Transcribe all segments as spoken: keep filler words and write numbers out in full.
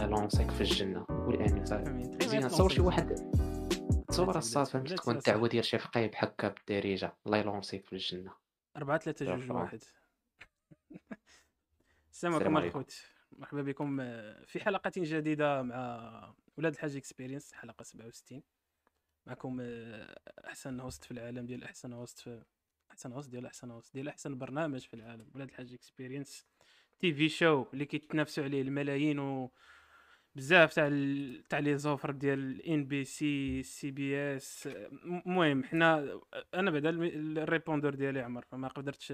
لونسيك في الجنه والامين صافي فهمتي غير مزيان بغيت تصور لونسي شي في واحد الجنة. تصور بلاتي الصاد بلاتي فهمتي بلاتي تكون يا صاحبي الدعوه ديال شي فقيه هكا بالدارجه الله يلونسيك في الجنه أربعة ثلاثة يا جوج فران واحد. السلام عليكم السلام عليكم الخوت، مرحبا بكم آه، في حلقة جديدة مع ولاد الحاج اكسبيرينس، حلقة سبعة وستين. معكم آه، أحسن هوست في العالم ديال أحسن هوست في أحسن هوست ديال أحسن هوست ديال أحسن برنامج في العالم، ولاد الحاج اكسبيرينس تي في شو اللي كيتنافسوا عليه الملايين و بزاف تاع ال... تاع لي زوفر ديال ان بي سي سي بي اس. المهم حنا انا بعدا الم- الريبوندور ديالي عمر، فما قدرتش،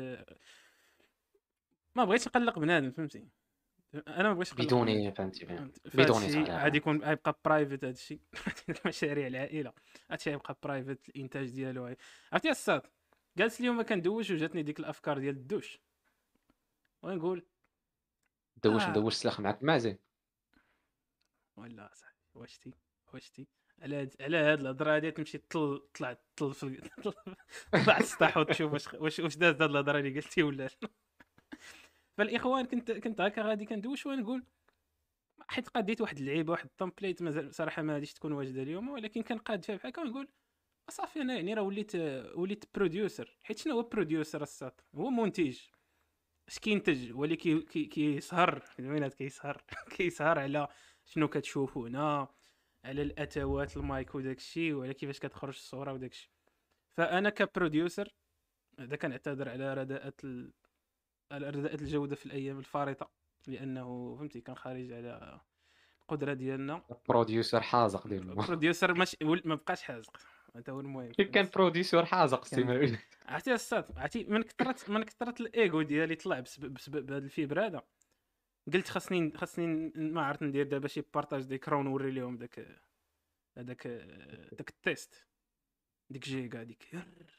ما بغيتش نقلق بنادم، فهمتي؟ انا ما بغيتش نقلق بنادم، بدوني فهمتي فين فهمت؟ فهاد بدوني الشيء صالح غادي يكون غيبقى برايفت، هاد الشيء مشاريع العائله هادشي غيبقى برايفت، الانتاج ديالو غي- عرفتي الصاد. جالس اليوم كندوش وجاتني ديك الافكار ديال الدوش ونقول دوش اه ندوش سلاخ معاك مازن ولا صاحبي واشتي واشتي على هاد على هاد الهضره هادي تمشي طل طلع طل في ال- طلع السطح وتشوف واش واش واش داز هاد الهضره اللي قلتي ولا لا. فالاخوان كنت كنت هكا غادي كندوش ونقول، حيت قاديت واحد اللعيبه واحد التمبليت مازال صراحه ما غاديش تكون واجده اليوم، ولكن كنقاد فيها بحال هكا ونقول صافي انا يعني راه وليت وليت بروديوسر. حيت شنو هو بروديوسر الساط؟ هو منتج، اش كينتج هو اللي كي كي كيسهر وينات كيسهر كيسهر على شنو كتشوفوا هنا، على الاتوات المايك وداك الشيء، وعلى كيفاش كتخرج الصوره وداك الشيء. فانا كبروديوسر هذا كنعتذر على رداءة ال... على رداءة الجوده في الايام الفارطه، لانه فهمتي كان خارج على القدره ديالنا. بروديوسر حازق ديال الماء بروديوسر ماشي ول- ما بقاش حازق، هذا هو المهم، كيف كان فهمتي؟ بروديوسر حازق سي كان مالك عرفتي الصاد، عرفتي من كثرت من كثرت الايجو ديالي طلع بسبب بسبب هذا الفيبر هذا. قلت خاصني خاصني ما عرفت ندير دابا شي بارطاج ديكرون ونوري لهم داك هذاك داك التيست، ديك جيجا ديك.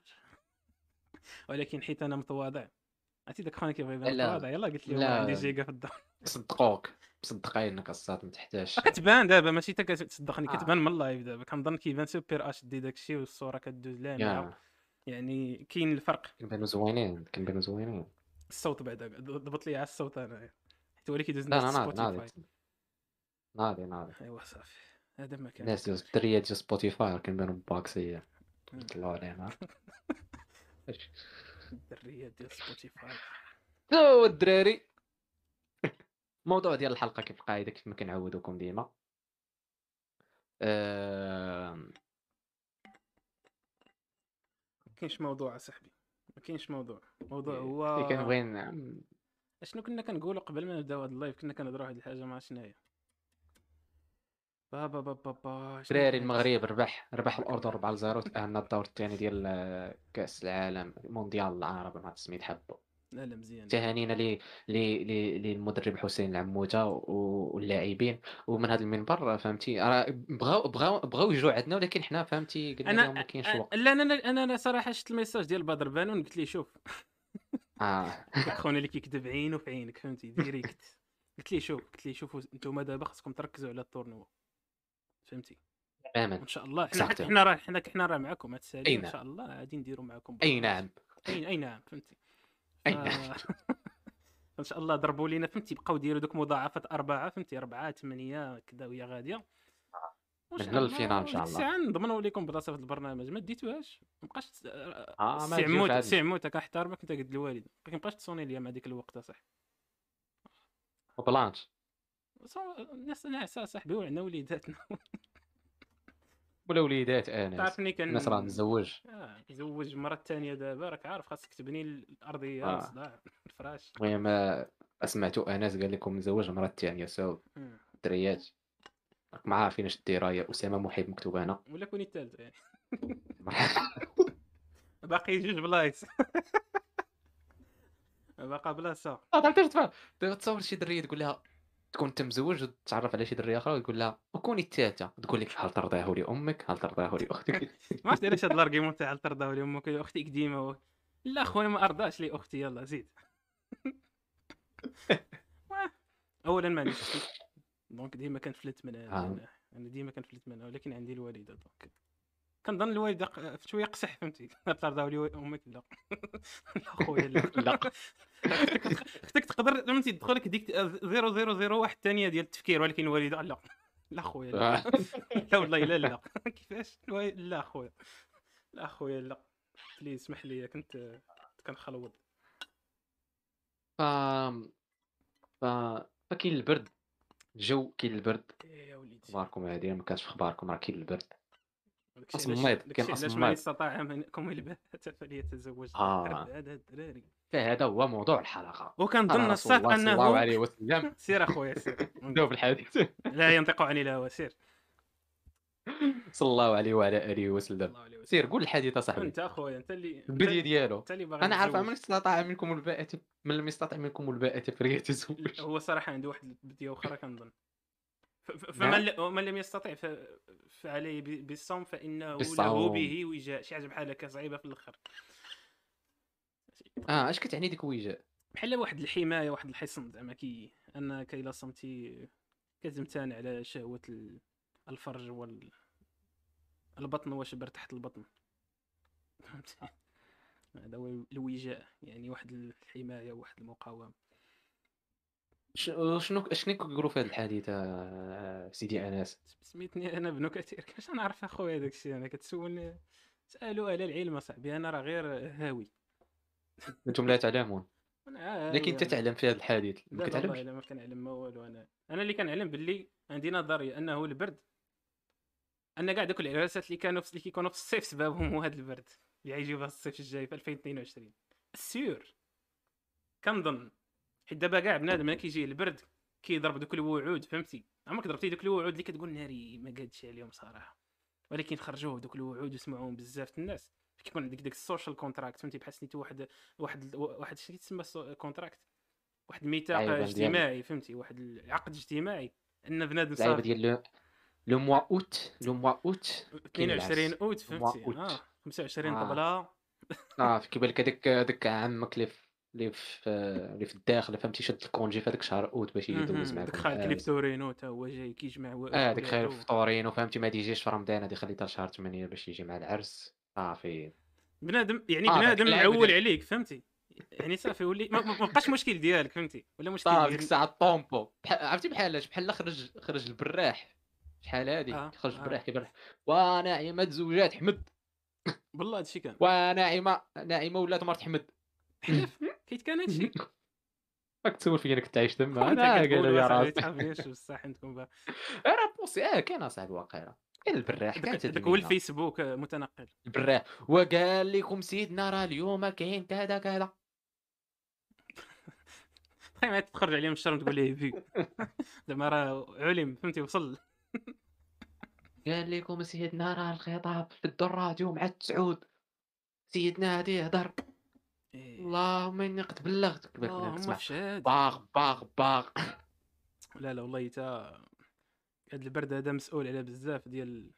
ولكن حيت انا متواضع، عرفتي داك خونا كيبغي يبان لا متواضع، يلاه قلت لهم راه عندي لا جيجا في الدار. صدقوك مصدقينك الصاد ما تحتاجش كتبان دابا ماشي تا كتصدقني، كتبان اه من اللايف دابا كنظن كيبان سوبر اش دي داكشي والصوره كدوز لامعه، يا يعني كاين الفرق. كنبانو زوينين كنبانو زوينين الصوت بعدا ضبط لي على الصوت انا، حيت هو اللي كيدوز لا الناس انا ناضي ناضي سبوتيفاي. ناضي ناضي ايوا صافي، هذا ما كان الناس ديال هكاك. الدريات ديال سبوتيفاي كنبانو باكسيه مم. طلعوا علينا الدريات ديال سبوتيفاي. هو الدراري. الموضوع ديال الحلقه كيف القاعده كيف ما كنعودوكم ديما آه... ما كاينش موضوع اصاحبي، ما كاينش موضوع. الموضوع اللي هو كنبغي نعم اشنو كنا كنقولوا قبل ما نبداو هذا اللايف، كنا كنهضروا واحد الحاجه ما عرفتش شنو هي. بابا بابا با شنو دراري كانت؟ المغرب ربح ربح الاردن أربعة لصفر تاهلنا الدور الثاني ديال آه، كاس العالم مونديال العرب ما سميت حبه لا لا مزيان داك. تهانينا لي لي لي للمدرب حسين العموته و- واللاعبين ومن هذا المنبر فهمتي راه بغاو بغاو بغاو يجوا عندنا ولكن حنا فهمتي قلنا انا لهم ما كاينش أ- وقت لا انا انا انا صراحه شفت الميساج ديال بدر بانون قلت ليه شوف، اه داك خونا اللي كيكذب عينه في عينك، فهمتي؟ ديريكت. قلت ليه شوف قلت ليه شوفوا انتم دابا خاصكم تركزوا على التورنوا، فهمتي؟ تماما وان شاء الله حنا اكزاكتومون حنا راه حنا حنا راه معكم اي هتسالي، وان نعم شاء الله غادي نديروا معكم اي برنامج. نعم اي اي نعم، فهمتي؟ ف اي نعم ان شاء الله ضربوا لينا، فهمتي؟ بقاو ديروا دوك مضاعفات اربعه، فهمتي؟ اربعه ثمانيه كذا وهي غاديه، وان من شاء هنا للفينال ان الله شاء ديك الله الساعه نضمنوا لكم بلاصه في البرنامج. ما ديتوهاش ما بقاش ت- اه ما سي تجيوش عموت عاد سي نجي عموت كنحترمك، انت قد الوالد ما كيبقاش تصوني ليا مع ديك الوقت صح. وبلانش صو- الناس ناعسه صاحبي وعندنا وليداتنا. ولا وليدات انس تعرفني الناس راه كان متزوج آه زوج مرة تانية دابا، راك عارف خاصك تبني الارضيه اه والصداع الفراش. المهم آه، سمعتوا انس قال لكم متزوج المره الثانيه سو مم. دريات راكم عارفين اش ديرها يا اسامه محب مكتوب هنا ولا كوني الثالثه يعني. باقي جوج بلايص. باقا بلاصه. اه تعرف تفهم دابا تصور شي دريه تقول لها تكون انت مزوج وتتعرف على شي دريه اخرى وتقول لها وكوني الثالثه تقول لك هل ترضيه لامك هل ترضيه لاختك ما عرفت علاش هاد الارغيومون تاع ترضاو لي امك يا اختي قديمه و... لا خويا ما ارضاش لي اختي، يلا زيد. واه. اولا ما عنديش اختي، دونك ديما كنفلت منها، آه. لان انا ديما كنفلت منها، ولكن عندي الوالده دونك كنظن الوالده ق- شويه قصح، فهمتي؟ ترضاو لي امك لا. لا خويا لا. لا اختك اختك تقدر تقدر فهمتي تدخلك ديك صفر صفر صفر واحد ثانيه ديال التفكير، ولكن الوالد لا لا خويا لا لا والله لا لا كيفاش لا خويا لا خويا لا بليز اسمح لي كنت كنت كنخلوض. ف ف فكاين البرد، الجو كاين البرد. إيه يا وليدي اخباركم هادي ما كانش في اخباركم، راه كاين البرد. داكشي علاش اصميض كاين داكشي علاش من اصميض. استطاع منكم الباءة فليتزوج. اه هذا الدراري. فهذا هو موضوع الحلقه. قال وكنظن رسول الصاد الله صلى الله انه عليه وسلم. سير اخويا سير نبداو بالحديث. لا ينطق عن الهوى سير. صلى الله عليه وعلى اله وسلم. الله عليه سير وسلم. قول الحديث اصاحبي، انت اخويا انت اللي انت البدايه اللي ديالو. انت اللي باغي انا عارف من تتزوج. استطاع منكم الباءة، من لم يستطع منكم الباءة فليتزوج. هو صراحه عنده واحد البديه اخرى كنظن. ف- ف- فمن نعم ل- ومن لم يستطع ف- فعليه ب- بالصوم فانه له بالصوم. به وجاء. شي حاجه بحال هكا صعيبه في الاخر. اه اش كتعني ديك ويجاء؟ بحال واحد الحمايه واحد الحصن زعما كي انك الا صمتي كتمتنع على شهوه ال- الفرج وال البطن واش بر تحت البطن. فهمتي؟ هذا هو الوجاء، يعني واحد الحمايه واحد المقاومه. ش- شنو شنو كيقولوا في هذا الحديث آه، سيدي انس؟ سميتني انا بنو كثير كاش نعرف اخويا داك الشيء. انا كتسولني سالوا اهل العلم اصاحبي، انا راه غير هاوي. انتم لا تعلمون، انا هاوي لكن انت انا. تعلم في هذا الحديث ما لا لا والله كتعلمش. الا ما كنعلم ما والو. انا انا اللي كنعلم باللي عندي نظريه انه البرد، ان كاع دوك العراسات اللي كانوا في اللي كيكونوا في الصيف سببهم هو هذا البرد اللي غيجيو في الصيف الجاي في ألفين واثنين وعشرين. السيور كنظن، حيت دابا كاع بنادم ملي كيجي البرد كيضرب دوك الوعود. فهمتي؟ عمرك ضربتي دوك الوعود اللي كتقول ناري ما قادش عليهم صراحه، ولكن خرجوه دوك الوعود وسمعوهم بزاف الناس. كيكون عندك داك السوشيال كونتراكت. فهمتي؟ بحال سنيتو واحد واحد واحد شنو كيتسمى كونتراكت، واحد الميثاق اللعيبه ديال اجتماعي. فهمتي؟ واحد العقد اجتماعي ان بنادم اللعيبه صافي. ديال لو لو موا اوت لو موا اوت كاين اثنين وعشرين العرس. اوت. لو موا فهمتي؟ اه اوت. خمسة وعشرين اه طبله. اه كيبان لك هذاك هذاك عمك اللي في اللي في اللي في الداخل، فهمتي؟ شد الكونجي في هذاك شهر اوت باش يجي يدوز اها داك معكم خال كليف العرس. تورينو تا هو جاي كيجمع اه ديك خاير ولادو. في طورين، وفهمتي ما يجيش في رمضان، هذه خليتها شهر ثمانية باش يجي مع العرس صافي. بنادم يعني اه داك بنادم اللعيبه معول ديال عليك. فهمتي؟ يعني صافي ولي ما ما بقاش مشكل ديالك. فهمتي؟ ولا مشكل صافي ديك ديال. الساعه الطومبو بحال عرفتي بحالاش بحال خرج خرج البراح شحال هادي اه خرج اه البراح كيبرح وناعمه زوجات حمد، والله هادشي كان وناعمه ناعمه ولات مرت حمد. حلف كيت كان هادشي. راك تسول فيا انا كنت عايش تما، وانت انا قالوا كتقولوا يا اصاحبي راسي. تعرفيش بصح عندكم بقى. راه بوسي اه كاين اصاحبي واقيلا، كاين البراح داك كانت هاد داك هو المهنه. الفيسبوك متنقل. البراح وقال لكم سيدنا راه اليوم كاين كذا كذا. طيب ما تخرج عليه من الشرم تقول ليه في زعما راه علم. فهمتي؟ وصل. قال لكم سيدنا راه الخطاب في الراديو مع التسعود، سيدنا هادي يهضر. إيه. اللهم اني قد بلغتك باك اللهم تسمع فشاد. باغ باغ باغ. لا لا والله تا هاد البرد هذا مسؤول على بزاف ديال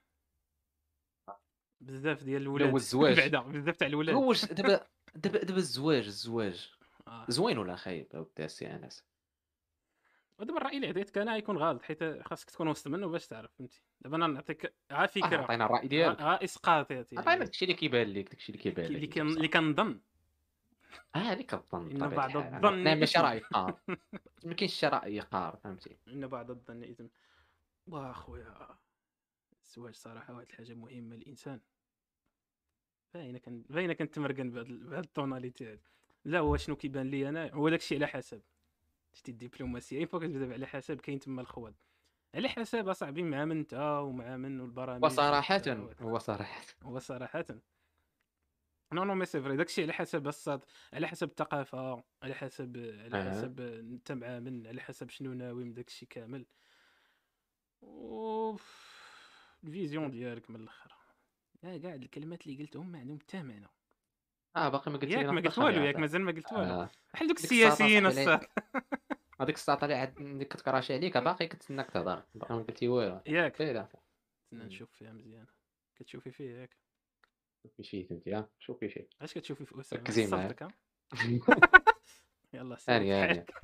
بزاف ديال ولا هو الولاد. الزواج. بعدا بزاف تاع الولاد. زوج دابا دابا دابا الزواج الزواج آه. زوين ولا خايب اودي السي انس؟ ودابا الراي اللي عطيتك انا يكون غلط، حيت خاصك تكون وسط منه باش تعرف. فهمتي؟ دابا انا نعطيك غا اه فكره، عطينا الراي غا ديالك، غا اسقاطات عطينا يعني داكشي اللي كيبان لك، داكشي اللي كيبان اللي لك كان انت اللي بصح. كنظن اه اللي كظن ان بطبيعه بعض الحال، انا الظن عطينا ماشي اثم. راي قار، ما كاينش شي راي قار فهمتي. ان بعض الظن اثم. واخويا الزواج صراحه واحد الحاجه مهمه للانسان. باينه كان باينه كنتمرقن بهاد ال- بهاد الطوناليتي هادي. لا هو شنو كيبان لي انا هو داكشي على حسب. شتي الدبلوماسيه فوق كتبدا على حسب. كاين تما الخوض على حسب اصاحبي مع من انت ومع من والبرامج وصراحه والت- هو صراحه هو صراحه نو نو مي سي فري داكشي على حسب الصاد، على حسب الثقافه، على حسب على اه حسب انت مع من، على حسب شنو ناوي من داكشي كامل و الفيزيون ديالك من الاخر. لا كاع الكلمات اللي قلتهم ما عندهم حتى معنى. اه باقي ما قلت لي ياك ما نقطه قلت والو، خاويه ياك عطاه. مازال ما قلت والو. آه. بحال دوك ديك الساعه السياسيين صاحبي لي الصاد. هذيك الساعه اللي عاد كتكراشي عليك باقي كتسناك تهضر، باقي ما قلتي والو. ياك لا لا استنى نشوف فيها مزيان. كتشوفي فيه ياك؟ شوفي فيه انت ها شوفي فيه علاش كتشوفي في اسامه ركزي معايا. صفتك ها؟ يلا سيري هاني هاني. بحالك.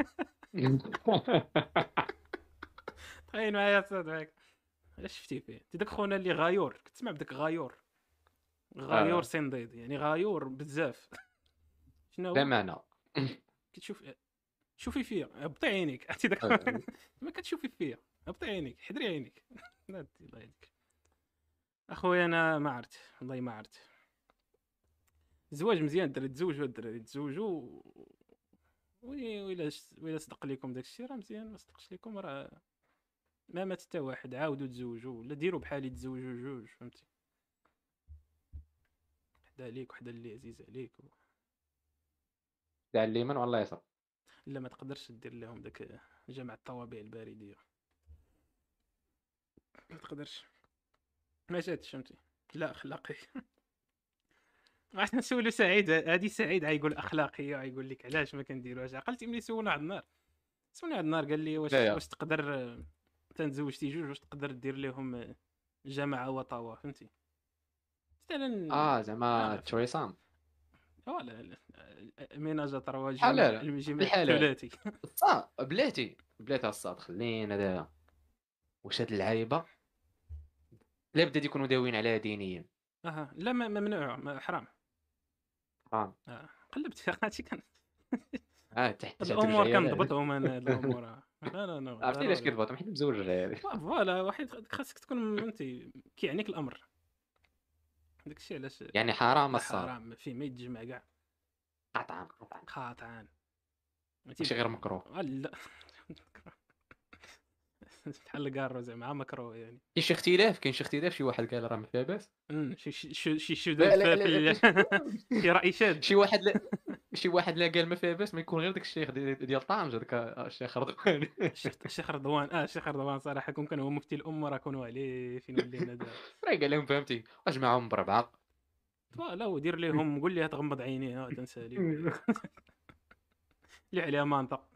طاين معايا صاد معاك. علاش شفتي فيه انت داك خونا اللي غايور؟ كتسمع بداك غايور؟ غايور آه. سنديد يعني غايور بزاف. شنو لا هو؟ معنى. كتشوف شوفي فيا هبطي عينيك عرفتي داك آه، ما كتشوفي فيا هبطي عينيك حضري عينيك لا دي الله يهديك اخويا انا ما عرفت والله ما عرفت الزواج مزيان الدراري تزوجوا الدراري تزوجوا وي ويلا ويلا صدق لكم داك الشيء راه مزيان ما صدقش لكم راه ما مات حتى واحد عاودوا تزوجوا ولا ديروا بحالي تزوجوا جوج فهمتي حدا عليك وحدا اللي عزيز عليك و... تاع اليمين والله يسر. لا ما تقدرش دير لهم داك جمع الطوابع البريديه ما تقدرش ما جاتش فهمتي لا اخلاقي عرفت نسولو سعيد هادي سعيد غايقول اخلاقيه غايقول لك علاش ما كنديروهاش عقلتي ملي سولنا واحد النهار سولنا واحد النهار قال لي لا واش يا واش تقدر تنزوجتي جوج واش تقدر دير لهم جماعه وطوا فهمتي مثلا اه زعما اه ف- تشويسام. ولا لا ميناج تروا لا الجماع لا الجماع بالحلال. الثلاثي الصاد بلاتي بلاتي الصاد خلينا دابا. واش هاد اللعيبه لا بدا يكونوا داويين عليها دينيا. اها لا ما ممنوع ما حرام حرام. آه. قلبت في راسي كان اه تحتاج عندك الامور العيالات. كنضبطهم انا هاد الامور آه. لا لا لا عرفتي علاش ضروري كيربطوا حيت مزوج العيال. فوالا واحد خاصك تكون فهمتي كيعنيك الامر داك الشيء علاش يعني حرام لا الصاد. حرام ما فيه ما يتجمع كاع قطعا قطعا. قاطعان فهمتي ماشي غير مكروه. آه، لا بحال الكارو زعما مكروه يعني كاين شي اختلاف كاين شي اختلاف شي واحد قال راه ما فيها باس. أمم، شي شي شي شي شذوذ لا لا في في لا, لا. ال- شي رأي شاذ شي واحد لا شي واحد لا قال ما فيها باس ما يكون غير داك الشيخ ديال ديال طنجة داك الشيخ رضوان. الشيخ الشيخ رضوان اه الشيخ رضوان صراحه كون كان هو مفتي الامه راه كونوا عليه فين ولينا دابا راه قال لهم فهمتي اجمعهم بربعه. فوالا ودير لهم قول لها تغمض عينيها تنسالي قول لها اللي عليها مانطق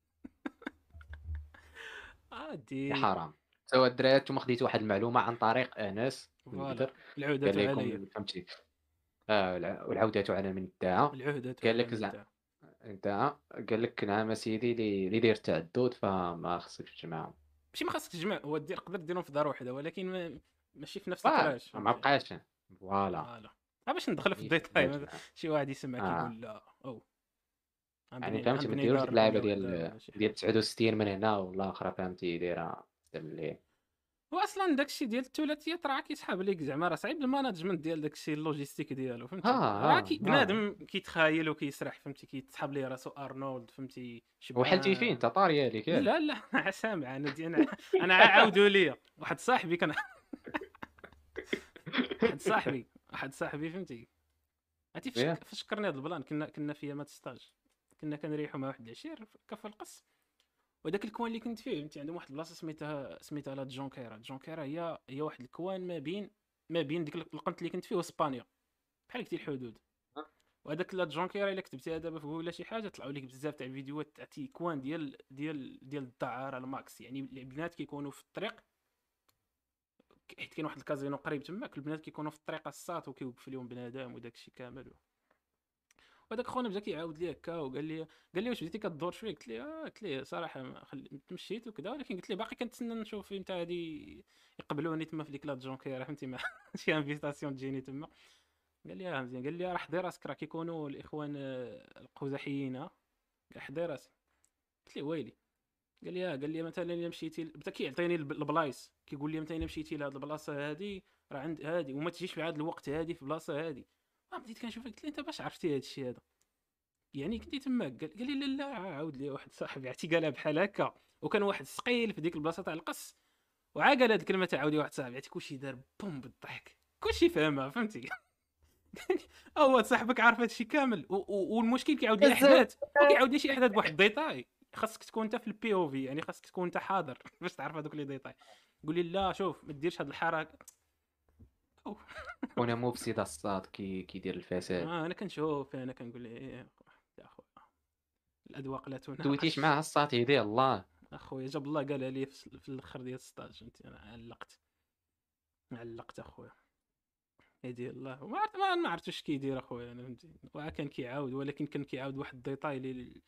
يا عادي حرام. سوا الدراري نتوما خديتوا واحد المعلومه عن طريق انس من فوالا بدر. العودة قال علي لكم فهمتي اه الع- والعودة على من ادعى. العهدة قال على لك من زعما ادعى انت قال لك نعم سيدي اللي اللي داير تعدد فما خصكش تجمعهم. ماشي ما خاصك تجمع هو دير تقدر ديرهم في دار واحده ولكن ما ماشي في نفس فوالا الكراش ما فهمتي بقاش. فوالا. فوالا ها باش ندخل في ماشي ما الديتاي ما- يجمع. شي واحد يسمع اه كيقول لا او يعني عندني فهمتي ما عندني ديروش ديك دار اللعبه اولى وحده ديال ولا شي ديال حاجه تسعة وستين من هنا والاخرى فهمتي دايره اللي هو اصلا داكشي ديال الثلاثيات راه كيسحاب ليك زعما راه صعيب الماناجمنت ديال داكشي اللوجيستيك ديالو ها فهمتي راه ها كي ها. بنادم كيتخايل وكيسرح فهمتي كيتسحاب ليه راسو ارنولد فهمتي هو حلتي فين شبعان انت طاريه ليك ياك. لا لا سامع انا دي انا انا عاودوا لي واحد صاحبي كان واحد صاحبي واحد صاحبي فهمتي عرفتي فاش ياك. فاش فكرني هذا البلان كنا كنا في مات ستاج كنا كنريحوا مع واحد العشير في كفر القص وداك الكوان اللي كنت فيه فهمتي عندهم واحد البلاصه سميتها سميتها لا جونكيرا جونكيرا هي هي واحد الكوان ما بين ما بين ديك القنت اللي كنت فيه واسبانيا بحال قلتي الحدود وهذاك لا جونكيرا الا كتبتيها دابا في جوجل ولا شي حاجه طلعوا لك بزاف تاع الفيديوهات تاع تيكوان ديال ديال ديال الدعاره الماكس يعني البنات كيكونوا في الطريق حيت كاين واحد الكازينو قريب تماك البنات كيكونوا في الطريق الساط وكيوقف لهم بنادم وداك الشيء كامل وهذاك خونا بدا كيعاود لي هكا وقال لي قال لي واش بديتي كدور شويه قلت لي اه قلت لي صراحه ما خل... تمشيت وكذا ولكن قلت لي باقي كنتسنى نشوف امتى هادي يقبلوني تما في ديك لا جونكيرا فهمتي ما شي انفيتاسيون تجيني تما قال لي اه مزيان قال لي راه حضي راسك راه كيكونوا الاخوان آه، القزحيين ها قال حضي راسك قلت لي ويلي قال لي اه قال لي مثلا الا مشيتي بدا كيعطيني الب- البلايص كيقول لي مثلا الا مشيتي لهاد البلاصه هادي راه عند هادي وما تجيش في هاد الوقت هادي في البلاصه هادي ما بديت كنشوف قلت لي انت باش عرفتي هاد الشيء هذا يعني كنتي تماك قال قال لي لا لا عاود لي واحد صاحبي عرفتي قالها بحال هكا وكان واحد الثقيل في ديك البلاصه تاع القص وعا قال هاد الكلمه تاع عاودي واحد صاحبي عرفتي كلشي دار بوم بالضحك كلشي فاهمها فهمتي هو صاحبك عارف هادشي كامل و- و- والمشكل كيعاود لي احداث وكيعاود لي شي احداث بواحد الديتاي خاصك تكون انت في البي او في يعني خاصك تكون انت حاضر باش تعرف هذوك لي ديتاي قول لي لا شوف ما ديرش هاد الحركه أو. خونا مفسد الصاد كي كيدير الفساد. آه انا كنشوف انا كنقول ليه إيه يا اخويا الاذواق لا دويتيش تناقش معاه الصاد يدي الله. اخويا جاب الله قالها لي في في الاخر ديال الستاج فهمتي انا علقت علقت اخويا يدي الله وما عرفت ما ما عرفت واش كيدير اخويا انا فهمتي وعا كان كيعاود ولكن كان كيعاود واحد الديتاي اللي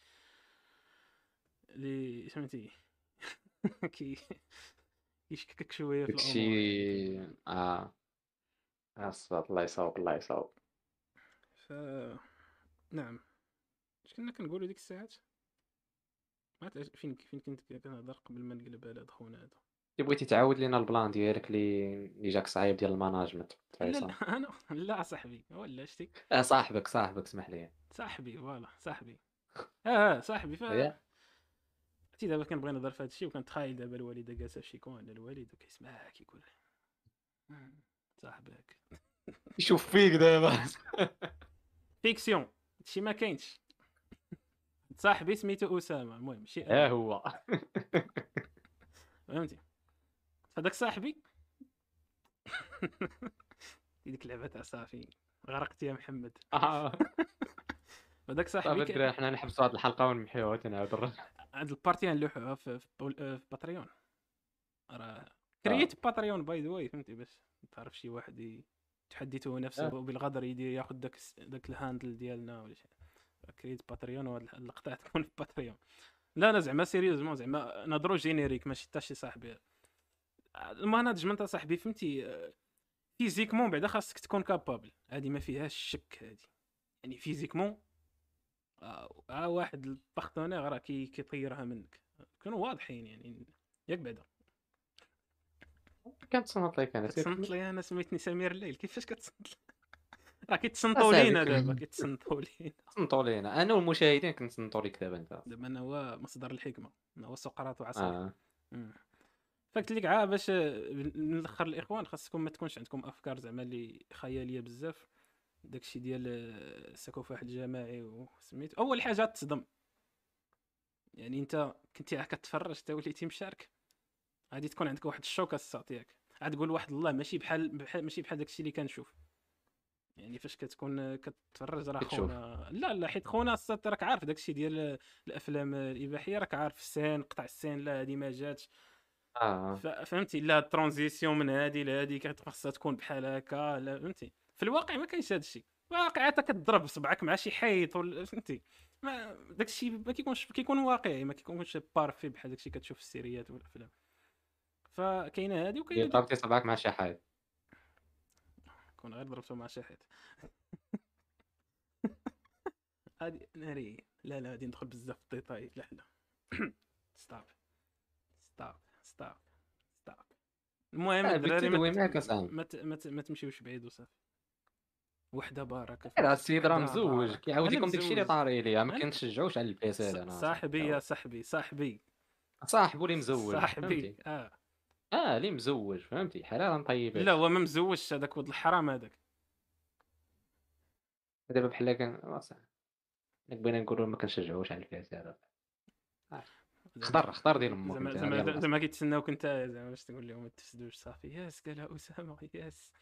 اللي فهمتي كي يشككك شويه في داكشي الامور يعني فهمتي اه الصاد الله يصاوب الله يصاوب. ف نعم اش كنا كنقولوا ديك الساعات عرفت فين فين كنت كنهضر قبل ما نقلب على هاد خونا هذا. كي بغيتي تعاود لينا البلان ديالك اللي اللي جاك صعيب ديال الماناجمنت لا لا فيصل. انا لا صاحبي ولا شتي اه صاحبك صاحبك اسمح لي. صاحبي فوالا صاحبي اه آه، صاحبي ف هي عرفتي دابا كنبغي نهضر في هذا الشيء وكنتخايل دابا الوالده جالسه في شي كون على الوالد وكيسمعها كيقول "مم، صاحبك يشوف فيك دابا. فيكسيون هادشي ما كاينش صاحبي سميتو اسامه المهم شي ها انا هو. فهمتي هذاك صاحبي ديك اللعبه تاع صافي غرقت يا محمد آه. هذاك صاحبي صافي ك... الدراري حنا نحبسوا هذه الحلقه ونمحيوها تنعاود الرجع. هاد البارتي نلوحوها في في, بول... آه، في باتريون راه اه كرييت باتريون باي ذا واي فهمتي باش تعرف شي واحد ي... تحدثه نفسه اه بالغدر يدي ياخذ داك الس- داك الهاندل ديالنا ولا شي كرييت باتريون وهاد اللقطه تكون في باتريون لا لا زعما سيريوزمون زعما نهضروا جينيريك ماشي حتى شي صاحبي الماناجمنت صاحبي فهمتي آه، فيزيكمون بعدا خاصك تكون كابابل هذه ما فيهاش شك هذه يعني فيزيكمون آه آه واحد البارتنير راه كي كيطيرها منك كانوا واضحين يعني ياك بعدا كانت تصنت لي كانت كتصنت كتكمل. لي انا سميتني سمير الليل كيفاش كتصنت لي راه اه كيتصنتوا صاحبي لينا دابا كم- كيتصنتوا لينا تصنتوا لينا انا والمشاهدين كنتصنتوا ليك دابا انت. دابا انا هو مصدر الحكمه أنا هو سقراط وعصير اه مم. فقلت لك عا باش من الاخر الاخوان خاصكم ما تكونش عندكم افكار زعما اللي خياليه بزاف داكشي ديال آه، السكوفاح الجماعي وسميت اول حاجه تصدم يعني انت كنتي كتفرج حتى وليتي مشارك غادي تكون عندك واحد الشوك الصوت ياك عاد تقول واحد الله ماشي بحال, بحال ماشي بحال داكشي اللي كنشوف يعني فاش كتكون كتفرج راه كتشوف. خونا لا لا حيت خونا الصوت راك عارف داكشي ديال الافلام الاباحيه راك عارف السين قطع السين لا هذه ما جاتش اه ف- فهمتي لا الترانزيسيون من هذه لهذه خاصها تكون بحال هكا لا فهمتي في الواقع ما كاينش هذا الشيء واقع انت كتضرب صبعك مع شي حيط ولا فهمتي ما داكشي ما كيكونش كيكون واقعي ما كيكونش بارفي بحال داكشي كتشوف في السيريات والافلام فكاينه هذه وكاينه اللي ديك ضربتي صبعك مع شي حاجه. كون غير ضربته مع شي حيط هادي ناري لا لا غادي ندخل بزاف في الديتاي لا لا ستوب ستوب ستوب ستوب المهم اه الدراري ما بتدوي ت- معاك اسام. ما ت- ما ت- ما تمشيوش بعيد وصافي وحده بارك راه فيك السيد راه وحده مزوج بارك كيعاود انا لكم داكشي اللي مزوج طاري ليه ما انا كنتشجعوش على البيسيل ص- انا صاحبي صاحبي يا داو. صاحبي صاحبي صاحبو اللي مزوج صاحبي فهمتي. اه اه اللي مزوج فهمتي حلال لا طيبات. هو ما مزوجش هذاك ولد الحرام هذاك دابا بحال كان صح بغينا نقولوا ما كنشجعوش على البيسيل. آه. زعما اختار اختار ديال امك زعما انت زعما يلاه. زعما كيتسناوك انت زعما باش تقول لهم ما تفسدوش صافي ياس قالها اسامه ياس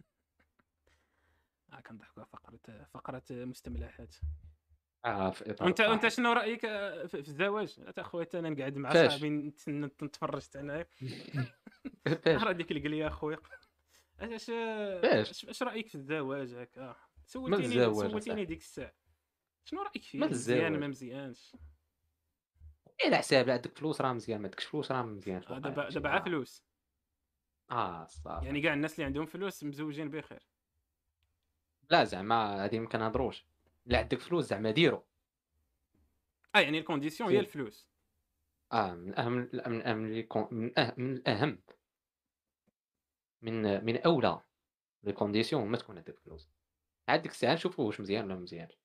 آه كنضحكوا فقره فقره مستملحات اه في اطار وانت وانت الصحيح. شنو رايك آه، في في الزواج تا خويا انا نقعد مع فاش صحابي نتسنى نتفرج انايا فاش راه ديك القليه اخويا اش فاش اش اش رايك في الزواج هكا مال سولتيني الزواج سولتيني اصاحبي. ديك الساعه شنو رايك مال فيه مزيان الزواج ما مزيانش على حساب لا عندك فلوس راه مزيان ما عندكش فلوس راه مزيان آه، توقع دابا داكشي دابا عا ما. فلوس اه صافي. يعني كاع الناس اللي عندهم فلوس مزوجين بخير لا زعما هادي ما كنهضروش. لا عندك فلوس زعما ديرو. اه يعني الكونديسيون هي فين الفلوس اه من اهم من اهم لي كون- من أه- من الاهم من من اولى لي كونديسيون ما تكون عندك فلوس. عاد ديك الساعه نشوفوا واش مزيان ولا ما مزيانش.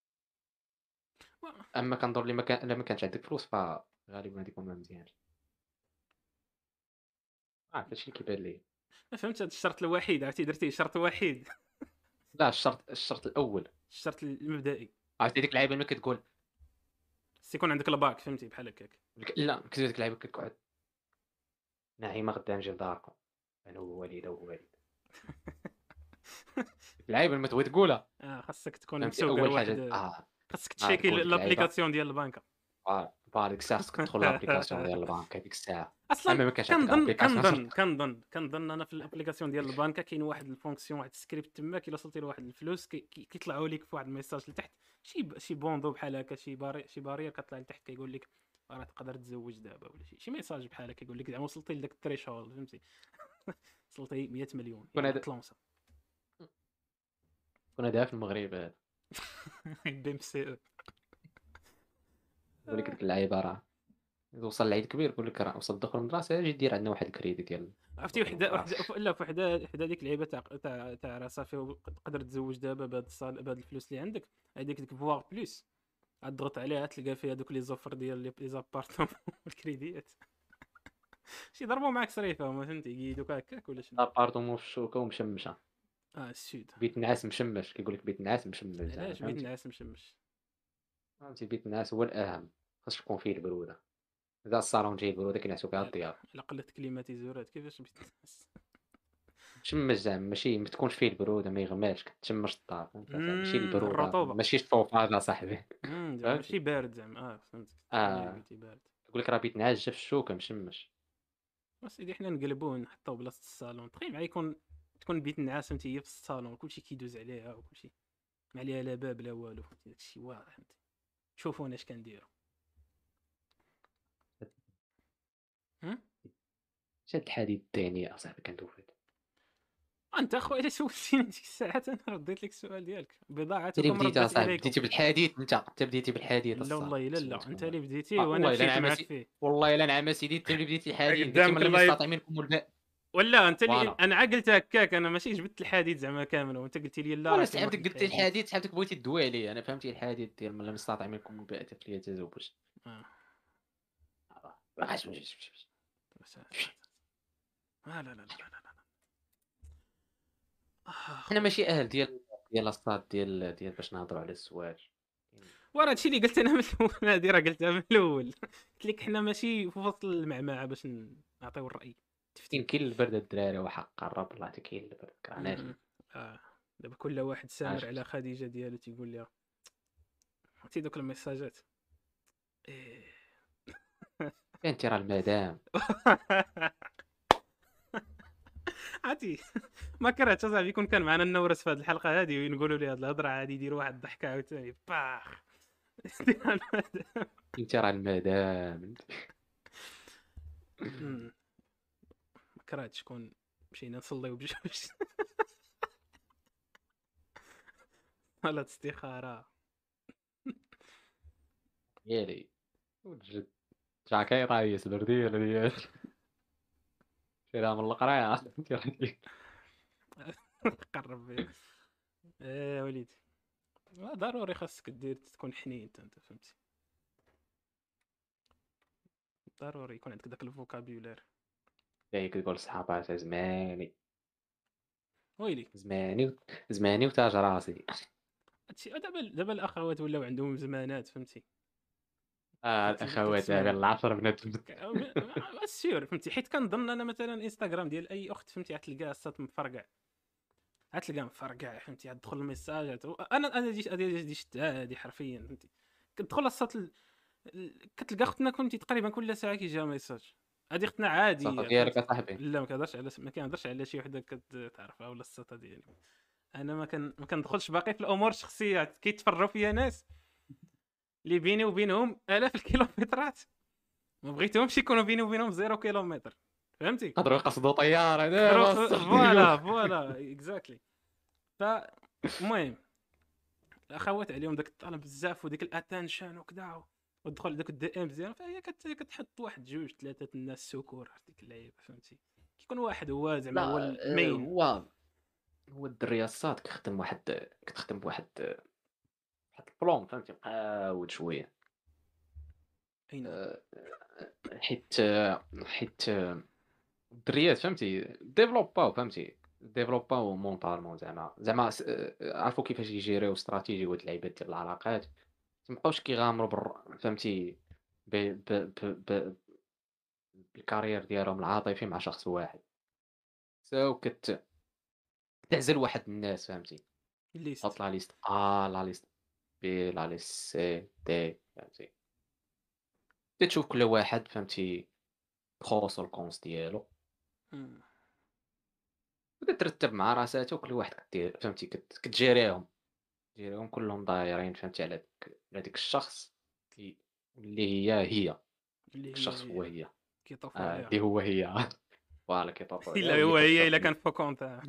اما كنظن لي ما كان الا ما كانش عندك فلوس فغالبا غادي يكون ما مزيانش. اه هادشي اللي كيبان لي. ما فهمتش هذا الشرط الوحيد عرفتي درتيه شرط وحيد لا الشرط الشرط الاول. الشرط المبدئي عرفتي ديك اللعيبه اللي كتقول بس يكون عندك الباك فهمتي بحال هكاك لا كتبت ديك اللعيبه كتقعد نعيمه غدا نجي لداركم انا ووليده ووليد. اللعيبه اللي ما تبغي تقولها اه خاصك تكون فهمتي مسوقه اول حاجه لواحد اه خاصك اه تشيكي تقول ديك اللعيبه لابليكاسيون ديال البنكه اه ديك الساعه خصك تدخل لابليكاسيون ديال البنك هذيك الساعه. اصلا اما ما كانش عندك كنظن ابليكاسيون كنظن صرت. كنظن كنظن انا في الابليكاسيون ديال البنكه كاين واحد الفونكسيون واحد السكريبت تماك الا وصلتي لواحد الفلوس كي- كي- كيطلعوا لك في واحد الميساج لتحت شي ب- شي بوندو بحال هكا شي باري شي بارير كطلع لتحت كيقول لك راه تقدر تزوج دابا ولا شي شي ميساج بحال هكا كيقول لك زعما وصلتي لذاك التريشولد فهمتي وصلتي مية مليون كون يلا هذا تلونسا كون هذا في المغرب هذا بيم سي او يقول لك ديك اللعيبه راه إذا وصل لعيد كبير يقول لك راه وصل دخل المدرسة اجي دير عندنا واحد الكريدي ديال عرفتي دخول وحده وحده المدرسة. لا، وحده وحده ديك اللعيبه تاع تاع تاع راه صافي تقدر تزوج دابا بهاد الصال بهاد الفلوس اللي عندك، هذيك ديك فواغ بلوس، غتضغط عليها تلقى فيها دوك لي زوفر ديال لي لي زابارتمون الكريديات. شي ضربوا معاك صريفه هما، فهمتي، يقيدوك هكاك ولا شنو. ابارتومون في الشوكة ومشمشة. اه السود. بيت نعاس مشمش، كيقول لك بيت نعاس مشمش زعما علاش بيت فهمتي. نعاس مشمش؟ فهمتي بيت النعاس هو الأهم، خاص تكون فيه البرودة. إذا الصالون جاي البرودة كينعسو فيها الديار. على قلت كليماتيزورات كيفاش بيت نعاس؟ مشمش زعما ماشي ما تكونش فيه البرودة ما يغماش كتشمش الدار فهمت زعما ماشي امم البرودة الرطوبه. ماشي الشوفاج اصاحبي. امم زعما فهمتي. ماشي بارد زعما، اه فهمتك ملي اه قلتي بارد. يقول لك راه بيت نعاس جا في الشوكة مشمش. وسيدي حنا نقلبوه نحطوه بلاصه الصالون، تخيل معايا يكون تكون بيت النعاس فهمتي هي في الصالون، كلشي كيدوز عليها وكلشي ما عليها لا باب لا والو، فهمتي داكشي واضح، فهمتي. شوفوا انا اش كنديروا. هم؟ شاد الحديد الثاني اصاحبي كندوي فيه. انت اخويا الا سولتيني ديك الساعات انا رديت لك السؤال ديالك، انت اللي بضاعتكم بديتي ردت اصاحبي اليكم. بديتي بالحديد، انت انت بديتي بالحديد لا الصاد والله لا لا، سولتك انت من بعد. اللي بديتي آه وانا والله الا مشيت معاك نعمتي، فيه. والله الا نعم سيدي انت اللي بديتي الحديد قلتي قدامك من لم الله يب... يستطع منكم الباء. ولا انت اللي فوالا انا عقلت هكاك، انا ماشي جبت الحديد زعما كامل وانت قلتي لي لا راه وانا كاين واحد سحبتك قلت الحديد. الحديد سحبتك بغيتي تدوي عليه انا فهمتي الحديد ديال من لم يستطع منكم الباء فليتزوج. اه آه. بس- لا لا لا لا لا لا. آه حنا اخويا. ماشي اهل ديال ديال الصاد ديال ديال باش نهضروا على الزواج. وراه هادشي اللي قلت انا من الاول، هادي راه قلتها من الاول. قلت لك حنا ماشي في وسط المعمعه باش نعطيو الراي، كاين تفتيت. كاين البرد الدراري وحق قرب الله كاين البرد كرهناش. أمم. اه دابا كل واحد سامر عاشت على خديجه ديالو تيقول لها، عرفتي دوك الميساجات. إيه. انت راه المدام. عرفتي ما كرهتش اصاحبي يكون كان معنا النورس في هذه الحلقه هذه ونقولوا لي هذه الهضره عادي، يديروا واحد الضحكه عاوتاني باخ. انت راه المدام. أمم. ما كرهتش شكون مشينا نصليو بجوج. صلاة استخاره. ديالي وجد جاكيطه هي سبرديه ديال شيرها من القرايه. انت راه قرب بيه. ايه وليدي، لا ضروري خاصك دير تكون حنين انت، انت فهمتي، ضروري يكون عندك داك الفوكابيولير. جاي كتقول صحاباتها زماني ويلي زماني زماني وتاج راسي. هادشي دابا دابا الاخوات ولاو عندهم زمانات، فهمتي. اه كت- الاخوات هذا كتسمع العشر بنات. السيور، فهمتي، حيت كنظن انا مثلا انستغرام ديال اي اخت فهمتي غتلقاها الساط مفرقع، غتلقاه مفرقع، فهمتي، غتدخل الميساج انا انا دي دي دي شفتها هادي حرفيا، فهمتي. كتدخل الساط ال... ال- كتلقى اختنا فهمتي تقريبا كل ساعه كيجيها ميساج. هادي اختنا الصفه عاديه، ديالك فهمتي. اصاحبي. لا ما كنهضرش على ما كنهضرش على شي وحده كتعرفها ولا الساطه ديالي. انا ما كان ما كندخلش باقي في الامور الشخصيه، كيتفرجوا فيا ناس اللي بيني وبينهم الاف الكيلومترات، ما بغيتهمش يكونوا بيني وبينهم زيرو كيلومتر، فهمتي. قدروا يقصدوا طياره قدروا دابا خ- فوالا فوالا اكزاكتلي. فالمهم الاخوات عليهم داك الطلب بزاف وديك الاتنشن وكذا، ودخل داك الدي ام مزيان، فهي كت- كتحط واحد جوج ثلاثه الناس سكور ديك اللعيبه، فهمتي. كيكون واحد هو زعما هو لا آه، المين. هو هو الدري الصاد كيخدم واحد كتخدم بواحد واحد البلون فهمتي مقاود شويه. اين آه، حيت حيت الدريات فهمتي ديفلوباو فهمتي ديفلوباو مونطالمون زعما زعما س- آه، عرفوا كيفاش يجيريو استراتيجي هاد اللعيبات ديال العلاقات. مابقاوش كيغامروا بر فهمتي ب ب ب ب بالكارير ديالهم العاطفي مع شخص واحد. سو كت كتعزل واحد الناس فهمتي ليست. تحط لا ليست ا لا ليست بي لا ليست سي دي فهمتي تشوف كل واحد فهمتي الخوص والكونس ديالو مم. بدا ترتب مع راساتو كل واحد كدير فهمتي كت- كتجيريهم تجيريهم كلهم دايرين فهمتي على ديك على ديك الشخص اللي اللي هي هي ديك اللي الشخص هي هو هي هي كيطوفوا آه عليها. اللي هو هي فوالا كيطوفوا عليها الا واللي هو هي الا كتشرب كان فوكون تاع.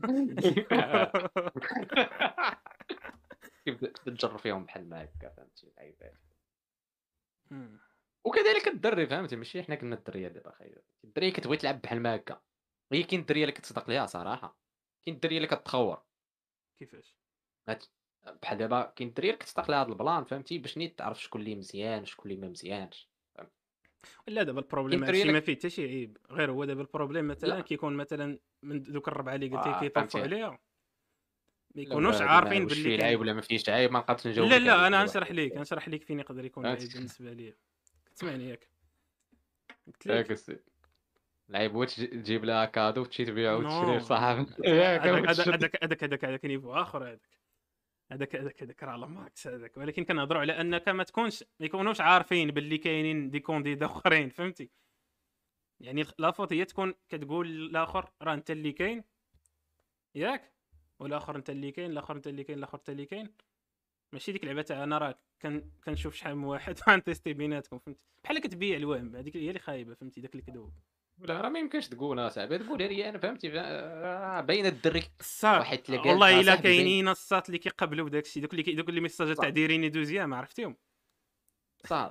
كيبدا تجر فيهم بحال ما هكا فهمتي العيبات. مم. وكذلك الدري فهمتي، ماشي حنا كنا الدريات دابا اخاي، الدري كتبغي تلعب بحال ما هكا، هي كاين الدريه اللي كتصدق ليها صراحه، كاين الدريه اللي كتخور. كيفاش؟ هاد بحال دابا كاين الدريه اللي كتصدق ليها هاد البلان فهمتي، باش نيت تعرف شكون اللي مزيان وشكون اللي ما مزيانش، فهمت. لا دابا كاين البروبليم الدريه هادشي اللي ما ك- فيه حتى شي عيب، غير هو دابا البروبليم مثلا لا كيكون مثلا من دوك الربعه اللي قلتي آه كيطوفوا فهمتي، عليها ما لا يكونوش وهادو ما عارفين واش باللي فيه العيب كاين. ولا ما فيهش عيب، ما نقدرش نجاوب لا لك عليه لا كل انا واحد نشرح ليك و- نشرح ليك فين يقدر يكون العيب فهمت. بالنسبه ليا. تسمعني ياك؟ قلت ياك لك السي العيب هو تجي- تجيب لها كادو وتمشي تبيعو وتشري نو لصاحبك ياك هذاك هذاك وتشري. هذاك هذاك هذاك هذاك نيفو اخر هذاك هذاك هذاك هذاك راه لا ماكس هذاك، ولكن كنهضروا على انك ما تكونش ما يكونوش عارفين باللي كاينين دي كونديدا اخرين، فهمتي؟ يعني لا فوت هي تكون كتقول للاخر راه انت اللي كاين ياك، والاخر انت اللي كاين، الاخر انت اللي كاين، الاخر انت اللي كاين. ماشي ديك اللعبه تاع انا راه كان كنشوف شحال من واحد وغنتيستي بيناتكم، فهمتي؟ بحال كتبيع الوهم، هذيك هي اللي خايبه، فهمتي؟ داك الكذوب. لا راه ما يمكنش تقولها صاحبي، تقولها لي انا فهمتي، آه، باين الدري السات واحد تلقى والله الا اصاحبي باين. كاينين السات اللي كيقبلوا بداك الشيء، دوك اللي كي- دوك اللي ميساجات تاع صاد دايريني دوزيام عرفتيهم؟ صاد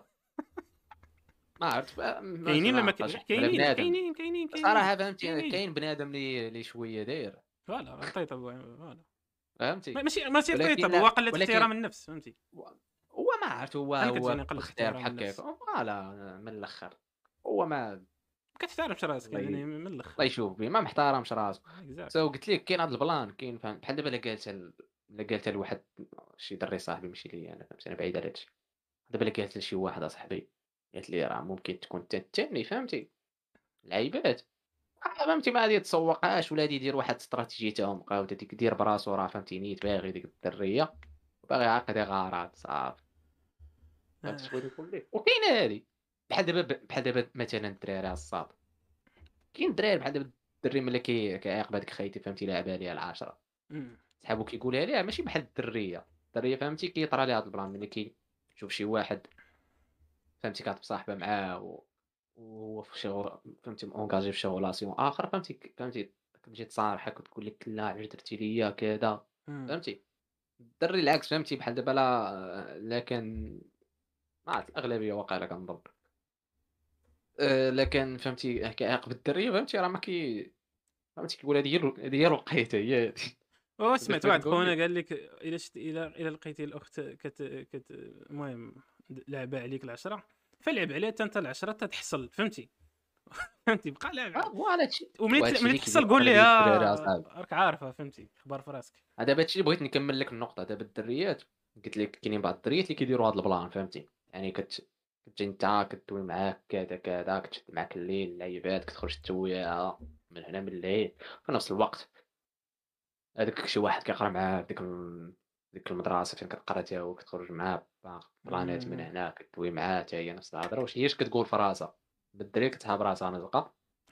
ما عرفت ما ما كاينين ما لما عرفتش ك... على كاينين بنادم كاينين كاينين كاينين صراحه فهمتي، كاينين كاين بنادم اللي اللي شويه داير فوالا غطيطه فوالا. فهمتي. ما- ماشي ماشي ولكن رطيطه، هو لا قله ولكن احترام النفس، فهمتي؟ هو ما عرفت، هو انا هو كتجيني قله بختار احترام بحال هكاك النفس. فوالا. من الاخر هو ما ما كتحترمش راسك الله يعني ي... من الله الاخر. يشوف به، ما محترمش راسو. سو اكزاكتلي. قلت لك كاين هذا البلان، كاين فهم بحال دابا الا قالت ل... الا قالت لواحد شي دري صاحبي ماشي ليا انا فهمتي، انا بعيد على هادشي. دابا الا قالت لشي واحد اصاحبي قالت لي راه ممكن تكون انت الثاني فهمتي، العيبات آه، فهمتي ما غادي يتسوقهاش ولا غادي يدير واحد الاستراتيجيه تا هو مقاود هذيك، دير براسو راه فهمتي نيت باغي ديك الدريه باغي يعقد غارات صافي. فهمتي آه. شنو بغيت نقول لك. وكاينه هادي بحال دابا بحال دابا مثلا الدراري الصاد، كاين الدراري بحال دابا الدري ملي كي كيعاقب هذيك خايتي فهمتي لاعبها ليها العاشرة، أمم. صحابو كيقولها ليها ماشي بحال الدريه. الدريه فهمتي كيطرى ليها هاد البلان ملي كيشوف شي واحد فهمتي كتصاحبه معاه و وهو في شي غ فهمتي مونكاجي في شي غولاسيون آخر فهمتي ك فهمتي كتجي تصارحك وتقول لك لا علاش درتي ليا كذا أمم. فهمتي. الدري العكس فهمتي بحال دابا لا لا كان ما عرفت الأغلبية واقيلا كنظن آآ لا كان فهمتي كيعاقب الدري فهمتي راه ما كي فهمتي كيقول هذه هي ال هذه هي الوقيته هي هذه. هو فهمتي سمعت بغيت واحد نقول خونا لك. قال لك الا شت الا الا لقيتي الاخت كت كت المهم د- لعبه عليك العشرة، فلعب عليها حتى انت العشرة تتحصل، فهمتي؟ فهمتي بقى لعب آه على- فوالا هادشي وملي وهذا تل- الشيء ملي اللي كيدير تحصل قول أغلبية الدراري لها أصاحبي. راك عارفه، فهمتي؟ خبر في راسك. آه دابا هاد الشيء اللي بغيت نكمل لك النقطة، دابا الدريات قلت لك كاينين بعض الدريات اللي كيديروا هاد البلان فهمتي، يعني كت كتجي نتا كدوي معاك كذا كذا كتشد معاك الليل اللعيبات كتخرج تسويها من هنا من الليل في نفس الوقت هذاك شي واحد كيقرا معاه في ديك ال ديك المدرسة فين كتقرا تا هو كتخرج معاه با بلانيت من أمم. هنا كدوي معاه حتى هي نفس الهضرة واش هياش كتقول في راسها. بالدري كتهاب راسها نزقة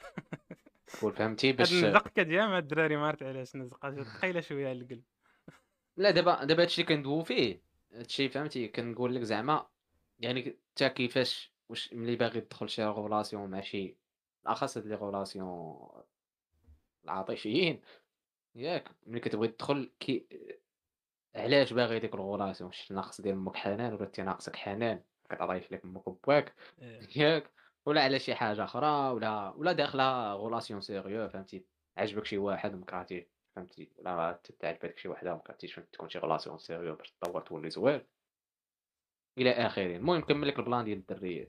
تقول فهمتي هاد باش. النزق كتجي مع الدراري، ما عرفت علاش نزقه ثقيله شويه على القلب. لا دابا دابا هادشي اللي كندويو فيه هادشي فهمتي كنقول لك زعما يعني حتى كيفاش واش ملي باغي تدخل شي غولاسيون مع شي بالاخص هاد لي غولاسيون العاطفيين ياك ملي كتبغي تدخل كي علاش باغي ديك الغولاسيون، واش ناقص ديال امك حنان ولا انت ناقصك حنان كتعطيش لك امك وباك إيه. ياك، ولا على شي حاجة أخرى ولا ولا داخلة غولاسيون سيريو فهمتي، عاجبك شي واحد وما كرهتيه فهمتي، ولا أنت تعجبك هاديك شي وحدة وما كرهتيش فهمتي تكون شي غولاسيون سيريو باش تطور تولي زوين إلى آخره. المهم نكمل لك البلان ديال الدريات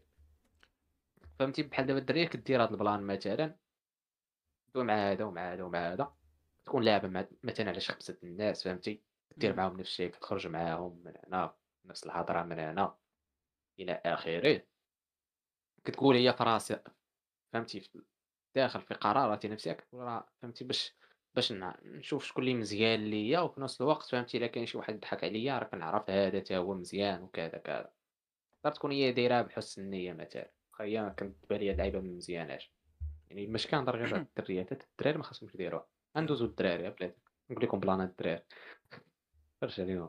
فهمتي، بحال دابا الدرية كدير هاد البلان مثلًا دوي مع هادا ومع هادا ومع هادا، تكون لاعبة مع مثلًا على شي خمسة الناس فهمتي، دير أمم. معاهم نفس الشيء كتخرج معاهم من هنا نفس الهضرة من هنا إلى آخره. كتقول هي في راسها فهمتي ف داخل في قرارة نفسها راه فهمتي باش باش ن نشوف شكون اللي مزيان ليا وفي نفس الوقت فهمتي إلا كاين شي واحد يضحك عليا راه كنعرف هذا تا هو مزيان وكذا كذا. تقدر تكون هي دايرها بحسن النية مثلًا، واخا هي كتبان ليا اللعيبة ما مزياناش، يعني ماشي كنهضر غير على الدريات، حتى الدراري ما خاصهمش يديروها. آه. غندوزو للدراري بلاتي نقول لكم بلانات الدراري خرج عليهم.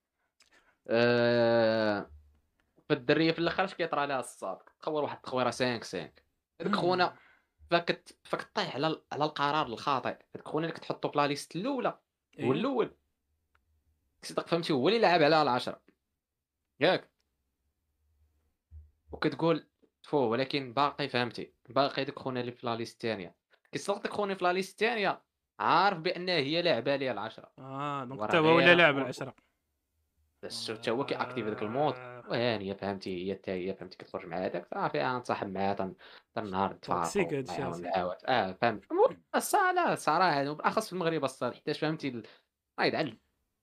آآ فالدرية في الآخر اش كيطرى ليها الصاد، كتخور واحد التخويرة خمسة خمسة هادوك أمم. خونا فكت فكطيح على ال على القرار الخاطئ، هاداك خونا اللي كتحطو في لا ليست الأولى هو ايه. الأول، كتصدق فهمتي هو اللي لعب عليها العشرة ياك، وكتقول تفو ولكن باقي فهمتي، باقي داك خونا اللي في لا ليست الثانية، كيصدق داك خونا في لا ليست الثانية عارف بأنه هي لاعبة ليا العشرة، اه دونك هو حتى راه هو ولا غير لاعب و العشرة. شفت حتى هو كيأكتيفي داك المود، آه. وهانية فهمتي هي حتى هي فهمتي كتخرج مع هذاك صافي غنتصاحب معاه تن حتى النهار توكسيك نتفارقوا الله هادشي يعاون اصاحبي. العوض اه فهمت الصا لا صراحة وبالأخص في المغرب الصاد حيتاش فهمتي ال رايد على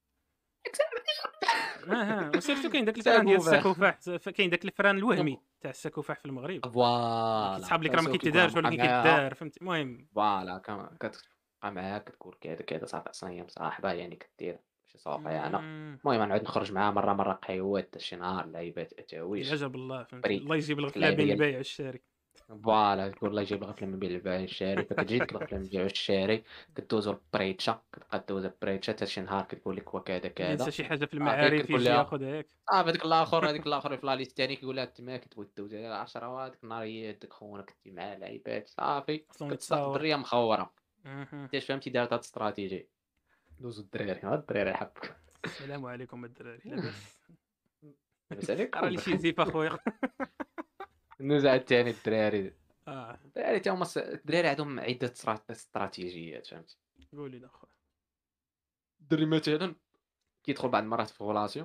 اه اه وسيرتو كاين داك الفران ديال ساكوفا الساكوفاح، ف- كاين داك الفران الوهمي تاع الساكوفاح في المغرب، اللي فوالا كيتسحاب لك راه ما فهمتي كيكون كيتدارش بقى ولكن معاها كيدار، فهمتي المهم. فوالا ك كتبقى معاها كتقول كذا كذا صافي خصنا هي مصاحبة يعني كدير شي سوقي أنا، مم. المهم نعود نخرج معاها مرة مرة قهيوات شي نهار لعيبات ديال أتاويش عجب الله، فهمتي بريك الله يجيب الغفله اللعيبة بين ديال البايع والشاري. فوالا تقول الله يجيب الغفلة من بين البيع والشاري، فكتجي ديك الغفلة من البيع والشاري كدوزو البريتشا، كتبقى دوز البريتشا حتى شي نهار كتقول لك وكذا اللي نسى كذا شي حاجه في صافي المعارف كتقول يجي لها ياخذها ياك. صافي هذاك الاخر هذيك الاخر في لا ليست تاني كيقول لها انت ما كتبغي دوزي عشرة وهذيك النهار هي داك خونا كنتي مع لعيبات صافي اصلا كتصدق يتصاور. الدريه مخوره، مهم. حيتاش فهمتي دارت هاد الاستراتيجي دوزو الدراري ها الدراري حبك السلام عليكم الدراري لاباس. لاباس راه عليكم لي شي زيف اخويا. النزعه الثاني الدراري اه الدراري تا هما الس- الدراري عندهم عده استرا- استراتيجيات فهمتي، قولي لي اخويا. الدري مثلا كيدخل بعض المرات في غولاسيون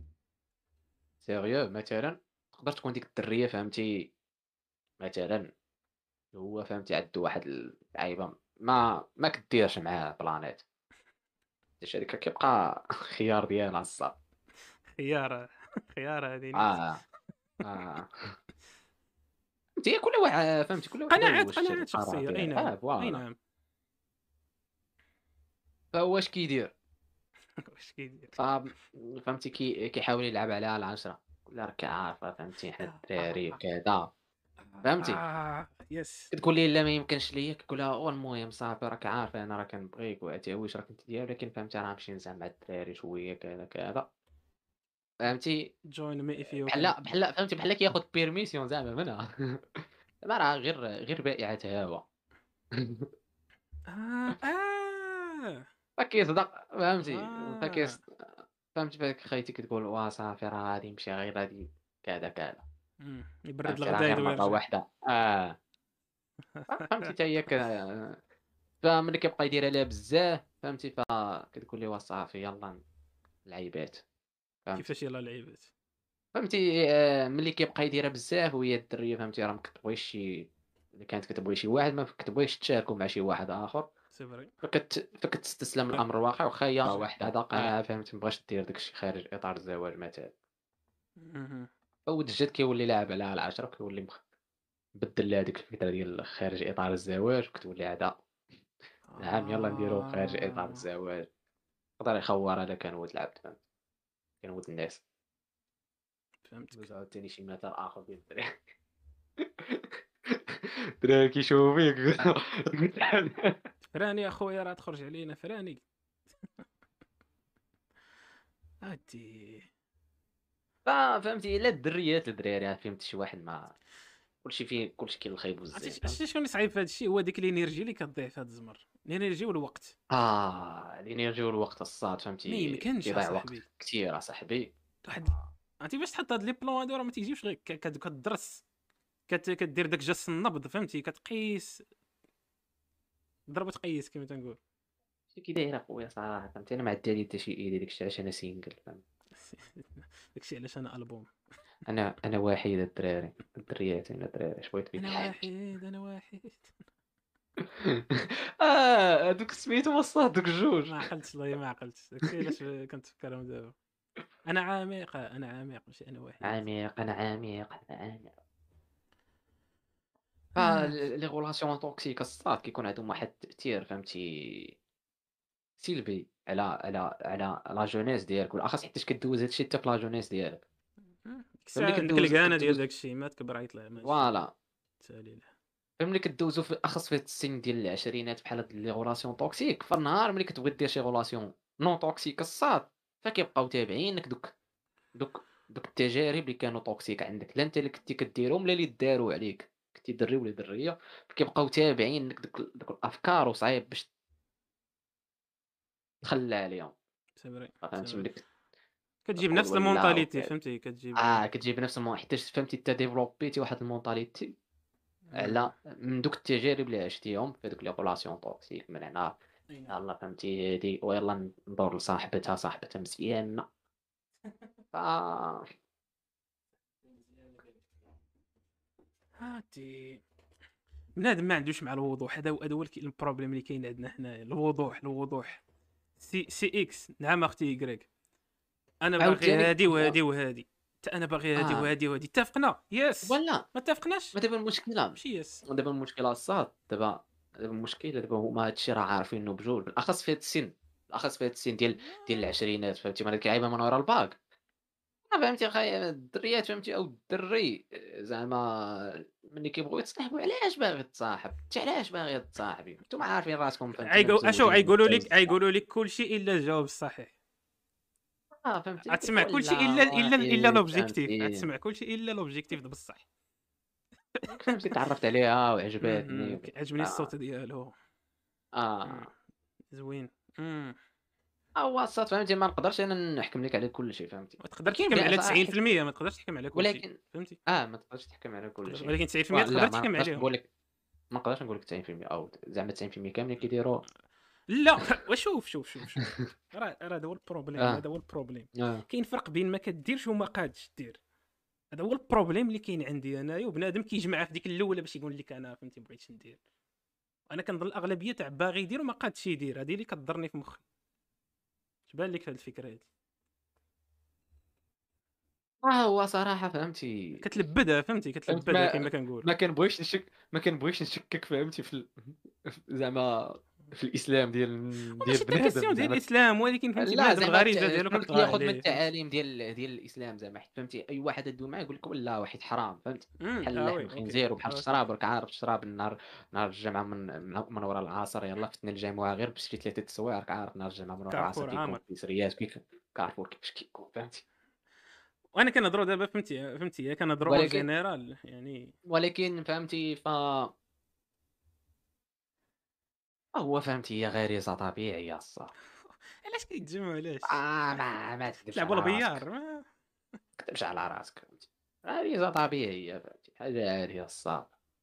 سيريو مثلا، تقدر تكون ديك الدريه فهمتي مثلا هو فهمتي عنده واحد اللعيبه ما ما كديرش معاه بلانيت، الشركه كيبقى خيار ديالها الصاد خيار خيار هذه نيت. اه اه فهمتي كل واحد فهمتي كل واحد قناعات واش قناعات القرار شخصيه، اي ديالها نعم اه اي فوالا، نعم. فهو اش كيدير واش كيدير. ف فهمتي كي كيحاول يلعب عليها العشرة كلها راك عارفه فهمتي حنا آه الدراري آه وكذا فهمتي آه يس. كتقول لي لا ما يمكنش ليا كتقول لها "أو المهم صافي راك عارفه انا راه كنبغيك وعتي واش راك انت ديال ولكن فهمتي راه نمشي نزعم مع الدراري شويه كذا كذا فهمتي جوين مي اف يو كان. بحال بحال فهمتي بحال كياخذ بيرميسيون زعما منها زعما راه غير غير بائعة هوا آه آه فكيصدق فهمتي آه فكيص فهمتي فهاديك خيتي كتقول وا صافي راه غادي نمشي غير غادي كذا كذا مم. يبرد فهمتي راه الغدايد غير مرة ويرجع. واحدة آه فهمتي حتى هي ك فملي كيبقى يديرها ليها بزاف فهمتي فكتقول لي وا صافي يلاه لعيبات فهمتي كيفاش يلا لعيبات. فهمتي آآ ملي كيبقى يديرها بزاف وهي الدرية فهمتي راه ما كتبغيش شي إلا كانت كتبغي شي واحد ما كتبغيش تشاركو مع شي واحد آخر، سي فري. فكت فكتستسلم للأمر الواقع واخا هي واحدة آه. قاعة فهمتي ما بغاش دير داك الشي خارج إطار الزواج مثلًا، مهم. فولد الجد كيولي لاعب عليها العشرة وكيولي مخ مبدل لها ديك الفكرة ديال خارج إطار الزواج وكتولي عاد نعم يلاه نديرو خارج إطار آه الزواج، يقدر يخور هذا كان ولد العبد فهمتي، كان ولد الناس، فهمتك. دوز عاوتاني شي مثال آخر ديال الدراري الدراري كيشوفو فيك فراني اخويا راه تخرج علينا فراني. هادي. ففهمتي الا الدريات الدراري فهمت شي واحد ما كلشي فيه كلشي كاين الخايب عرفتي والزين عرفتي فهمت شكون اللي صعيب في هذا الشيء؟ هو ديك الانرجي اللي كتضيع في هذا الزمر، الانرجي والوقت. اه الانرجي والوقت الصاد ما فهمتي يمكنش كيضيع وقت اصاحبي. كثير اصاحبي واحد عرفتي باش تحط هاد لي بلون هادو راه ما تيجيوش غير ك- كت- كتدرس، كت... كدير داك جس النبض فهمتي، كتقيس، ضرب وتقيس كما تنقول. شي كي داير اخويا صراحه فهمتي انا ما عندي لي حتى شي ايدي داكشي علاش انا سينجل فهمت داكشي علاش انا البوم. انا انا وحيد الدراري الدريات انا الدراري اش بغيت بك انا بحالك واحد انا واحد. اه هذوك سميتهم الصاد دوك الجوج ما عقلتش والله ما عقلتش داكشي علاش كنتفكرهم دابا. انا عميق انا عميق ماشي انا وحيد. عميق انا عميق انا عميق آه. فلي غولاسيون توكسيك الصاد كيكون عندهم واحد التأثير فهمتي سلبي على على على لا جونيس ديالك بالاخص حيتاش كدوز هادشي حتى في لا جونيس ديالك ديك فملي الساعه عندك كدوز الكانه ديال كدوز داكشي ما تكبر يطلع ماشي فوالا تالي له. فملي كدوزو في الاخص في هاد السن ديال العشرينات بحال هاد لي غولاسيون توكسيك فالنهار ملي كتبغي دير شي غولاسيون نون توكسيك الصاد فكيبقاو تابعينك دوك دوك دوك التجارب اللي كانوا توكسيك عندك لا انت اللي كنتي كديرهم لا اللي داروا عليك كنتي دري ولا دريه كيبقاو تابعينك دوك دوك الافكار وصعيب باش تخلى عليهم سي فري سي فهمتي فري. ملي كتجيب تدخل نفس ولا المونتاليتي وك- فهمتي كتجيب. اه كتجيب نفس المو حيت فهمتي انت ديفلوبيتي واحد المونتاليتي آه. على من دوك التجارب اللي عشتيهم في دوك لي ريلاسيون توكسيك من هنا اي نعم. يلاه فهمتي هادي ويلا ندور لصاحبتها صاحبتها مزيانه ف هاتي بنادم ما عندوش مع الوضوح، هذا هو هذا هو الك- البروبليم اللي كاين عندنا حنايا، الوضوح الوضوح. سي سي اكس نعم اختي يكريك، انا باغي عاوتاني هادي هو وهادي وهادي، حتى انا باغي هادي اه وهادي وهادي، اتفقنا يس. ولا ما اتفقناش ما دابا المشكله ماشي يس. دابا المشكله الصاد دابا دابا المشكله دابا هما هادشي راه عارفينه بجوج بالاخص في هاد السن بالاخص في هاد السن ديال ديال العشرينات فهمتي ملي كيلعبها من ورا الباك آه فهمتي اخاي الدريات فهمتي او الدري آه، زعما ملي كيبغيو يتصاحبوا علاش باغي تصاحب انت علاش باغي تصاحبي نتوما عارفين راسكم فهمتي ما عيقو اشو متزوجين عيقولوا لك متجوزين عيقولوا لك كل شيء الا الجواب الصحيح. اه فهمتي يقول لك غتسمع كل شيء ولا الا الا الا واحد لوبجيكتيف، فهمتي غتسمع كل شيء الا لوبجيكتيف بصح. فهمتي تعرفت عليها اها وعجباتني عجبني آه. الصوت ديالو. مم. اه زوين. امم آه، هو الصاد فهمتي ما نقدرش انا نحكم لك على كل شيء فهمتي ما تقدر كاين تحكم كاع على صراحه حيت تسعين في المية، ما تقدرش تحكم على كل شيء ولكن فهمتي. اه ما تقدرش تحكم على كل تقدر- شيء ولكن تسعين في المية لا تقدر ما تحكم نقدرش عليهم. نقول لك ما نقدرش نقول لك تسعين في المية او زعما تسعين في المية كاملين كيديروا لا وشوف شوف شوف شوف راه راه هذا هو البروبليم، اه هذا هو البروبليم. اه كاين فرق بين ما كديرش وما قادش دير. هذا هو البروبليم اللي كاين عندي انايا، وبنادم كيجمعها في ديك الاولى باش يقول لك انا فهمتي بغيتش ندير. انا كنظن الاغلبيه تاع باغي يدير وما قادش يدير، هذه اللي كضرني في مخي. اش بان لك هذه الفكره هذه؟ آه، هو صراحه فهمتي كتلبدها فهمتي فهمت كتلبدها ما كما كنقول. ما كنبغيش نشك ما كنبغيش نشكك فهمتي في ال... زعما في الاسلام ديال ديال وماشي حتى بنادم كيسيون ديال زعما الاسلام، ولكن فهمتي لا بنادم زعما ت الغريزه ديالو فهمتي كطغى ياخذ من عليه فهمتي. التعاليم ديال ديال الإسلام زعما حيت فهمتي أي واحد ادوي معاه يقول لك لا وحيد حرام فهمتي امم بحال اه لحم وي اوكي الخنزير وبحال اوكي. الشراب راك عارف الشراب النهار نهار الجمعة من من من ورا العصر يلاه فتنا الجامعة غير بشري ثلاثة السوايع راك عارف نهار الجمعة من ورا العصر كارفور كيكون عامر. في سريات كيك كارفور كيفاش كيكون فهمتي وانا كنهضروا دابا فهمتي فهمتي كنهضروا اون ولكن جينيرال يعني. ولكن فهمتي ف هو فهمتي هي غريزة طبيعية الصاد علاش كيتجمعوا علاش؟ آه ما ما تكذبش تلعبوا على راسك البيار ما... ما تكذبش على راسك فهمتي غريزة طبيعية فهمتي حاجة عادية الصاد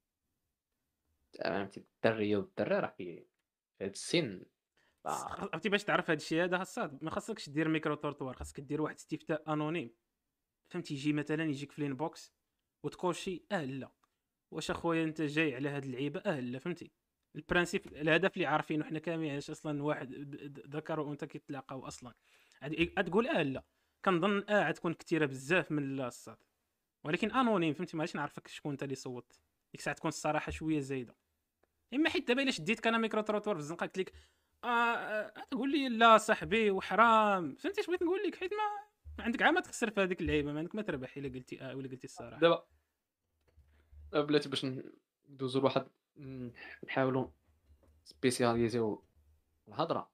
فهمتي الدرية والدري راه في في هاد السن ف عرفتي باش تعرف هذا الشيء هذا خاصك ما خاصكش دير ميكرو تورتوار، خاصك دير واحد استفتاء انونيم فهمتي. يجي مثلا يجيك في الانبوكس وتكوشي اه لا، واش اخويا انت جاي على هاد اللعيبه اه لا فهمتي. البرانسيب الهدف اللي عارفينه حنا كاملين، علاش اصلا واحد د- د- ذكر وانت كيتلاقاو اصلا عاد تقول اه لا. كنظن اه عتكون كثيره بزاف من لا الصاد، ولكن انونيم فهمتي، ماش نعرفك شكون انت اللي صوت. ديك الساعه تكون الصراحه شويه زايده. اما حيت دابا الا شديت انا ميكرو تروتوار في الزنقه قلت لك آه آه تقول لي لا صاحبي وحرام فهمتي اش بغيت نقول لك، حيت ما ما عندك عا ما تخسر في هذيك اللعيبه، ما عندك ما تربح الا قلتي اه ولا قلتي الصراحه. دابا بلاتي باش ندوزو لواحد نحاولوا سبيسياليزيو الهضرة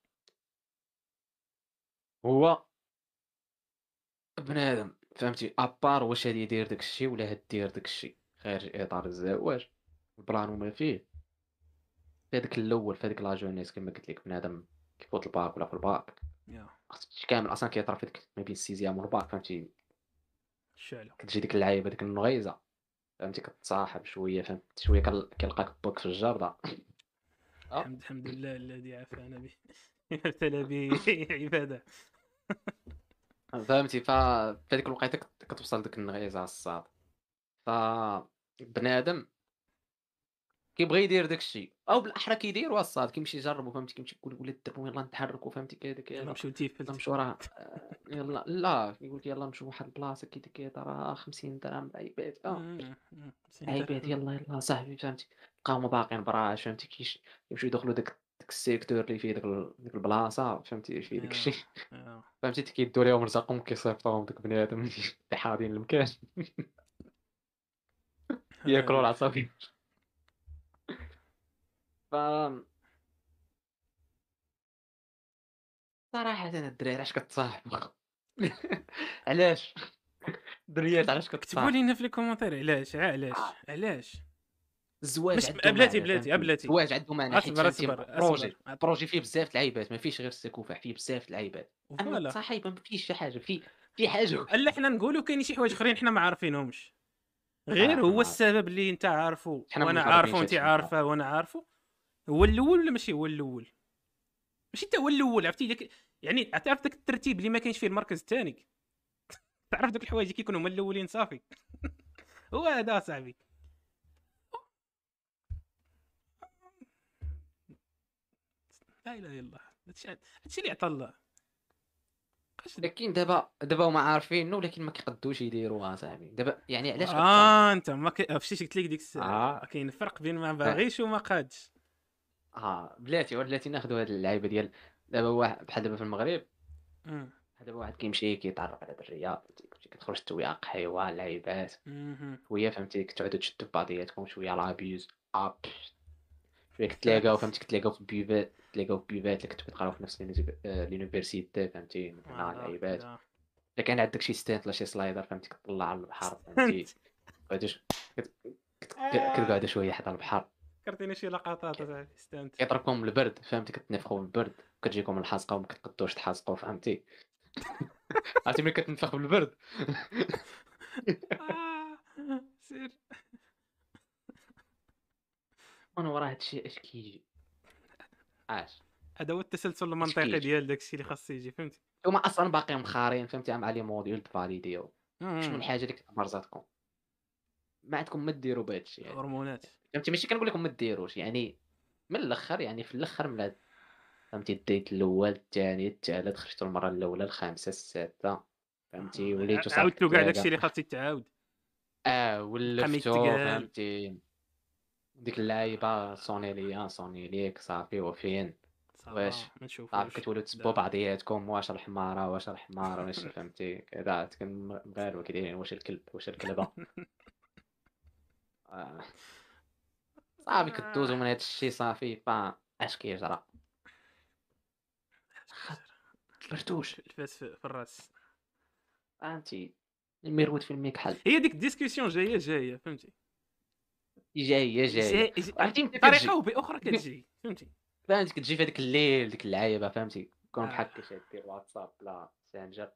هو بنادم فهمتي ابار واش هادي يدير داك الشيء ولا هادير داك الشيء خارج اطار الزواج البلان وما فيه في هذاك الاول في هذيك لا جونيس كما قلت لك بنادم كيفوت الباك ولا في الباك يا خصك كامل اصلا كيطرا في ديك ما بين السيزيام والباك فهمتي الشعله. كتجي ديك اللعيبه ديك النغيزه فهمتي كتصاحب شويه فهمت شويه كل- كيلقاك باك في الجرده اه الحمد الحمد لله الذي عافانا به ابتلى به عباده. فهمتي ف في هذيك الوقيته كت- كتوصل ديك النغيزه الصاد ف بنادم كيبغي يدير داك الشيء او بالاحرى كيديروا الصاد كيمشي يجربوا فهمتي كيمشي يقول ولاد الدرب يلاه نتحركوا فهمتي كذا كذا يلا يلا مشيو تيفلت. نمشيو راه آه، يلا لا يقول لك يلا نمشيو واحد البلاصه كذا كذا راه خمسين درهم عيبات اه مم، مم، خمسين عيبات درهم. يلا يلا صاحبي فهمتي بقاو باقيين براش فهمتي كيش يمشيو يدخلوا داك داك السيكتور اللي فيه داك ال- ديك البلاصه فهمتي فيه داك يا الشيء يا فهمتي كيدوا ليهم رزقهم كيصيفطوهم داك بنادم اللي حاضين المكان ياكلوا هذا العصافير ف صراحة أنا الدراري علاش كتصاحبوا علاش الدريات علاش كتبوا كتصاحبوا لينا في لي كومونتير علاش عا علاش آه، علاش. الزواج مش عنده بلاتي معنى بلاتي فهمتي بلاتي الزواج عنده معنى حيت اصبر فهمتي اصبر بروجي اصبر بروجي فيه بزاف د العيبات ما فيهش غير السكوفة فيه بزاف د العيبات اما فوالا. التصاحب ما فيهش شي حاجة فيه شي حاجه. لا حنا نقولوا كاين شي حوايج اخرين حنا ما عارفينهمش، اه غير احنا هو ما عارف، السبب اللي انت عارفه حنا وانا مجربين عارفه وانت شي من بعد. عارفه وانا عارفه، هو الاول ولا ماشي هو الاول؟ ماشي انت هو الاول، عرفتي داك يعني تعرف داك الترتيب اللي ما كاينش فيه المركز الثاني. تعرف دوك الحوايج اللي كيكونوا هما الاولين صافي. هو هذا صاحبي. لا اله الا الله، هادشي هادشي اللي عطا الله. بقاش لكن دابا دابا هما عارفينه ولكن ما كيقدوش يديروها صاحبي. دابا يعني علاش كتصاحبوا؟ اه انت ما كي... عرفتي قلت لك ديك الساعه اه كاين فرق بين ما اه باغيش وما قادش. اه بلاتي ولاتي ناخذوا هاد اللعيبه ديال دابا واحد بحال دابا في المغرب. مم. بحال دابا واحد كيمشي كيتعرف على دريه، فهمتي، كتمشي كتخرج تسويق حيوان لعيبات مهم. شويه، فهمتي، كتقعدوا تشدوا في بعضياتكم شويه لابيوز اب، شويه كتلاقاو، فاكس. فهمتي، كتلاقاو في بيفات، تلاقاو في بيفات اللي كنتو كتقراو في نفس اليونيفر- آه، اليونيفرسيتي، فهمتي، من هنا فوالا لعيبات. لا. الا كان عندك شي ستانت ولا شي سلايدر، فهمتي، كتطلع على البحر، انت فهمتي، كتقعدوا ش- كت- كت- كتقعدوا شويه حدا البحر، فكرتيني شي لقطات ك- اصاحبي استانت. كيضربكم البرد، فهمتي، كتنفخوا بالبرد، كتجيكم الحاسقه وما كتقدوش تحاسقوا، فهمتي. عرفتي ملي كتنفخ بالبرد. آه، سير. من ورا هادشي اش كيجي؟ عاش هذا هو التسلسل اش المنطقي كيجي؟ ديال داكشي اللي خاص يجي، فهمتي. هما اصلا باقيين مخارين، فهمتي، عم علي موديول فاليديو. شنو مم. الحاجه اللي كتمرزاتكم؟ ما عندكم ما ديروا بهذا الشيء يعني، هرمونات. فهمتي، ماشي كنقول لكم ما ديروش يعني، من الاخر يعني، في الاخر ملي فهمتي الديت الاول الثاني الثالث خرجتوا المره الاولى الخامسه السادسه، فهمتي، آه، وليتوا صافي عاودتو كاع داكشي كتلاقى، اللي خاص يتعاود. اه بقى ما ولفتو، يتقال. فهمتي، ديك اللعيبه صوني ليا صوني ليك صافي وفين. صافا واش ما صافي نشوفوش. كتولوا تسبوا لا. بعضياتكم، واش الحماره واش الحمار واش، فهمتي كذا، كان مغاربه كيدايرين واش الكلب واش الكلبه. آه. صافي كدوزو من هاد الشيء صافي، فا اش كيجرى؟ خبرتوش، الفاس في في الراس. فهمتي، الميرود في المكحل. هي ديك الديسكسيون جايه جايه، فهمتي. جايه جايه، جاي جاي- عرفتي متى بطريقه كتجي؟ وباخرى كتجي، فهمتي. فهمتي كتجي في هذاك الليل، ديك اللعيبه، فهمتي، كون آه. بحال كيشاد دير واتساب لا سانجر،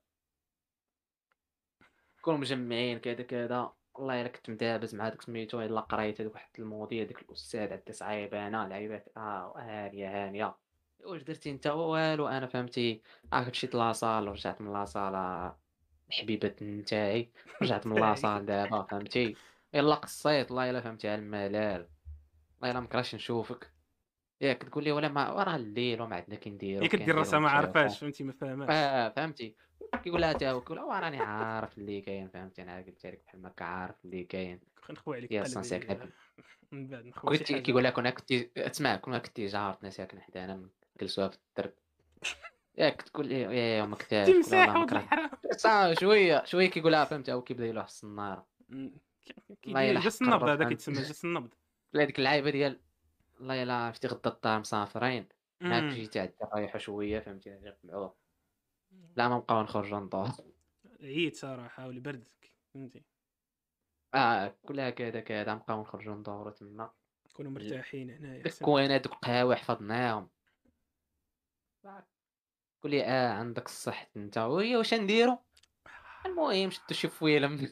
كونوا مجمعين كذا كذا. والله الا كنت مدابز مع داك سميتو، الا قريت هذاك واحد المواضيع، داك الاستاذ عندها صعيبانه لعيبات، اه هانيه هانيه. واش درتي انت؟ والو انا، فهمتي، اه مشيت لاصال ورجعت من لاصال، الحبيبه نتاعي، رجعت من تاعي. لاصال دابا، فهمتي، يلا قصيت، والله الا فهمتي على الملال، والله الا مكرهتش نشوفك، ياك تقول لي ولا ما راه الليل وما عندنا كي هي نديرو كدير كنديرو راسها ما نتشافوا. عارفاش، فهمتي، ما فاهماش. اه فهمتي، كيقول لها تا هو، كيقول لها راني عارف اللي كاين، فهمتي، انا قلت لك بحال ما عارف اللي كاين، نخوي عليك يا اصلا ساكنه قلبي. ب... من بعد نخوي شي وكنت حاجه كيقول لها اخرى. كنا كنتي اسمع، كنا كنتي جارتنا ساكنه حدانا نجلسوها في الدرب، ياك تقول لي يا ما كتاش، كل والله تمساح ما ولد كره، الحرام. صافي شويه شويه كيقول لها، فهمتي، هو كيبدا يلوح الصناره، م- ك- والله كيدير الا جس حق النبض، الرب، هذا فهمت. كيتسمى جس النبض. هذيك اللعيبه ديال، والله الا عرفتي غدا الدار مسافرين، هاك امم جيتي عند رايحه شويه، فهمتي، نجمعوه، لا ما نبقاو نخرجوا ندور. عييت صراحه والبرد، فهمتي. اه كلها كذا كذا، نبقاو نخرجوا ندوروا تما، نكونوا مرتاحين هنايا ديك احسن. كوينات دوك قهاوي حفظناهم، قول لي اه عندك الصح انت وهي واش نديرو. المهم شدو شي فويله.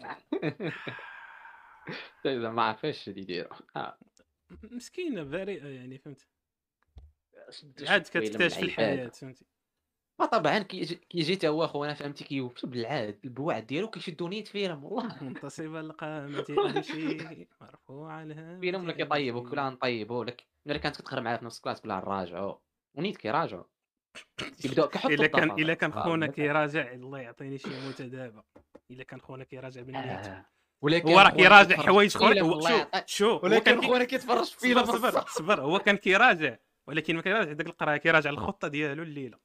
زعما ما عرفاش اللي يديرو، اه مسكينه بريئه يعني، فهمت. شدو شي عاد فويله من كتكتشف الحياه، العباد. فهمتي. فطبعا كيجي كيجي تا هو خونا، فهمتي، كيوصل بالعاد البواعد ديالو كيشدو نيت فيهم، والله. منتصب القامة أمشي مرفوع الهامة فيهم ولا كيطيبوك ولا أمشي. نطيبو لك، ملي كانت كتقرا معايا في نفس الكلاس كلها نراجعو، ونيت كيراجعو، كيبداو كيحطوا الا كان الدفاتر الا كان الصغار خونا ولا. كيراجع، الله يعطيني شي موته دابا. الا كان خونا كيراجع بالنيت. آه. هو ولكن راه خونا كيراجع كيتفرج في حوايج اخرى. فيلم، هو- الله شو يعطي، شو هو كان ولكن كي... خونا كيتفرج في صبر فيلم صبر الصح. صبر، هو كان كيراجع، ولكن ما كيراجع داك القرايه، كيراجع الخطه ديالو الليله.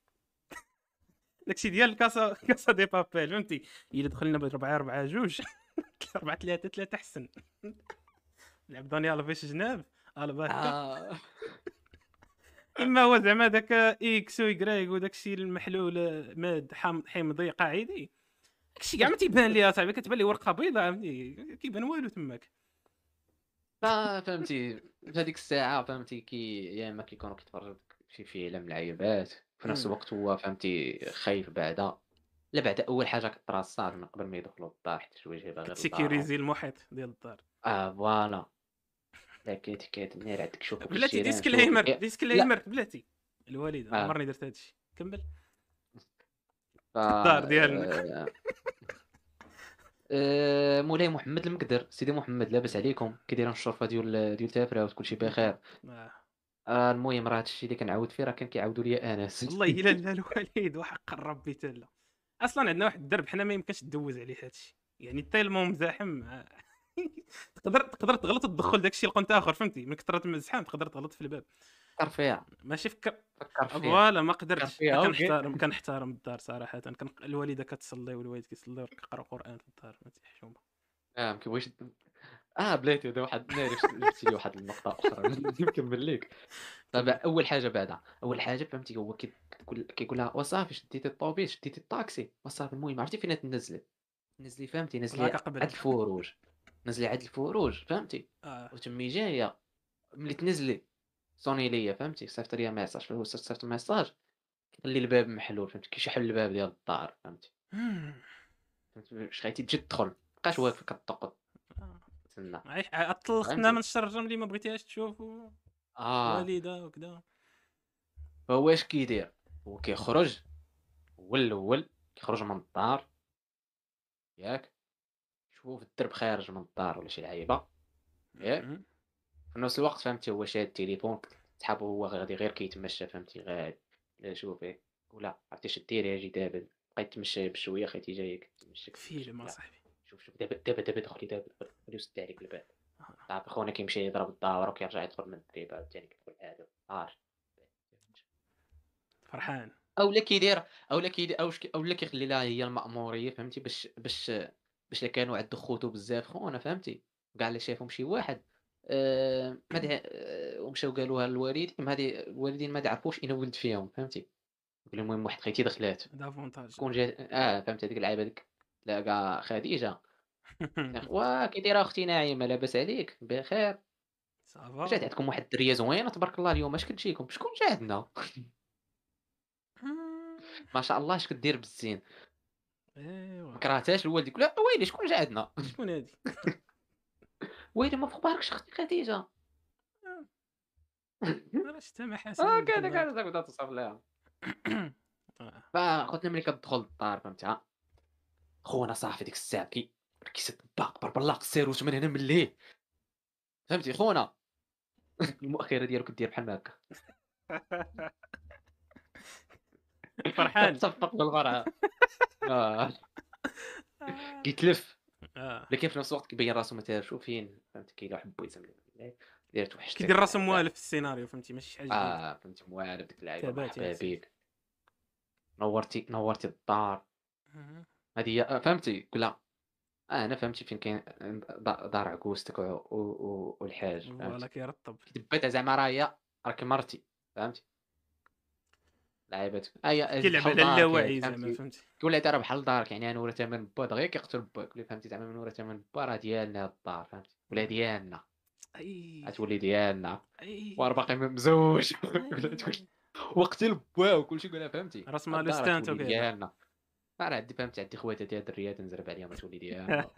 داكشي ديال كاسا كاسا دي بابيل، فهمتي. الا دخلنا ب أربعة أربعة جوج، أربعة ثلاثة ثلاثة احسن. لعب دانيال فيش جناب على بالك. آه. اما هو زعما داك اكس ويكرايك وداك الشيء المحلول، ماد حام- حمضي قاعدي، داكشي كاع ما تيبان لي اصاحبي، كتبان لي ورقه بيضاء، فهمتي، كيبان والو تماك. فا- فهمتي في هذيك الساعة، فهمتي، كي يا اما كيكونوا كيتفرجوا في فيلم العيبات، في نفس أمم. الوقت هو، فهمتي، خايف بعدا، لا بعدا أول حاجة كطرا الصاد من قبل ما يدخلوا للدار حيت الواجهة يبقى غير لدارهم. كتسيكيوريزي المحيط ديال الدار. آه فوالا. لا كنت كتنير عندك شوفوا بلاتي الجيران شوف ديسكليمر الإ ديسكليمر لأ. بلاتي، الوالده ما آه. عمرني درت هذا الشيء. كمل. ف الدار ديالنا. آآ آآ مولاي محمد المقدر، سيدي محمد لاباس عليكم؟ كي دايرين الشرفة ديال ديال تافراوت كلشي بخير؟ آه. آه المهم راه هاد الشي اللي كنعاود فيه راه كان كيعاودوا ليا أنس. والله الا لا الوالد وحق الرب حتى لا. اصلا عندنا واحد الدرب حنا ما يمكنش تدوز عليه هذا الشيء، يعني تيلمون مزاحم. آه. تقدر تقدر تغلط تدخل داك الشيء لقنت اخر، فهمتي، من كثره الزحام تقدر تغلط في الباب. فكّر فيها، ماشي فكر. فكّر فيها، فوالا ما فكّر قدرتش. فيها أوكي. كنحترم كنحترم الدار صراحه. كان الوالده كتصلي والوالد كيصلي وكيقرا قران في الدار، فهمتي، حشومه. آه ما كيبغيش آه بلاتي هذا واحد ناري ش جبتِ لي واحد النقطة أخرى نكمّل ليك. دابا كمل. أول حاجة بعدا، أول حاجة فهمتي هو كي كتقول كيقول لها وصافي شديتي الطوبيس، شديتي الطاكسي، وصافي المهم عرفتي فين تنزلي، نزلي فهمتي نزلي بلاكه قبل. عند الفروج، نزلي عند الفروج فهمتي، اه. وتمي جاية ملي تنزلي صوني ليا فهمتي، صيفط ليا ميساج في الواتساب صيفط ميساج خلي الباب محلول فهمتي، كيشحن الباب ديال الدار فهمتي، مم. فهمتي باش غادي تجي تدخل مابقاش واقفة كطق آه. تسنى عيش طلقتنا من فهمتي. الشرجم اللي ما بغيتيهاش تشوف و- آه والده وكذا. فهو اش كيدير، هو كيخرج هو الأول كيخرج من الدار ياك، شوف الدرب خارج من الدار ولا شي لعيبة ياك، مم. في نفس الوقت فهمتي هو شاد التليفون صحابو هو غادي غير كيتمشى فهمتي غادي لا شوفي ولا عرفتي اش ديري اجي دابا بقى يتمشى بشوية خيتي جايك تمشى كتمشى فيلم لا اصاحبي. شوف شوف دابا دابا دابا دخلي دابا دخل خليه يسد عليك الباب آه. صافي خونا كيمشي يضرب الدار وكيرجع يدخل من الدريبة عاوتاني كيدخل عادي عارف فرحان. اولا كيدير اولا كيدير اوش اولا كيخلي لها هي المأمورية فهمتي باش باش باش الا كانوا عندو خوتو بزاف خونا فهمتي كاع اللي شافهم شي واحد آآ ما دع آآ ومشاو قالوها للوالدين هادي الوالدين ما يعرفوش أين ولد فيهم فهمتي، قال لهم المهم واحد خيتي دخلات دافونتاج. شكون جا آه فهمتي هذيك اللعيبة ديك تلاقى خديجة "واه كي دايرة أختي نعيمة لاباس عليك بخير جات صافا. عندكم واحد الدرية زوينة تبارك الله اليوم اش كتجيكم شكون جا عندنا ما شاء الله اش كدير بالزين ايوا. ما كرهتهاش الوالد يقول لها ويلي شكون جا عندنا شكون هادي؟ ويلي ما فخباركش اختي خديجة راه شتا مع حسن ديك هكذا النهار. كانت تبدا توصف لها آه. فخوتنا ملي كتدخل للدار فهمتها خونا صافي ديك الساعة كي كيصدق بربلاق السيروت من هنا من ليه فهمتي خونا المؤخرة ديالو كدير بحال ما هكا فرحان. كتصفق بالمرأة آه آه. كيتلف آه. لكن في نفس الوقت كيبين راسو ما تاهش فين فهمتي كاين واحد بويسم داير كيدير توحشتك راسو هذا موالف في السيناريو، فهمتي، ماشي شي حاجه جديده. اه فهمتي موالف ديك اللعيبة تابعت يا مرحبا سيدي. بك نورتي نورتي الدار مهم. هذه هي آه، فهمتي كلها آه أنا فهمتي فين كاين د دار عكوستك و و و والحاج فوالا فهمتي، كيرطب. كتباتها زعما راه هي راكي مرتي فهمتي، لعيباتك ها هي كيلعب بحال على دارك يعني اللاوعي زعما، فهمتي، فهمتي. كيقول لها راه بحال دارك يعني أنا ورثها من با دغيا كيقتل با كيقول لي فهمتي زعما من ورثها من با راه ديالنا هاد الدار فهمتي، ولا مم. ديالنا اي. غتولي ديالنا اي. وأنا باقي ممزوج ولا تقول اي. وقتل با وكلشي يقول لها فهمتي راس هاد مالو الدار ستانت غتولي وكذا. ديالنا، راه عندي فهمتي عندي خواتات ديال الدريات نزرب عليهم غتولي ديالنا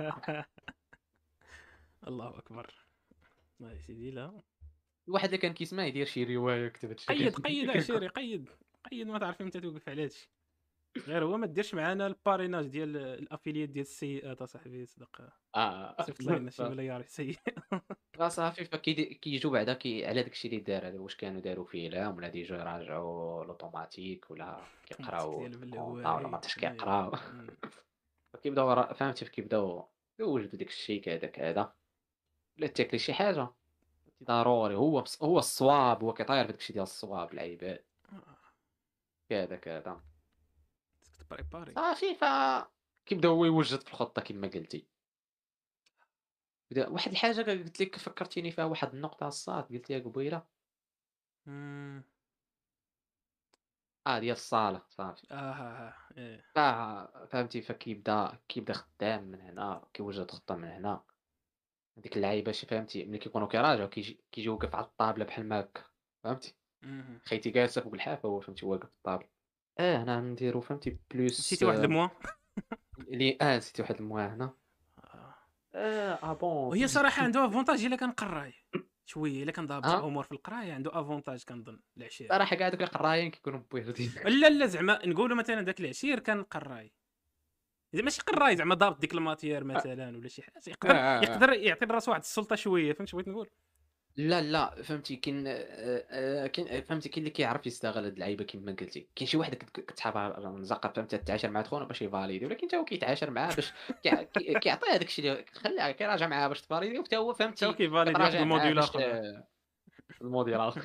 الله اكبر. الله يا سيدي لا. الواحد اللي كان كيسمع يدير شي رواية كتبت شي قيد قيد عشيري قيد. قيد ما تعرف امتى توقف على هادشي. غير هو ما ديرش معانا الباريناج ديال الافيليات ديال السيئات اصاحبي، صدق. آه صيفط لنا شي مليار سيء. لا صافي فكيدي كيجيو بعدا كي على داك الشيء اللي دار هذا واش كانوا داروا فيه لام ولا ديجا يراجعوا لوطوماتيك ولا اوتوماتيك كيقراو ديال الكونطا ولا ما باللاوعي. عرفتش ايوا. كيقراو مم. فكيبداو را- فهمتي كيبداو يوجدوا داك الشيء كذا كذا ولا تاكلي شي حاجه ضروري هو بص هو الصواب هو كيطاير في داك الشيء ديال الصواب العيبات آه. كذا كذا خصك تبريباري. صافي ف كيبدا هو يوجد في الخطه كما قلتي بدا واحد الحاجه قلت لك فكرتيني فيها واحد النقطه الصاد قلتيها قبيله مم. اه ديال الصاله صافي اه اه اه ايه. ف فهمتي فكيبدا كيبدا خدام من هنا كيوجد خطة من هنا هذيك اللعيبة شي فهمتي ملي كيكونوا كيراجعوا كيجي كيجي واقف على الطابلة بحال ما هكا فهمتي مهم. خيتي جالسة فوق الحافة هو فهمتي واقف في الطابلة اه انا نديرو فهمتي بلوس نسيتي واحد الموا. لي اه نسيت واحد الموا هنا. اه اه بون وهي فهمتي. صراحه عنده افونتاج الا كان قراي شويه، الا كان ضابط اه الامور في القرايه عنده افونتاج كنظن العشير. صراحه كاع دوك القرايين كيكونوا بوحدين. لا لا زعما نقولوا مثلا داك العشير كان قراي، زعما ماشي قراي زعما ضابط ديك الماتير مثلا ولا شي حاجه، آه يقدر آه آه. يقدر يعطي لراسو واحد السلطه شويه، فهمت بغيت نقول. لا لا فهمتي كاين آه، آه، كاين فهمتي كاين اللي كيعرف يستغل هاد اللعيبه كيما قلتي، كاين شي واحد كت- كتحابها نزقه فهمتي تتعاشر مع خونا باش يفاليدي، ولكن حتى هو كيتعاشر معاه باش كيع- كي- كيعطيه هذاك الشيء اللي خليه كيراجع معاه باش تفاليدي، وحتى هو حتى هو فهمتي كيفاليدي واحد كتراجع معاه الموديول باش اخر. آه، الموديل اخر.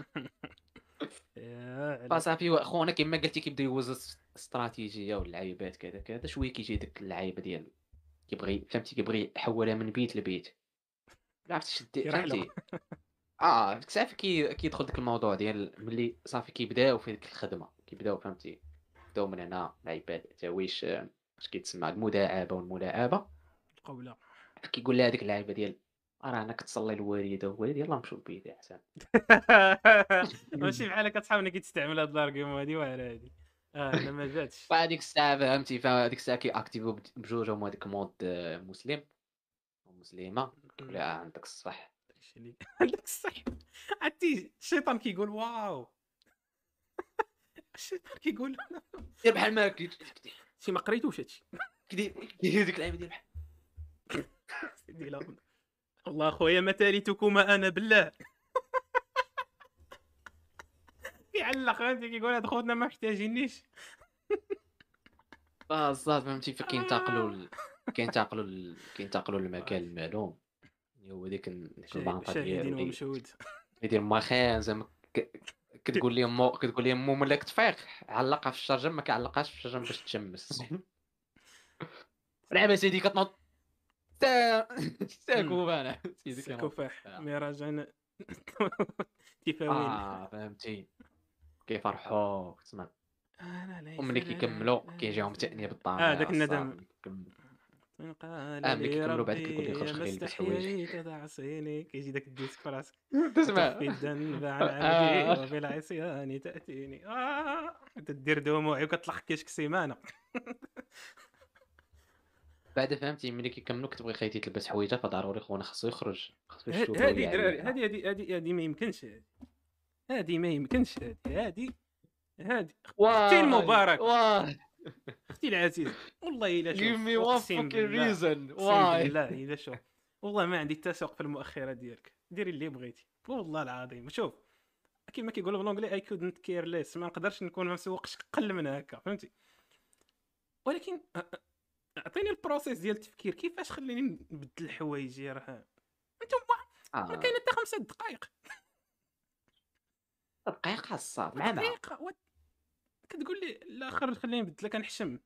يا على فصافي هو خونا كيما قلتي كيبدا يوز است- استراتيجيه واللعيبات كذا كذا شويه كيجي ديك اللعيبه ديال كيبغي فهمتي كيبغي يحولها من بيت لبيت، ما عرفتش دي- كيرحلوا. فهمتي. آه ديك الساعة كي كيدخل داك الموضوع ديال ملي صافي كيبداو في ديك الخدمة، كيبداو فهمتي يبداو من هنا العباد التاويش آه، اش كيتسمى المداعبة والملاعبة. القوله. كيقول لها هذيك اللعيبة ديال راه انا كتصلي الوالدة والوالد يلاه نمشيو لبيتي احسن. ماشي بحال هكا صحابنا كيتستعمل هاد الارغيومون هادي واعره هادي. اه انا ما جاتش. فهاديك الساعة فهمتي فهاديك الساعة كيأكتيفو بج- بجوجهم هذيك مود آه، مسلم ومسلمة، كيقول لها آه عندك الصح. داكشي اللي عندك الصح. عرفتي الشيطان كيقول واو، الشيطان كيقول دير بحال ما كدير شي ما قريتوش هادشي. كدير كدير ديك اللعيبة ديال بحال سيدي لا والله خويا ما تاليتكما انا بالله. كيعلق فهمتي كيقول هاد خوتنا ما محتاجينيش. بزاف فهمتي فكينتقلوا آه. ل... كينتقلوا ل... كينتقلوا للمكان المعلوم اللي هو ديك ال- ديك شا- البانطا شاهد ديالو اللي ومشهود. يدير مخان زعما ك... كتقول لي مو كتقول لي مو ملي كتفيق علقها في الشرجم ما كيعلقهاش في الشرجم باش تشمس. لعبه سيدي كتنوض تا أمم. ساكو انا سيدي كينوض ديك السكوفاح الساعه. مراجعنا. تفاوين. اه فهمتي كيفرحوا تسمع، انا ليس وملي لنا كيكملوا كيجيهم ليس تأنيب لنا اه الضمير داك الصاد الندم. ملي كيكملوا. من قال اه ملي لي كيكملوا بعد كيقول لي ربي خرج ما خلي لبس حوايجك. استحييت تعصيني، كيجي داك الديسك في راسك. تسمع. أتخفي الذنب عن عمدي آه. وبالعصيان تأتيني. آه تدير دموعي وكتلخ كشك سيمانة. بعد فهمتي ملي كيكملوا كتبغي خايتي تلبس حوايجه فضروري خونا خاصو يخرج خاصو ه- يشوفها هادي وهي دراري، عيانه. هادي هادي هادي هادي ما يمكنش، هادي هادي ما يمكنش، هادي هادي هادي اختي واي المباركة، واي اختي العزيزة، والله الا give شوف me one اقسم fucking بالله، reason اقسم why. بالله الا شوف، والله ما عندي التسوق في المؤخرات ديالك، ديري اللي بغيتي والله العظيم. شوف كيما كيقولوا بالانجلي اي كودنت كير ليس، ما نقدرش نكون ما مسوقش اقل من هكا فهمتي. ولكن أ- أ- اعطيني البروسيس ديال التفكير، كيفاش خليني نبدل الحوايج راه انتم ما اه كاين حتى خمسة دقائق دقيقه الصاد مع مع دقيقة و... كتقول لي لا خرج خليني نبدل كنحشم.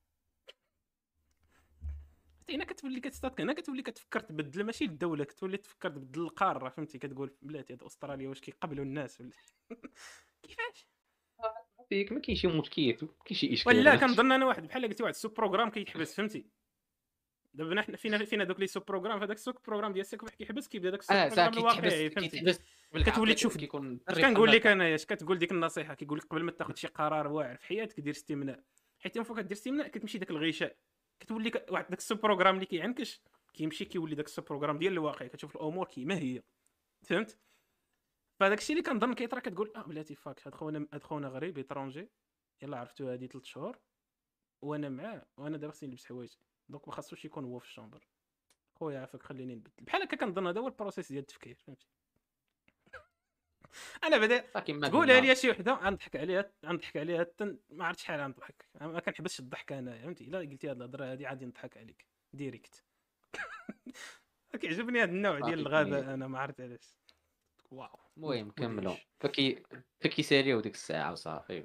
حتى هنا كتولي كتستات هنا كتولي كتفكر تبدل ماشي الدوله، كتولي تفكر تبدل القاره فهمتي، كتقول بلاتي هاد استراليا واش كيقبلوا الناس ولا كيفاش. فيك ما كاين شي مشكل ما كاين شي اشكال ولا هادشي. كنظن انا واحد بحال قلتي واحد السوب بروغرام كيتحبس فهمتي. دابا حنا فينا فينا دوك لي سوب بروغرام، فهذاك السوب بروغرام ديال السيكو كيحبس كيبدا داك السوب اه صح بروغرام كيتحبس الواقعي فهمتي. كيتحبس كتولي بالعقل تشوف كيكون اش الطريق كنقول لك انك انايا، اش كتقول ديك النصيحه، كيقول لك قبل ما تاخذ شي قرار واعر في حياتك دير استمناء، حيت يوم فوق كدير استمناء كتمشي داك الغشاء، كتولي ك... واحد داك السوب بروغرام اللي كيعنكش كيمشي كيولي داك السوب بروغرام ديال الواقع، كتشوف الامور كيما هي فهمت. فهذاك الشيء اللي كنظن كيطرا كتقول اه بلاتي فاك هاد خونا هاد خونا غريب ايترونجي، يلا عرفتو هادي ثلاث شهور وانا معاه، وانا دابا خصني نلبس حوايج، دونك ما خاصوش يكون هو في الشومبر. خويا عافاك خليني نبدل بحال هكا، كنظن هذا هو البروسيس ديال التفكير فهمتي. انا بعدا كيما تقولها قلنا. لي شي وحده غنضحك عليها غنضحك عليها تن... ما عرفت شحال غنضحك، ما كنحبسش الضحك انا فهمتي. الا قلتي هاد الهضره هادي عادي نضحك عليك ديريكت. كيعجبني هاد النوع ديال صافي الغباء، انا ما عرفت علاش. واو المهم كملوا مدهش. فكي فكيساليو ديك الساعه وصافي.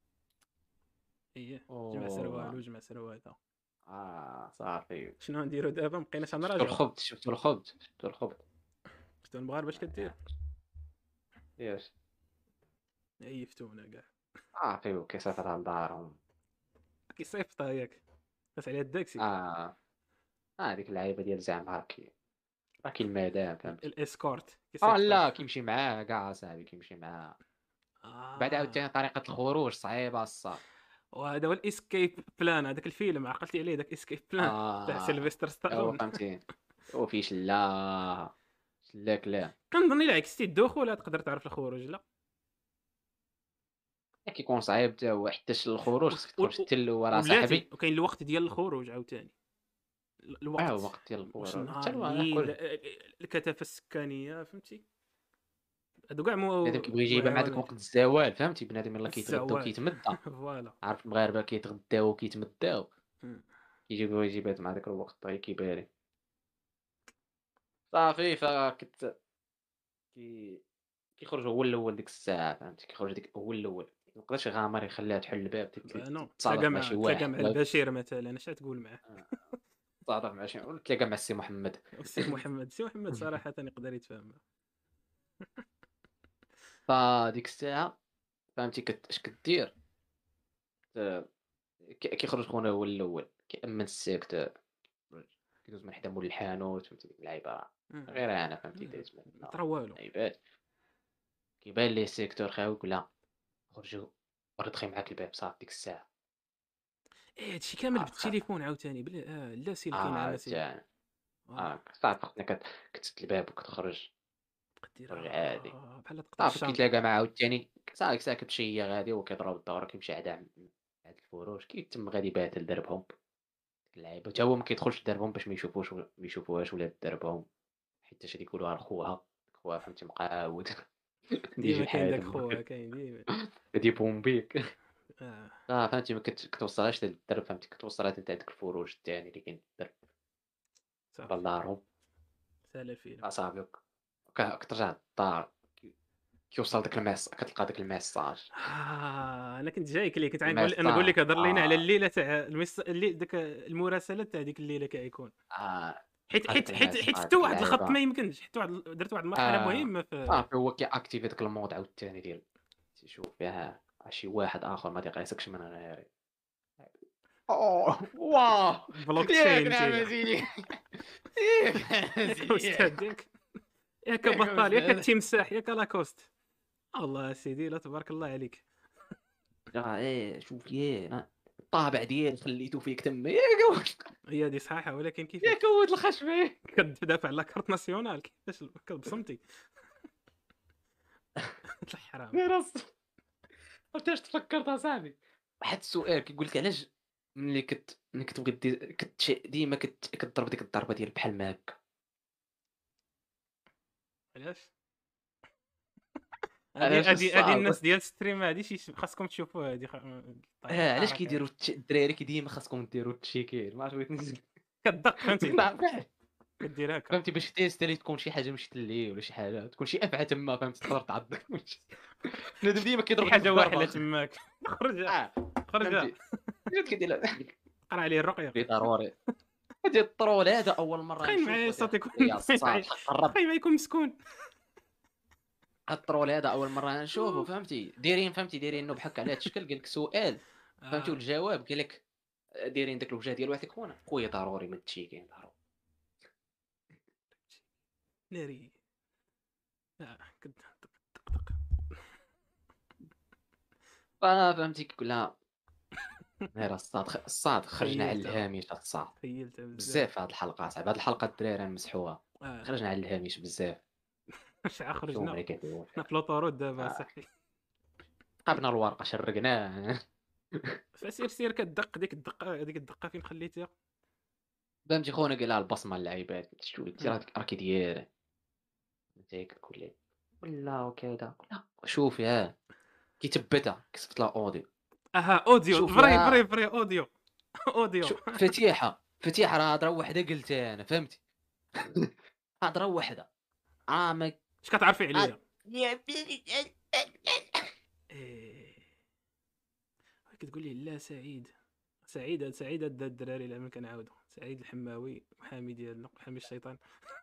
ايه جمع و سروال وجمع سروال. اه صافي. شنو نديرو دابا؟ مابقيناش شفتوا غنراجعو. الخبز شفتوا الخبز شفتوا الخبز. شفتو المغاربه اش كدير؟ ياش عيفتونا كاع. صافي وكيسافر لدارهم. كيصيفطها ياك بس عليها الداكسي. اه اه هذيك اللعيبه ديال زعما راكي راكي المدام ال- فهمتي. الاسكورت اه كيصيفطها. لا كيمشي معاه كاع صاحبي كيمشي معاه. بعد اه عاوتاني طريقه الخروج صعيبه الصاد. وهذا هو الاسكيب بلان، هذاك الفيلم عقلتي عليه، داك اسكيب بلان تاع اه سيلفستر هو ستالون. فهمتي، هو فيه شلا شلا كلام. كنظن الا عكستي الدخول تقدر تعرف الخروج، لا. كيكون صعيب حتى هو، حيت الخروج و- خصك و- تخرج و- حتى ورا وبلاتي صاحبي. وكاين الوقت ديال الخروج عاوتاني، ال- اه الوقت وقت ديال واش الخروج حتى نهار هو الليل، كل آه، الكثافه السكانيه فهمتي، هادو كاع مو بنادم كيبغي يجيبها مع داك معاونات. وقت الزوال فهمتي، بنادم يلاه كيتغدى الزوال. وكيتمدى. فوالا. عارف المغاربه كيتغداو وكيتمداو، مم. كيجيبوا يجيبات مع داك الوقت غير كيبالي. صافي فكنت كي كيخرج هو الاول ديك الساعه فهمتي، كيخرج ديك هو الاول، ميقدرش يغامر يخليها تحل الباب، با نو تلاقى تصادف مع مع شي تلاقى واحد مع ولا البشير مثلا، اش تقول معاه؟ تصادف مع شي ولا تلاقى مع السي محمد. السي محمد، السي محمد صراحه يقدر يتفاهم. فديك الساعه فهمتي كت اش كدير، ت- كي- كيخرج خونا هو الاول كيأمن الساكت، كيدوز من حدا مول الحانوت فهمتي ديك اللعيبه، مم. غير انا فهمتي مم. دايز من ما طرا والو. اللعيبات. كيبان ليه السيكتور خاوي لا، خرجوا ورد معاك الباب صافي ديك الساعه. ايه هادشي كامل عرف خ- بالتليفون عاوتاني، بلا اه لا سلكي مع اه مسيلك. جا اه اه صافي وقتنا كت- كتسد الباب وكتخرج، تخرج عادي. ديرها بحال تقطع صافي الشنطه. كيتلاقى مع عاوتاني صافي ساكت كتمشي هي غادي وكيضرب الدور كيمشي عاد عند عند الفروج كيتم غادي باتل دربهم اللعيبه، حتى هو ما كيدخلش دربهم باش ما يشوفوش ما يشوفوهاش ولا دربهم، حيت اش غادي يقولوا راه خوها، خوها فهمتي مقاود. غادي يجي ديما كاين داك يحيد خوها، مركز، كاين ديما. غادي يبومبيك. اه اه فهمتي ما كت- كتوصلهاش للدرب فهمتي، كتوصلها حتى عندك الفروج الثاني اللي كاين في الدرب صافي قبل دارهم. سال الفيلم. اصاحبي وك- وك- كترجع للدار كي- كيوصل داك الميس كتلقى داك الميساج. آه انا كنت جايك ليه، كنت غنقول نقول الميساج لك هضر لينا على اه الليله تاع المس... اللي داك المراسله تاع ديك الليله كيكون. اه حيت هذاك حيت حيت حيت الميساج حتى ديك واحد الخط اللعيبه. ما يمكنش، حتى واحد درت واحد المرحله اه مهمه في. صافي هو كياكتيفي داك المود عاوتاني ديال تيشوف فيها شي واحد اخر ما تيقيسكش من غيري. اوه واو بلوك ياك تشين نعم تيجا. سيدي، ياك ياك سيدي، استاذ ديك، ياك ياك بطال، ياك استاذ. التمساح، ياك لاكوست. الله سيدي، لا تبارك الله عليك. اه ايه شوف ياه الطابع ديالي خليته فيك تما ياك ولد، هي دي صحيحه، ولكن ياك كيفاش ولد الخشبه. كتدافع على كارت ناسيونال؟ كيفاش كتبصمتي؟ الحرام. راس عرفتي اش تفكرت اصاحبي؟ واحد السؤال كيقول لك علاش ملي كت ملي كتبغي دير كت ديما كت... كتضرب ديك الضربه ديال بحال ما هكا. علاش؟ هادي علاش هادي هادي الصعب؟ الناس ديال ستريم هادي شي خاصكم تشوفوها هادي خ... طريقه اه علاش حركه كيديروا التش... الدراري كي ديما خاصكم ديروا التشيكين ما عرفت بغيت نزيد. كتدق فهمتي، نعرف كدير هكا. فهمتي باش تيستري تكون شي حاجه مشت ليه ولا شي حاجه تكون شي افعى تما فهمتي تقدر تعضك. بنادم ديما شي كيضرب ديك حاجه واحله الضربه. تماك. خرجها، اه خرجها. فهمتي جات كدير قرا عليه الرقيه. لي ضروري. هادي الطرول هذا اول مره تخيل معايا نشوفه صوت تاع يكون يا الصاد قرب. تخيل معايا يكون مسكون. هاد الطرول هذا اول مره نشوفه فهمتي، دايرين فهمتي دايرينه بحال على هاد الشكل، قال لك سؤال فهمتي اه والجواب قال لك دايرين داك الوجه ديال واحد يكون خويا ضروري ما تشيكين ضروري. ناري. اه كد دق دق دق. فهمتي كيقول لها غير الصاد خ- الصاد خرجنا على خيلتها، الهامش هاد الصاد خيلتها بزاف. بزاف في هاد الحلقه صعيب، هاد الحلقه الدراري نمسحوها، اه خرجنا على الهامش بزاف. شحال شوف خرجنا، ملي كيدوي حنا في لوطوروت دابا آه. صاحبي. قابنا الورقه شرقناه. فسير سير كدق ديك الدقه، ديك الدقه فين خليتيها؟ فهمتي خونا قال لها البصمه اللعيبات شو انت مم. راك راكي ديالي انت هيك تقول لي ولا وكذا لا شوفي ها كيثبتها كيصيفط لها اوديو. اها اوديو، شوفي فري فري ها فري اوديو. اوديو. شو فتيحه فتيحه راه هضره وحده قلتها انا فهمتي. هضره وحده اه ما اش كتعرفي آه، عليا؟ يا بني ايه كتقول لي لا سعيد، سعيد سعيد هاد الدراري اللي كنعاودو، سعيد الحماوي محامي ديالنا، محامي الشيطان.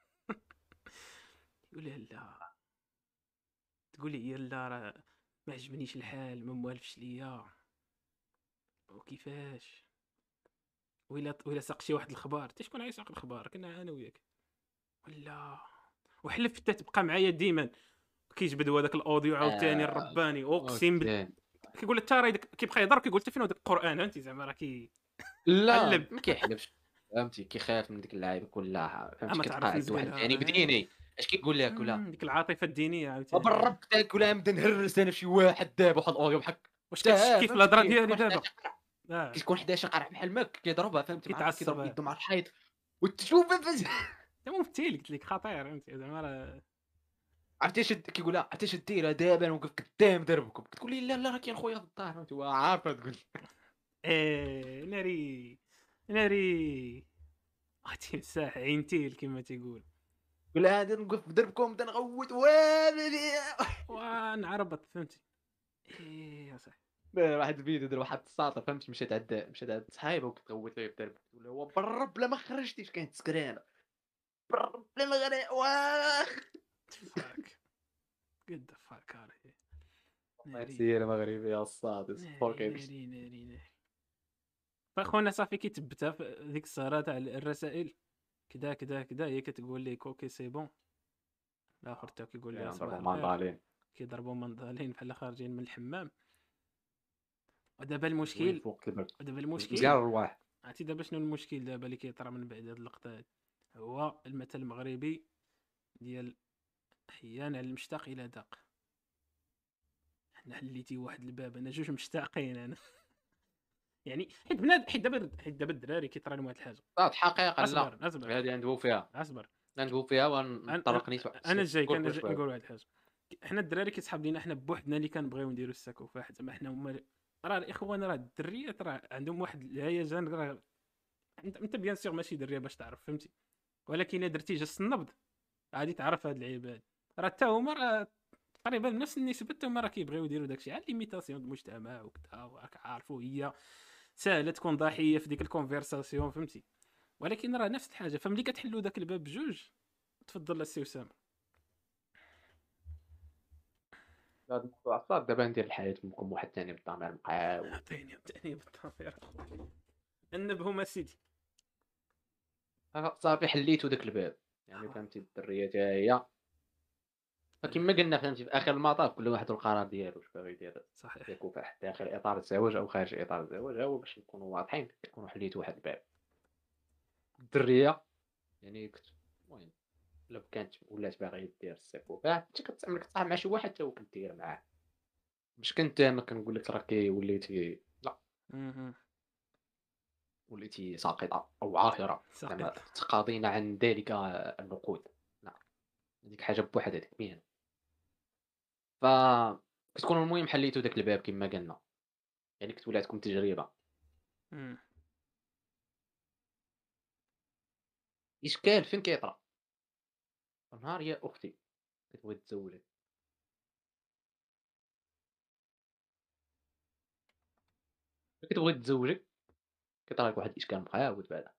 يقول لي لا، تقول لي لا راه ما عجبنيش الحال، ما موالفش ليا، وكيفاش ويلا ويلا ساق شي واحد الخبار، انت شكون غيساق الخبار؟ كنا انا وياك ولا. وحلف حتى تبقى معايا ديما. كيجبد هو داك الاوديو عاوتاني آه، الرباني، اقسم بال... اوكي كيقول لك حتى راه داك كيبقى يهضر كيقول حتى فين هو داك القران فهمتي زعما راه كي لا قلب. ما كيحلفش فهمتي، كيخاف من ديك اللعيبه كلها اما فهمتي، كتبقى تعرف عنده واحد مزيانها الجانب آه. ديني. اش كيقول لك ولا مم، ديك العاطفه الدينيه عاوتاني. بالرب تاك ولا نبدا نهرس انا في شي واحد دابا واحد الاوديو بحال واش حتى ها كتشكي في فهمتي الهضره كي- ديالي كيكون حدا دابا؟ شي قرع، اه كيكون حدا شي قرع بحال ما كيضربها فهمتي مع كيتعصب كيضرب آه. يده مع الحيط وتشوف فهمتي. انت ممثل قلت لك خطير فهمتي زعما راه عرفتي اش كيقول لها عرفتي اش دير دابا نوقف قدام دربكم، كتقول لي لا لا راه كاين خويا في الدار فهمتي وعارفه تقول ايه ناري ناري اختي مساح عينتيل كما تيقول. قول لها هذا نوقف في دربكم نبدا نغوت واه. ونعربط فهمتي. ايه يا صاحبي. دار واحد الفيديو دار واحد الساطه فهمتي مشات عند مشات عند صحايبه وكتغوت ليه في درب، تقول له هو بالرب لا ما خرجتيش كانت سكرانه بالرب لا ما غني واه. فاك قد فاك عليه. ناري سير مغربي السادس فور ناري كيفاش. ناري ناري ناري. فاخونا صافي كيتبتها في ديك السهرة تاع الرسائل كدا كدا كدا هي كتقول لك اوكي سي بون. الاخر تا كيقول لها صباح نضربوا الخير. ماندالين كيضربوا منظالين بحال خارجين من الحمام. ودابا زوين المشكل فوق البرد ودابا مزيان المشكل الرواح. عرفتي دابا شنو المشكل دابا اللي كيطرا من بعد هاد اللقطه هادي؟ هو المثل المغربي ديال حيان على المشتاق الى داق. حنا حليتي واحد الباب انا جوج مشتاقين انا. يعني حيت بنادم حيت دابا حيت دابا الدراري كيطرا لهم واحد الحاجه. صاد حقيقه لا اصبر اصبر هذه ندوي فيها اصبر. ندوي فيها انا ونطرق نيت واحد انا الشيء جايك قول انا قول جاي شويه. نقول واحد الحاجه. حنا الدراري كيصحاب لينا حنا بوحدنا اللي كنبغيو نديرو الساكوفاح زعما حنا هما راه الاخوان راه الدريات راه عندهم واحد الهيجان راه انت انت بيان سيغ ماشي دريه باش تعرف فهمتي. ولكن الا درتي جس النبض غادي تعرف هاد العباد راه حتى هما راه تقريبا نفس النسبه حتى هما راه كيبغيو يديروا داكشي على ليميتاسيون المجتمع وكذا وراك عارفوا هي ساهله تكون ضحيه في ديك الكونفرساسيون فهمتي. ولكن راه نفس الحاجه فملي كتحلوا داك الباب بجوج تفضل السي اسامه. هذا الموضوع صاد دابا ندير الحياه منكم واحد ثاني بالضمير مقاول. عطيني عطيني بالضمير انبهم سيدي. صافي حليتو داك الباب يعني فهمتي الدريه حتى هي فكما قلنا فهمتي في اخر المطاف كل واحد القرار ديالو واش باغي يدير صحيح. يكون في داخل اطار الزواج او خارج اطار الزواج هو باش نكونوا واضحين تكونوا حليتوا واحد الباب. الدريه يعني كنت المهم لو كانت ولات باغي دير السيكوفاح انت كتعمل كتصاحب مع شي واحد حتى هو كدير معاه مش كنت انا كنقول لك راكي وليتي لا اها وليتي ساقطه او عاهره زعما ساقط. تقاضين عن ذلك النقود. لا هذيك حاجه بوحدها هذيك مين ف كتكونوا المهم حليتوا داك الباب كما قلنا يعني كتولي عندكم تجربه. أمم. اشكال فين كيطرا نهار يا اختي كتبغي تزوجي كتبغي تزوجي كيطرا لك واحد الاشكال مقاود بعدا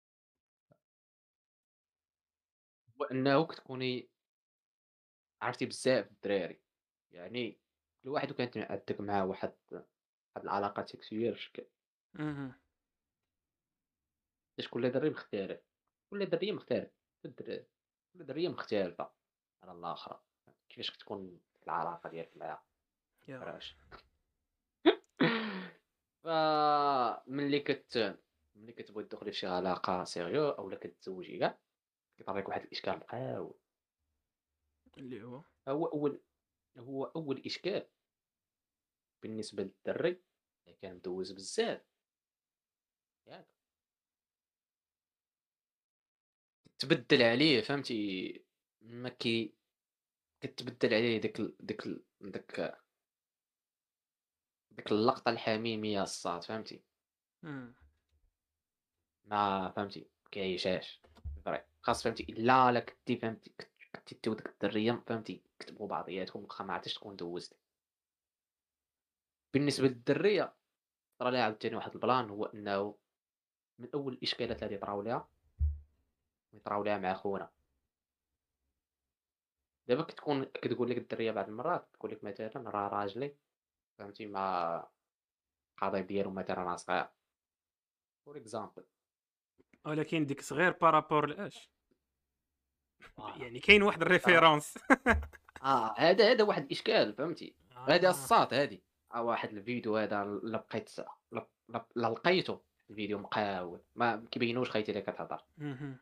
هو انه كتكوني عرفتي بزاف الدراري يعني كل واحد وكانت عندك معاه واحد واحد العلاقه سيكسويال بشكل اها حيت كل دري مختلف كل دريه مختلف الدراري كل دريه مختلفه على الاخرى كيفاش كتكون العلاقه ديالك معاها يا فراش. ف ملي كت ملي كتبغي تدخلي في شي علاقه سيريو اولا كتزوجي كاع كيطريك واحد الاشكال مقاول. اللي هو هو اول هو اول اشكال بالنسبه للدري اللي كان مدوز بزاف ياك تبدل عليه فهمتي ما كي كتبدل عليه ديك ال... ديك ال... ديك ديك اللقطه الحميميه الصاد فهمتي أمم. ما فهمتي كيعيشهاش فري خاص فهمتي الا لا كنتي فهمتي كنتي انت وديك الدريه فهمتي كتبغوا بعضياتكم واخا ما عرفتش تكون دوزتي. بالنسبه للدريه طرا لها عاوتاني واحد البلان هو انه من اول الاشكالات اللي طراو ليها يطراو ليها مع خونا دابا كتكون كتقول لك الدريه بعض المرات تقول لك مثلا راه راجلي فهمتي ما القضايا ديالو مثلا راه صغير فور اكزامبل. ولكن ديك صغير بارابور لاش فوالا يعني كاين واحد راه الريفيرونس. اه هذا هذا واحد الاشكال فهمتي هذه آه. الصات هذه آه، واحد الفيديو هذا لا بقيت لا لا لا لقيته الفيديو مقاول ما كيبينوش خايتي اللي كتهضر. اهم.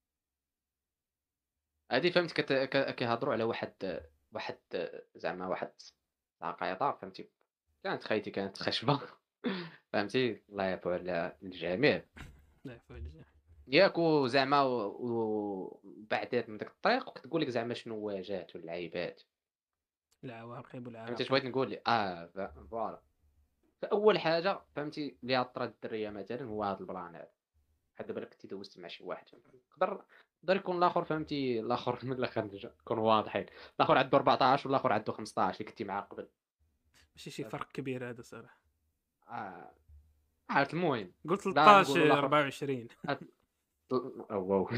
هادي فهمت كت ك كيهضروا على واحد واحد زعما واحد العقيطة فهمتي، كانت خايتي كانت خشبة فهمتي، الله يعفو على الجميع. لا يعفو على الجميع. ياك وزعما و وبعدات من داك الطريق وكتقول لك زعما شنو واجهت والعيبات، العواقب فهمتي اش والعراقيل. بغيت نقول لك؟ آه ف فوالا. فأول حاجة فهمتي اللي عطرات الدرية مثلًا هو هاد البلان هذا، بحال دابا إلا كنتي دوزت مع شي واحد فهمتي، يقدر يقدر يكون الآخر فهمتي الآخر من الآخر نج نكونوا واضحين، الآخر عنده أربعطاش والآخر عنده خمسطاش اللي كنتي معاه قبل. ماشي شي فرق كبير هذا صراحة. آه، عارف المهم قُل لا ثلاثطاش نقولوا الآخر أربعة وعشرين. هاد واو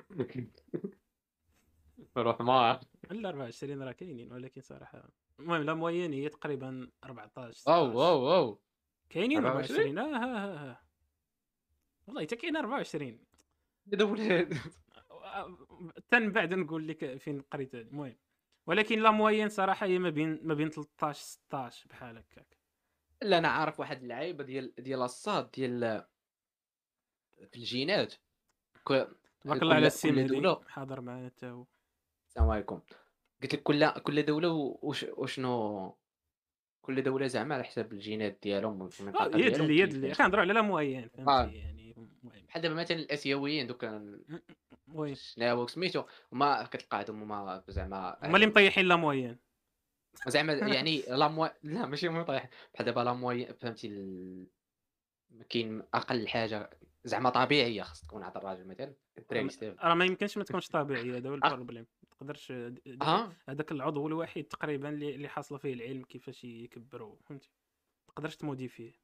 روح معاه. لا أربعة وعشرين راه كاينين، ولكن صراحة المهم لا موين هي تقريبا أربعطاش أو، ستطاش. أو، أو كاينين أربعة وعشرين أربعة وعشرين. آه، ها، ها، ها. والله حتى كاين أربعة وعشرين. هذا ولاد. حتى من بعد نقول لك فين قريت هذا. المهم ولكن لا موين صراحة هي ما بين ما بين ثلاطاش ستطاش بحال هكاك. لا أنا عارف واحد اللعيبة ديال ديال الصاد ديال في الجينات ك بحال تبارك الله على كل السي كل مهدي دولة. حاضر معنا حتى هو. السلام عليكم. قلت لك كل كل دولة و وش وشنو كل دولة زعما على حساب الجينات ديالهم في آه، المنطقة يد ديالهم لي يد لي كيفاش. كنهضروا على لا موين فهمتي آه، يعني. المهم بحال دابا مثلًا الآسيويين دوك ن م- م- وي شناهو سميتو، هما كتلقى عندهم هما زعما هما اللي عندهم مطيحين لا موين. زعما يعني لا موا لا ماشي هما طايح بحال دابا لا موي فهمتي ال كاين أقل حاجة زعما طبيعية خاص تكون عند الراجل مثلًا، راه الدراري ما يستاهلوا. راه ما يمكنش ما تكونش طبيعي، هذا هو أق البروبليم. ما تقدرش د- داك أها. هذاك العضو الوحيد تقريبا اللي اللي حاصله فيه العلم كيفاش يكبروا فهمتي. ما تقدرش تموديفيه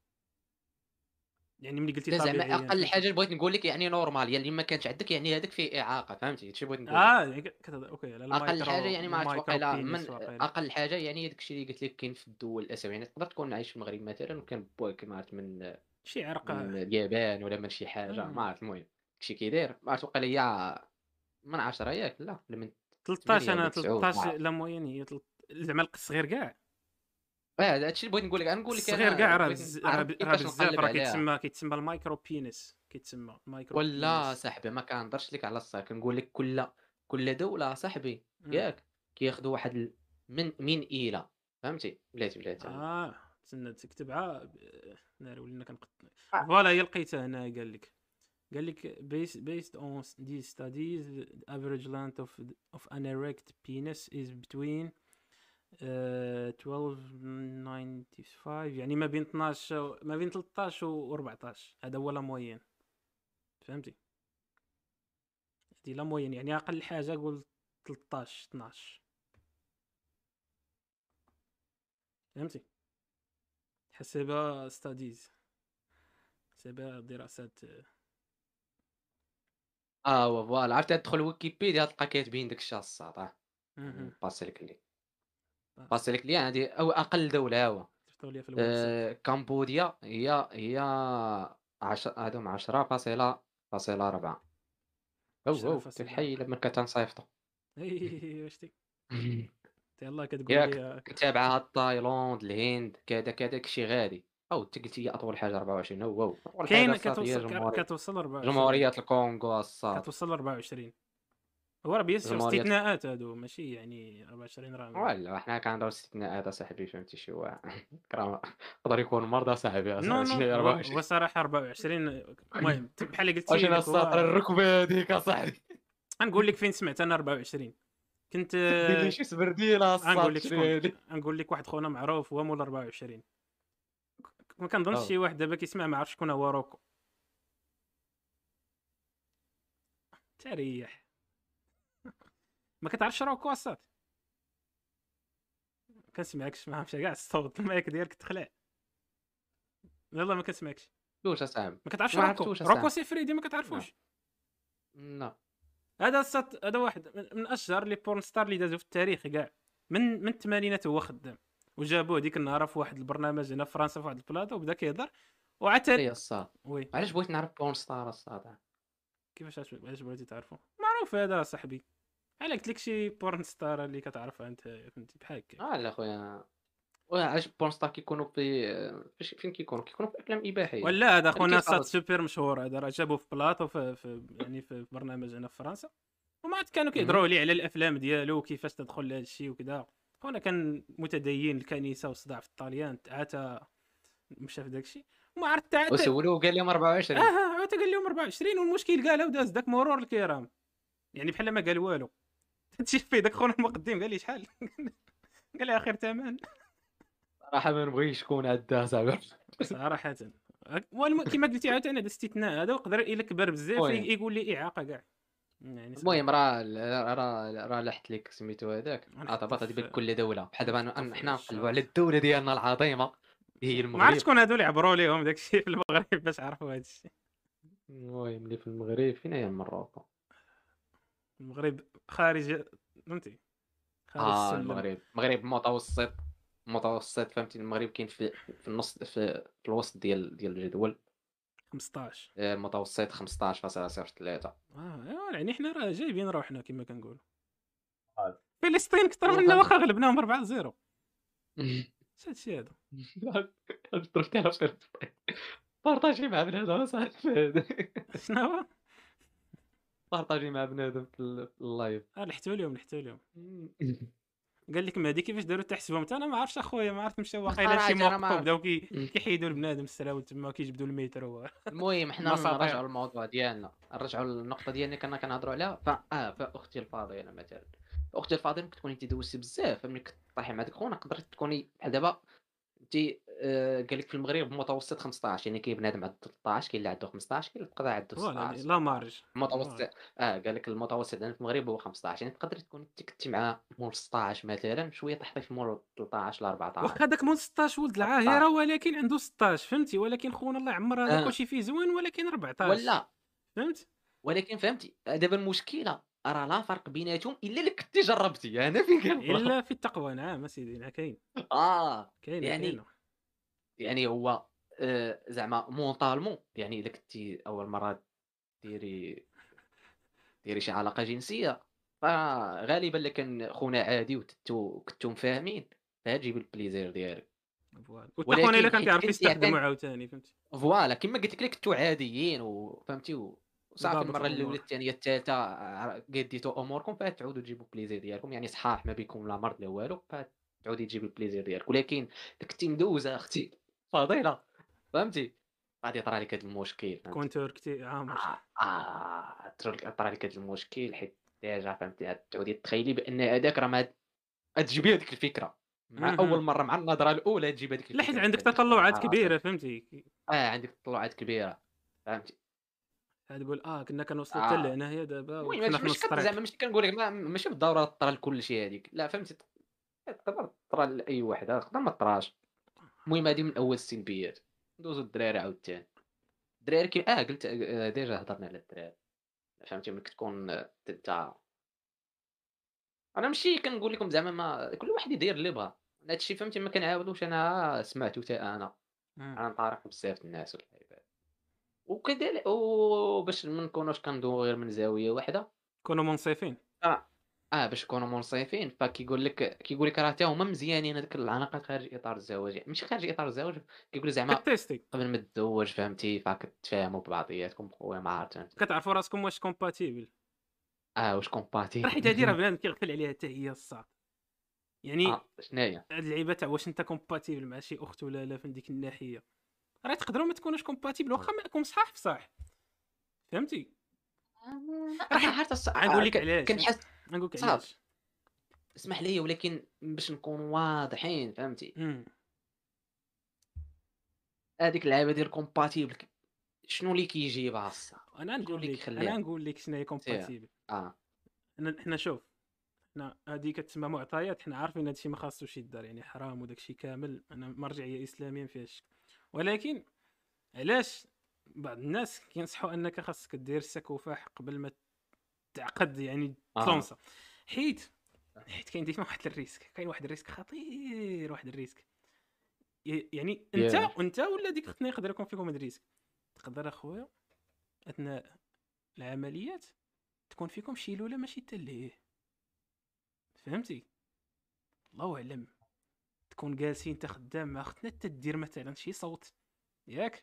يعني ملي قلتي لا زعما طبيعيا أقل فهمتي. حاجة بغيت نقول لك يعني نورمال، يعني ما كانش عندك يعني هذاك فيه إعاقة، فهمتي هاد الشي بغيت نقول لك. اه يعني ك- كتهضر اوكي على أقل حاجة المايكرو يعني ما عرفتش المايكرو واقيلا بينيس من واقيلا. أقل حاجة يعني داك الشي اللي قلت لك كاين في الدول الآسيوية، يعني تقدر تكون عايش في المغرب مثلًا وكان باك ما عرفت من شي عرق. من اليابان ولا من شي حاجة ما آه. عرفت المهم، داك الشي كي داير ما عرفت واقيلا هي من عشرة ياك لا ولا من ثلاطاش ثمانية انا ولا تسعة ما ثلاطاش عرفت. لا موين هي تلت- زعما الصغير كاع. آه هذا الشي اللي بغيت نقول لك، غنقول لك الصغير أنا كاع راه بغيت بز... راه نعرف ب... راه كيفاش بزاف نقلّب راه عليها. كيتسمى كيتسمى المايكرو بينس كيتسمى مايكرو ولا بينس. صاحبي ما كنهضرش لك على الصغير، كنقول لك كل كل دولة صاحبي مم. ياك كياخدوا واحد ال من من إلى فهمتي، بلاتي بلاتي اه تسنى تكتبها ب- ناري ولينا كنقط. آه. فوالا هي لقيتها هنا قال لك. قال لك based based on these studies the average length of of an erect penis is between uh, twelve ninety-five يعني ما بين اثناش و- ما بين ثلاطاش و أربعطاش. هذا هو لا موين فهمتي. هذه لا موين يعني اقل حاجه قول ثلاطاش اثناش فهمتي. حسبها ستاديز حسبها دراسات. آه فوالا عرفتي تدخل ويكيبيديا تلقى كاتبين داك الشي على الساط آه، اها نباسي لك اللي بس نباسي لك اللي هادي أو أقل دولة ها هو. صيفطوا لي في الواتساب. آآ كمبوديا هي هي عش هادوم عشرة فاصلة فاصلة أربعة. أو، عشرة أو أنت فاصلة الحي أربعة. لمّا كتنصيفطو. اي واش ديك انت يلاه كتقول ياك لي. كتابعها تايلاند، الهند، كذا، كذا داكشي غادي. أو أنت قلتي هي أطول حاجة أربعة وعشرين هو، هو أطول حاجة كاين الصاد هي كتوصل جمهورية كتوصل أربعة وعشرين. جمهورية الكونغو الصاد. كتوصل أربعة وعشرين. هو راه بيان سور جمهورية استثناءات هادو ماشي يعني أربعة وعشرين راه. ولا حنا كنهضروا استثناءات أصاحبي فهمتي شي واحد راه يقدر يكون مرضى أصاحبي نو أصاحبي نو شنو هي هو هو أربعة وعشرين. صراحة أربعة وعشرين. المهم ت- بحال قلتي وشنو داك الساطر هو. الركبة هاذيك أصاحبي. غنقول لك فين سمعت انا أربعة وعشرين. كنت دير لي شي سبرديلة غنقول الصاد لك شنو شكون. هادي. غنقول لك واحد خونا معروف هو مول أربعة وعشرين. ما كنظنش آه. شي واحد دابا كيسمع ما عرف شكون هو روكو. تريح. ما كتعرفش روكو اصاط. ما كنسمعكش ما عرفتش كاع الصوت المايك ديالك تخلع. يلا ما كنسمعكش. عرفتوش أصاحبي. ما كتعرفش ما روكو عرفتوش روكو أصاحبي. سي فريدي ما لا. كتعرفوش. لا. هذا السات هذا واحد من من اشهر لي بورن ستار اللي دازو في التاريخ كاع. من من الثمانينات هو خدام. وجابوه ديك النهار في واحد البرنامج هنا في فرنسا في واحد البلاطو وبدا كيهضر. وعاد هي الصاد. وي. علاش بغيت نعرف بورن ستار الصاد. كيفاش علاش علاش بغيتي تعرفو معروف هذا صاحبي. على قلت لك شي بورن ستار اللي كتعرفها انت فهمتي بحال هكا. آه لا خويا وعلاش بورنستار كيكونوا في فاش فين كيكونوا كيكونوا في افلام اباحيه ولا هذا اللي خونا صات كيخرج. سوبر مشهور، هذا راه جابوه في بلاطو في, في يعني في برنامج هنا في فرنسا، وما عاد كانوا اهم. كيهضروا عليه على الافلام ديالو وكيفاش تدخل لهذا الشيء وكذا. خونا كان متدين الكنيسه والصداع في الطاليان، عاد مشى في داك الشيء وما عرفت حتى. وسولوه وقال لهم أربعة اه وعشرين. اه عاد قال لهم أربعة وعشرين والمشكل قالها وداز داك مرور الكرام، يعني بحال ما قال والو. هادشي فيه داك خونا المقدم قال لي شحال قال لي اخر ثمن. صراحه ما نبغيش شكون عندها زعما. صراحه والم... كما قلتي عاوتاني هذا استثناء، هذا يقدر الا كبر بزاف المهم يقول لي اعاقه كاع يعني صعيب. المهم راه راه راه لحت لك سميتو هذاك غنحطو اعتبرت تبان في كل دوله بحال دابا غنحطو أن- في حنا نقلبوا الشارت. على الدوله ديالنا العظيمه هي ما عرفت المغرب. شكون هادو اللي عبروا ليهم داك الشيء في المغرب باش عرفوا هذا الشيء. المهم اللي في المغرب فين هي مروكو. المغرب خارج، فهمتي، خارج اه السلم. المغرب المغرب متوسط. متوسط فهمتي المغرب كاين في في النص في, في الوسط ديال ديال الجدول. خمسطاش. آه، المتوسط خمسطاش فاصلة صفر ثلاثة. اه ايوا يعني حنا راه جايبين روحنا كما كنقولوا. آه. فلسطين اكثر منا وفهمتي. واخا غلبناهم أربعة صفر. اش هادشي هذا؟ درت على خير. بارطاجي مع بنادم اصاحبي. شنو هو؟ بارطاجي مع بنادم في ال- في اللايف. اه لحتو لهم لحتو لهم. قال لك مهدي كيفاش داروا تحسبهم حتى انا ما عرفتش اخويا، ما عرفت مشاو واقيلا صراحة لشي انا موقف ما. وبداو كي كيحيدوا البنادم السراول تما كيجبدوا المترو المهم حنا المساطير. نرجعوا للموضوع ديالنا نرجعوا للنقطة ديالنا كنا كنهضروا عليها ف اه فاختي الفاضلة مثلا. اختي الفاضلة ممكن تكوني انت دوزتي بزاف ملي كطيحي مع داك خونا قدرت تكوني بحال دابا انت. آه، قال لك في المغرب متوسط خمسطاش يعني كاين بنادم عنده ثلاثطاش كاين اللي عنده خمسطاش كاين اللي تقدر عنده فوالا ستطاش لا سبعطاش. مارج. لا المتوسط. مارج. اه قال لك المتوسط عندنا في المغرب هو خمسطاش يعني تقدر تكون انت كنتي مع مول ستطاش مثلا شويه طحتي في مول ثلاثطاش ل واخا أربعطاش. داك مول ستطاش ولد ثلاثطاش. العاهره ولكن عنده ستطاش فهمتي، ولكن خونا الله يعمر هذا آه. كلشي فيه زوين ولكن أربعطاش. ولا فهمت. ولكن فهمتي دابا المشكله راه لا فرق بيناتهم الا اللي كنتي جربتي انا فين كنهضر. الا في التقوى نعم اسيدي، نعم كاين. اه كاينه يعني كاينه. يعني هو آه زعما مونطالمون يعني اذا كنتي اول مره ديري ديري شي علاقة جنسية، فغالبًا إلا كان خونا عادي وكنتو كنتو مفاهمين، فغتجيب البليزير ديالك، فوالا وتا خونا الا ولكن كان حيت كيعرف كنتِ يستخدمو عتان عاوتاني فهمتي. فوالا كيما قلت لك إلا كنتو عاديين وفهمتي و وصافي وضابط المرة الأولى الامور. الثانية الثالثة ع قديتو أموركم فغتعودوا تجيبوا البليزير ديالكم، يعني صحاح ما بينكم لا مرض لا والو، فتعودي تجيبي البليزير ديالك، ولكن إلا كنتِ مدوزة أختي فضيلة فهمتي، غادي يطرى لك هاد المشكل فهمتي. كونتور كتي عامر. آه، آه، تر طرا لك هاد المشكل حيت ديجا فهمتي غتعودي تخيلي بأن هذاك راه ما غتجيبي هذيك الفكرة، مع اها. أول مرة مع النظرة الأولى تجيب هذيك لا حيت الفكرة عندك كتدخل تطلعات مع راسك. كبيره فهمتي. آه عندك تطلعات كبيرة فهمتي. تقول اه كنا كنوصلوا حتى آه لهنايا دابا المهم وقفنا ماشي في ماشي نص كت الطريق. زعما ماشي كنقول لك ما ماشي بالضرورة طرا لكل شي هذيك، لا فهمتي تقدر طرا لأي وحدة تقدر ما طراش. المهم هادي من أول السلبيات. ندوزو للدراري عاوتاني. الدراري كي آه قلت آه ديجا هضرنا على الدراري، فهمتي ملي كتكون آه، انت. انا ماشي كنقول لكم زعما ما كل واحد يدير اللي بغا، هذا الشيء فهمتي ما كنعاودوش انا سمعته حتى انا. مم. انا نطارق بزاف الناس والعباد وكذلك وباش ما نكونوش كندويو غير من زاويه واحده. كونوا منصفين. اه اه باش نكونوا منصفين فكيقول لك كيقول لك راه حتى هما مزيانين هذوك العلاقات خارج اطار الزواج ماشي خارج اطار الزواج. كيقول زعما كتيستي قبل ما تتزوج فهمتي فكتفاهموا ببعضياتكم خويا ما عرفت فهمتي. كتعرفوا راسكم واش كومباتيبل. اه واش راه كومباتي. حيت هادي راه بنادم كيغفل عليها حتى هي الصاد. يعني اه شناهي. هاد اللعيبه تاع واش انت كومباتيبل مع شي اخت ولا لا من ديك الناحيه، راه تقدروا ما تكونوش كومباتيبل واخا معكم صحاح بصح فهمتي. راه انا حيت عرفت الص... غنقول لك ك- علاش فهمتي. كنحس. غنقول لك صافي علاش. اسمح لي ولكن باش نكونوا واضحين فهمتي. امم هذيك اللعبه ديال كومباتيبل شنو اللي كيجيبها الصا انا شنو نقول اللي لك انا كيخليها. نقول لك شنو هي سير. كومباتيبل. اه انا حنا شوف، حنا هذه كتسمى معطيات، حنا عارفين هذا الشيء ما خاصوش يدار يعني حرام وداك الشيء كامل، انا مرجعيه اسلاميه ما فيهاش شك. ولكن علاش بعض الناس كينصحوا انك خاصك دير السكوفاح قبل ما تعقد يعني اه تلونسا. حيت حيت كاين ديما واحد الريسك، كاين واحد الريسك خطير، واحد الريسك ي- يعني انت ديال وانت ولا ديك اختنا يقدر يكون فيكم هاد الريسك. تقدر اخويا اثناء العمليات تكون فيكم شي لوله ماشي تليه فهمتي. الله اعلم تكون جالسين انت خدام مع اختنا تدير مثلا شي صوت ياك،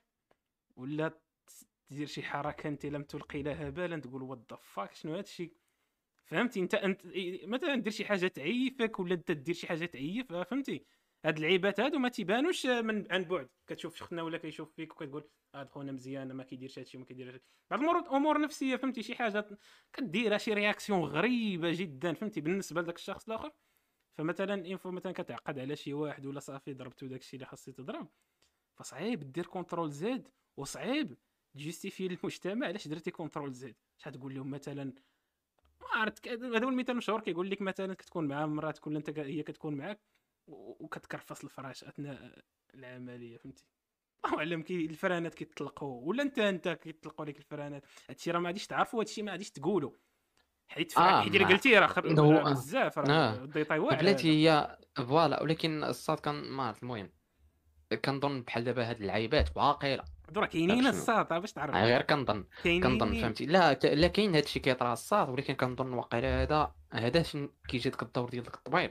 ولا ت- تدير شي حركه انت لم تلقي لها بالا تقول وات ذا فاك شنو هذا الشيء. فهمتي انت انت إي- مثلا دير شي حاجه تعيفك، ولا انت دير شي حاجه تعيف، فهمتي. هاد اللعيبات هادو ما تيبانوش من عن بعد، كتشوف شخنا ولا كيشوف فيك وكتقول هاد خونا مزيان ما كيديرش هادشي وما كيديرش. بعض المرات امور نفسيه فهمتي، شي حاجه كديرها شي رياكسيون غريبه جدا فهمتي بالنسبه لذاك الشخص الاخر. فمثلا انفو مثلا كتعقد على شي واحد ولا صافي ضربتو داكشي اللي خاصك تضرب، فصعيب دير كونترول زد، وصعيب تجيستيفي للمجتمع علاش درتي كونترول زد. شحال تقول لهم مثلا، ما عرفت، هذا هو المثال المشهور كيقول لك مثلا كتكون مع مراتك ولا انت ك- هي كتكون معاك و- وكتكرفص الفراش اثناء العمليه فهمتي. الله اعلم كي الفرانات كيطلقوا ولا انت انت كيطلقوا لك الفرانات. هادشي راه ما غاديش تعرفوا، هادشي ما غاديش تقولوا، حيت فع- اه حيت الا ما قلتيه راه خر... راه هو بزاف، راه اه الديتاي واعر بلاتي هذا. هي فوالا، ولكن الصاد كان ما عرفت المهم. كنظن بحال دابا هاد اللعيبات واقيلا. هادو راه داك كاينين شنو؟ الساط باش تعرف. آه، غير كنظن. كنظن كاينين. فهمتي، لا ك- لا كاين هادشي كيطرا الصاد، ولكن كنظن واقيلا هذا هذا فين كيجي داك الدور ديال داك الطبيب.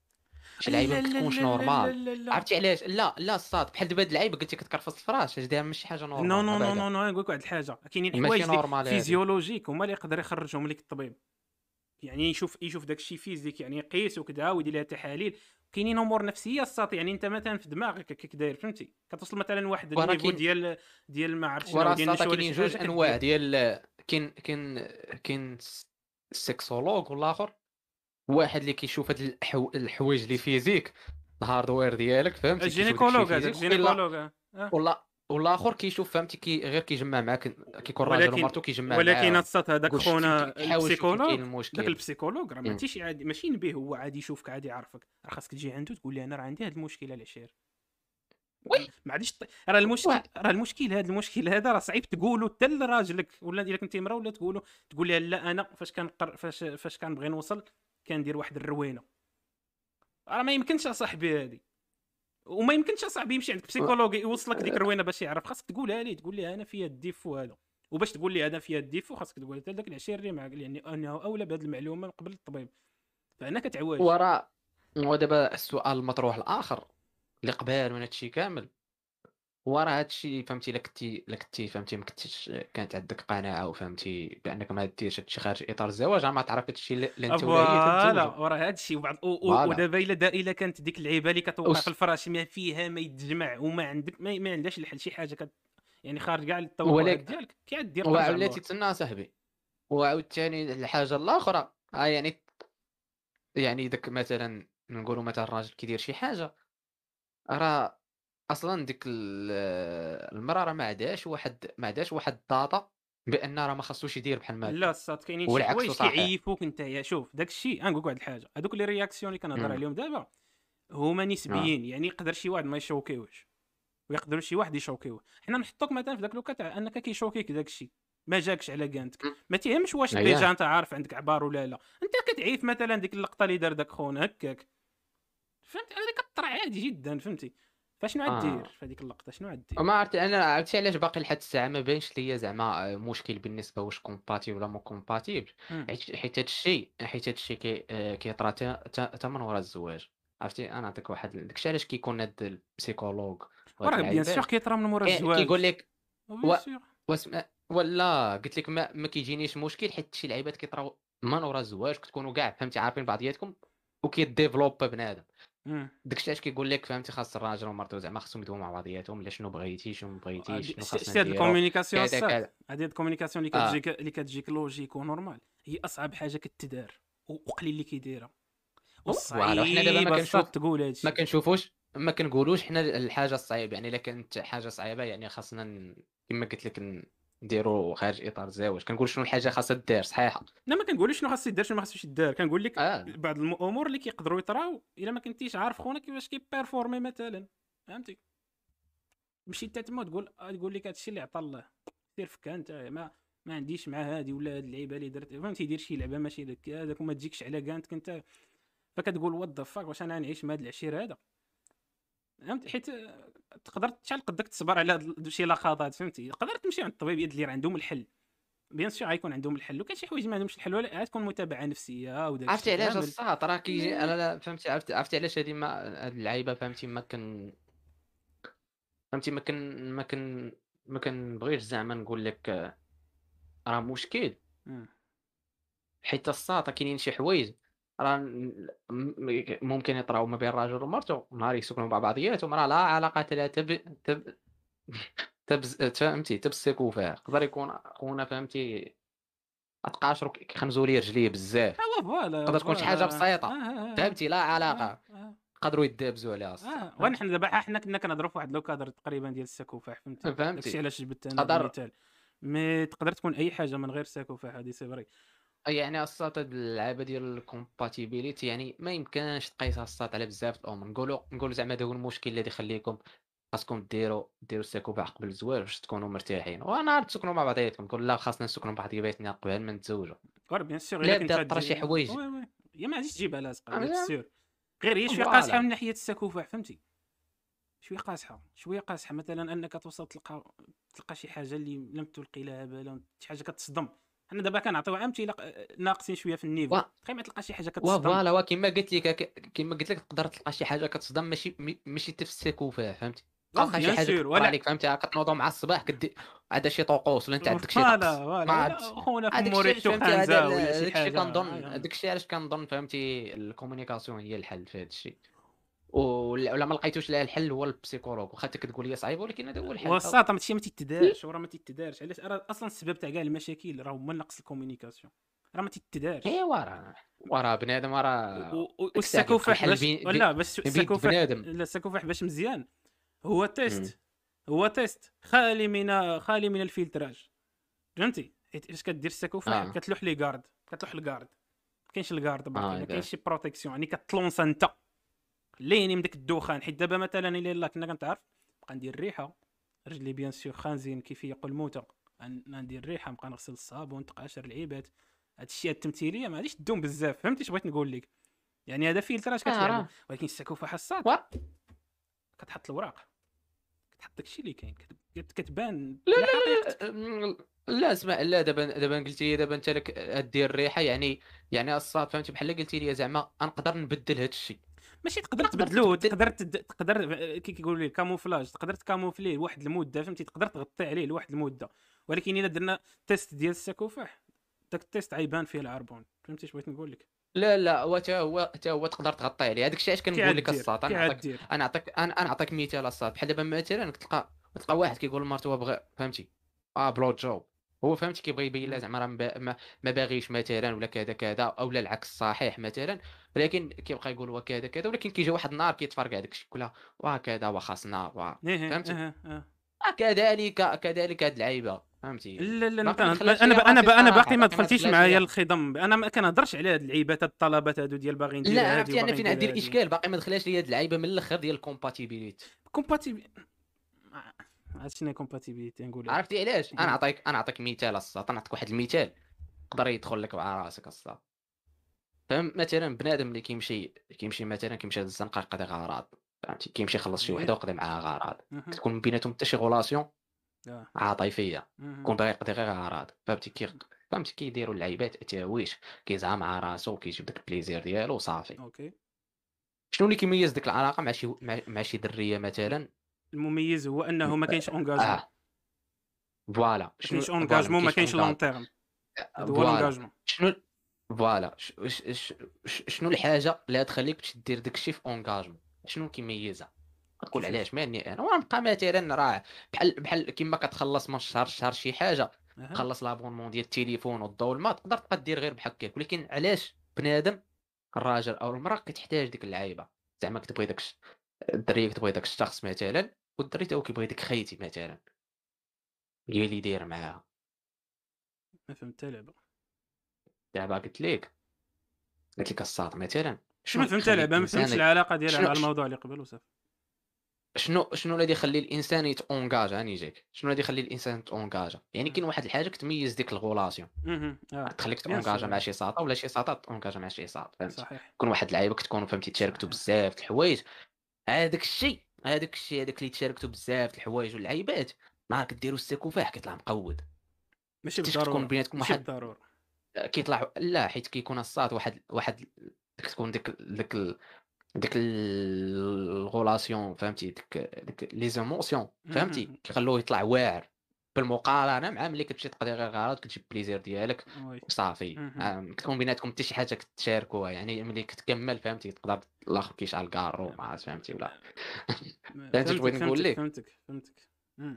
شي لعيبه لا ما لا كتكونش لا لا لا نورمال. لا لا. عرفتي علاش؟ لا لا الصاد بحال دابا هاد اللعيبه قلتي كتكرفص الفراش، اش داير ماشي حاجه نو نورمال نو نو نو ابدا. نو نقول لك واحد الحاجه، كاينين ماشي حوايج اللي نورمال هادي. فيزيولوجيك هما اللي يقدر يخرجهم لك الطبيب. يعني يشوف يشوف داك الشيء فيزيك، يعني يقيس وكذا ويدير لها تحاليل. كاينين امور نفسيه الساط، يعني انت مثلا في دماغك كيك داير فهمتي، كتوصل مثلا واحد وراه النيفو كاين، ديال ديال ما عرفت شنو وراه ديال الصاد النشوه ولا كاينين شي حاجه جوج انواع كدير. ديال، كاين كاين كاين السكسولوج والاخر، واحد اللي كيشوف هاد الحو... الحوايج اللي فيزيك، الهاردوير ديالك فهمتي، كيشوف داكشي الجينيكولوج هذاك فيزيك. وكاين الجينيكولوج اه آه. ولا والاخر كيشوف فهمتي كي غير كيجمع معاك، كيكون راجل ولكن ومرته كيجمع ولكن معاهم. السط هذاك قول شتي في- خونا كيحاول يشوف فين كاين البسيكولوج. داك المشكل. البسيكولوج راه أمم. ماشي شي عادي، ماشي نبيه، هو عادي يشوفك عادي يعرفك، راه خاصك تجي عنده تقول لي انا راه عندي هذا المشكل العشير. وي ما عادش ط... راه المشكل، وا- راه المشكل هذا المشكل هذا راه صعيب تقولوا حتى لراجلك، ولا الا كنتي مرا ولا تقولوا تقول لها لا انا فاش كنقر فاش فاش كنبغي نوصل كندير واحد الروينه. راه ما يمكنش اصاحبي هذه، وما يمكنش اصاحبي يمشي عندك وا- بسيكولوج يوصلك ديك الروينه باش يعرف. خاصك تقولها ليه، تقول لي انا فيا الديفو هذا. وباش تقول لي انا فيا الديفو خاصك تقول حتى داك العشير اللي معك، يعني انه اولى بهذه المعلومه قبل الطبيب، فانا كتعواج. وراه. ودابا السؤال المطروح الاخر اللي قبال من هادشي كامل، وراه هادشي فهمتي، الا كنتي الا كنتي فهمتي ما كنتيش كانت عندك قناعه وفهمتي بانك ما ديرش هادشي خارج اطار الزواج، راه ما تعرف هادشي اللي اللي انت ولا هي فوالا تتزوجوا. وراه هذا الشيء. وبعض و- و- فوالا. ودابا الا دا الا كانت ديك اللعيبه اللي كتوقع في وس... الفراش ما فيها ما يتجمع وما عندك ما, ما عندهاش الحل، شي حاجه كت يعني خارج كاع التوقعات ولكن ديالك كيعاد دير ترجع وعاولاتي للور. تسنى صاحبي. وعاود ثاني الحاجه الاخرى، ها يعني، يعني داك مثلا نقولوا مثلا الراجل كيدير شي حاجه، راه اصلا ديك ال- المراه راه ما عندهاش واحد ما عندهاش واحد الداتا بان راه ما خصوش يدير بحال ما لا هكا. الصاد كاينين شي والعكس حوايج صحيح. كيعيفوك نتايا. شوف داك الشيء غنقول لك واحد الحاجه، هذوك لي رياكسيون اللي كنهضر امم. عليهم دابا هما اه. نسبيين، يعني يقدر شي واحد ما يشوكيوش ويقدر شي واحد يشوكيوه. حنا نحطوك مثلا في ذاك الوقت تاع انك كيشوكيك داك الشيء، ما جاكش على كانتك، أمم. ما تيهمش واش ديجا اييه. انت عارف عندك عبار ولا لا، انت كتعيف مثلا ديك اللقطه اللي دار داك خونا هكاك، فهمت، هذه كطرا عادي جدا فهمتي. فشنو عدير اه في هذيك اللقطه، شنو عدير؟ ما عرفت انا، عرفتي علاش باقي لحد الساعه ما بانش ليا زعما آه، مشكل بالنسبه واش كومباتيبل ولا مو كومباتيبل. مم. حيت حيت هذا الشيء حيت هذا الشيء كي آه، كيطرا تا تا تا من وراء الزواج. عرفتي انا نعطيك واحد داكشي علاش كيكون هاد البسيكولوج وهاد وراه بيان سور اللعيبات كيطرا من مورا كي- كيقول الزواج. لك بيان و... سور. واسم... ولا قلت لك ما, ما كيجينيش مشكل، حيت شي لعيبات كيطراو من وراء الزواج، كتكونوا كاع فهمتي عارفين بعضياتكم وكيديفلوب بنادم. مم. داكشي علاش كيقول لك فهمتي خاص الراجل ومرته زعما خاصهم يدويو مع بعضياتهم، لا شنو بغيتي شنو ما بغيتيش شنو خاصنا شتي هاد نديرو الكوميونيكاسيون كذا الصاد، كذا. هاد الكوميونيكاسيون اللي اه كتجيك اللي كتجيك لوجيك ونورمال، هي اصعب حاجه كتدار و- وقليل اللي كيديرها، فوالا. وحنا دابا ما والصعيب الصاد كنشوف تقول ما هادشي. كنشوفوش ما كنقولوش حنا الحاجه الصعيبه، يعني الا كانت حاجه صعيبه يعني خاصنا ن... كما قلت لك نديرو خارج اطار الزواج، كنقول شنو الحاجه خاصها دير صحيحه. انا ما كنقولش شنو خاص يدار شنو ما خاصش يدار، كنقول لك اه بعض الامور اللي كيقدروا يطراو الا ما كنتيش عارف خونا كيفاش كيبيرفورمي مثلا، فهمتي. مشي انت تما تقول آه، تقول لك هادشي اللي عطا الله، سير فكا انت، ما ما عنديش مع هادي ولا هاد اللعيبه اللي درت فهمتي، يدير شي لعبه ماشي داك هذاك وما تجيكش على كانتك انت. فكتقول وات ذا فاك واش انا نعيش مع هاد العشير هذا، فهمت. حيت آه، تقدر شحال قدك تصبر على هاد شي لحظات فهمتي، تقدر تمشي عند الطبيب يدير عندهم الحل، بيان سور غيكون عندهم الحل، وكاين شي حوايج ما عندهمش الحل، ولا غتكون متابعه نفسيه وداك الشيء عرفتي علاش كامل. الساط راه كيجي مي انا لا فهمتي عرفتي عرفتي علاش هادي ما هاد اللعيبه فهمتي ما كن فهمتي ما كن ما كن ما كنبغيش زعما نقول لك آه، راه مشكل. مم. حيت الساط كاينين شي حوايج راه ن- م- ممكن يطراو ما بين الراجل ومرته نهار يسكنوا مع بعضياتهم، راه لا علاقه لها تب تب تبز فهمتي تبسكوا فيه، يقدر يكون خونا فهمتي اتقاشروا كيخنزوا ليه رجليه بزاف، ها هو فوالا تقدر تكون شي حاجه فوالا اه بسيطه اه اه فهمتي لا اه علاقه، اه يقدروا يدابزوا عليها الساط اه فهمتي. ونحن دابا حنا كنا كنهضروا في واحد لوكادر تقريبا ديال الساكوفاح، فهمتي داكشي فهمتي علاش جبت انا هذا تقدر المثال. مي تقدر تكون اي حاجه من غير ساكوفاح، هذه سي فري. يعني الساط هاد اللعابه ديال الcompatibility يعني ما يمكنش تقيسها الساط على بزاف د الامور، نقولوا نقولوا زعما هذا هو المشكل الذي يخليكم خاصكم ديروا ديروا السيكوبا قبل الزواج باش تكونوا مرتاحين، ونهار تسكنوا مع بعضياتكم تقول لا خاصنا نسكنوا مع بعضياتنا قبل ما نتزوجوا. كور بيان سور الا لا كنت بدات طرا غتجي شي حوايج وي وي هي ما غاديش تجيبها لاصقه بيان فهمتي؟ سور، غير هي شويه قاصحه فوالا من ناحيه الساكوفاح، فهمتي شويه قاصحه شويه قاصحه مثلا انك توصل تلقى تلقى شي حاجه اللي لم تلقي لها بالا، شي حاجه كتصدم. حنا دابا كنعطيو امثله ناقصين شويه في و النيفو، تخيل ما تلقى شي حاجه كتصدم. وفوالا وكما قلت لك ك- كما قلت لك تقدر تلقى شي حاجه كتصدم ماشي مي- ماشي تفسكوا فيها فهمتي، اه تلقى شي بيان حاجه سور كطرى ولا عليك فهمتي كتنوضوا مع الصباح كدي عندها شي طقوس ولا انت عندك شي فوالا طقس ما فوالا ولا عرفتش. خونا هذاك فمو الشيء علاش ريحتو فهمتي هذا خانزه ولا شي هذاك الشيء حاجه كنظن آه. هذاك الشيء علاش كنظن فهمتي الكومونيكاسيون هي الحل في هذا الشيء، ولا ولا ما لقيتوش لها الحل هو البسيكولوج، واخا انت كتقول لي صعيب ولكن هذا هو الحل أو. والساطا هادشي ما تيتدارش وراه ما تيتدارش، علاش راه اصلا السبب تاع كاع المشاكل راه هو نقص الكومونيكاسيون، راه ما تيتدارش. ايوا راه وراه بنادم و- راه و- داك الساعه كيبقى والساكوفاح الحل باش بين بين ولا باش بين يد الساكوفاح بنادم. لا الساكوفاح باش مزيان هو إمم. تيست، هو تيست خالي من خالي من الفلتراج، فهمتي حيت اش كدير الساكوفاح اه كتلوح لي كارد، كتلوح الكارد، ما كاينش الكارد باقي، اه ما كاينش هذا شي بروتيكسيون، يعني كتلونسا انت خليني من داك الدخان. حيت دابا مثلا الا يلاه كنا كنتعرف نبقى ندير الريحه، رجلي بيان سور خانزين كيف يقول الموتى، انا ندير الريحه نبقى نغسل الصابون تقاشر العيبات، هاد الشيء التمثيليه ما غاديش تدوم بزاف، فهمتي اش بغيت نقول لك؟ يعني هذا فيلتر اش اه كتلعبوا، راه ولكن الساكوفه حصاد و... كتحط الوراق، كتحط داكشي اللي كاين كت- كتبان لا على لا لا حقيقتك. لا لا اسمع لا دابا دابا قلتي لي دابا انت لك دير الريحه يعني يعني الصاد فهمتي بحال قلتي لي زعما نقدر نبدل هذا الشيء، ماشي تقدر نقدر تبدلو، تبدل. تقدر تد... تقدر كي كيقولوا ليه كاموفلاج، تقدر تكاموفليه لواحد المده، فهمتي تقدر تغطي عليه لواحد المده، ولكن الا درنا تيست ديال الساكوفاح داك التيست غيبان فيه العربون، فهمتي اش بغيت نقول لك؟ لا لا هو حتى هو حتى هو تقدر تغطي عليه، هذاك الشيء علاش كي كنقول عاد لك دير الساط. كي انا عاد نعطيك دير انا نعطيك انا انا نعطيك مثال الساط بحال دابا مثلا تلقى تلقى واحد كيقول لمرته هو بغى فهمتي اه بلو جوب، هو فهمتي كيبغي يبين لها مم. زعما راه ما, ما ما باغيش مثلا ولا كذا كذا او لا العكس صحيح مثلا، ولكن كيبقى يقول هو كذا كذا، ولكن كيجي واحد النهار كيتفرقع داك الشيء كلها وهكذا وخاصنا و- ايه فهمتي. اه اه آه كذلك كذلك هاد اللعيبه فهمتي لا لا ما باقي ما كان دخلهاش انا ب... ليا انا راسي ب... انا باقي الصراحه ما باقي ما دخلتيش دخلهاش معايا ليا. الخضم، انا ما كنهضرش على هاد اللعيبات هاد الطلبات هادو ديال باغي ندير لا هادي عرفتي انا وباغي فين ندير عندي هادي. الاشكال باقي ما دخلهاش ليا هاد اللعيبه من الاخر ديال الكومباتيبيليتي. كومباتيبل عرفت شنو كومباتيبيتي نقولها لك؟ عرفتي علاش انا قول. نعطيك انا نعطيك مثال الساط، نعطيك واحد المثال يقدر يدخل لك مع راسك الساط. فهم مثلا بنادم اللي كيمشي كيمشي مثلا كيمشي للزنقه يقضي غراض فهمتي، كيمشي يخلص شي ايه وحده ويقضي معاها غراض، اها كتكون بيناتهم حتى شي غولاسيون اه عاطفيه، اها كون باغي يقضي غير غراض فهمتي كي فهمتي كيديروا اللعيبات التهاويش كيزعى مع راسو كيجيب داك البليزير ديالو وصافي. اوكي. شنو اللي كيميز ديك العلاقه مع شي مع, مع شي دريه مثلا؟ المميز هو انه ما كاينش اونغاجمون، اه فوالا ما شنو كاينش فوالا ما اونغاجمون، ما كاينش كاينش لون اونكاد تيرم، هذا هو فوالا لونغاجمون. شنو فوالا ش- ش- ش- ش- شنو الحاجه اللي غتخليك باش دير داكشي في اونغاجمون؟ شنو كيميزها؟ تقول كيفاش؟ علاش ماني انا ونبقى مثلا راه بحال بحال كيما كتخلص من الشهر شهر شي حاجه، اها تخلص لابونمون ديال التليفون والضو والماء تقدر تبقى دير غير بحال هكاك، ولكن علاش بنادم الراجل او المراه كتحتاج ديك اللعيبه؟ زعما كتبغي داك الش- الدريه كتبغي داك الشخص مثلا، والدري تا هو كيبغي ديك خيتي مثلا هي اللي داير معاها. ما فهمت حتى لعبه، دابا قلت لك قلت لك الساط مثلا ما شنو فهمت يخلي لعبه، ما فهمتش الانسان العلاقه ديالها شنو مع الموضوع اللي قبل وصافي. شنو شنو الذي يخلي الانسان يتونجاج هاني يجيك شنو الذي يخلي الانسان يتونجاج؟ يعني كاين واحد الحاجه كتميز ديك الغولاسيون اها اه تخليك بيان تونجاجا مع سور شي ساطا ولا شي ساطا تونجاجا مع شي ساط فهمتي. صحيح كون واحد اللعيبه كتكونوا فهمتي تشاركتوا صحيح. بزاف د الحوايج، هذاك الشيء هذاك الشيء هذاك اللي تشاركتوا بزاف د الحوايج واللعيبات نهار كديروا السيكوفاح كيطلع مقود ماشي حتى تكون بالضروره، بيناتكم ماشي واحد بالضروره. كيطلع لا، حيت كيكون الصاد واحد واحد ديك تكون ديك ديك ال ديك الغولاسيون فهمتي، ديك ديك لي زيموسيون فهمتي، اهم. كيخلوه يطلع واعر، بالمقارنة مع ملي كتمشي تقضي غير غرض كتجيب بليزير ديالك وي. وصافي، اهم. ما كتكون بيناتكم حتى شي حاجة كتشاركوها، يعني ملي كتكمّل فهمتي تقدر الآخر كيشعل كارو ما عرفت فهمتي ولا م فهمتي اش فهمتك، بغيت نقول فهمتك، لك؟ فهمتك، فهمتك. إمم.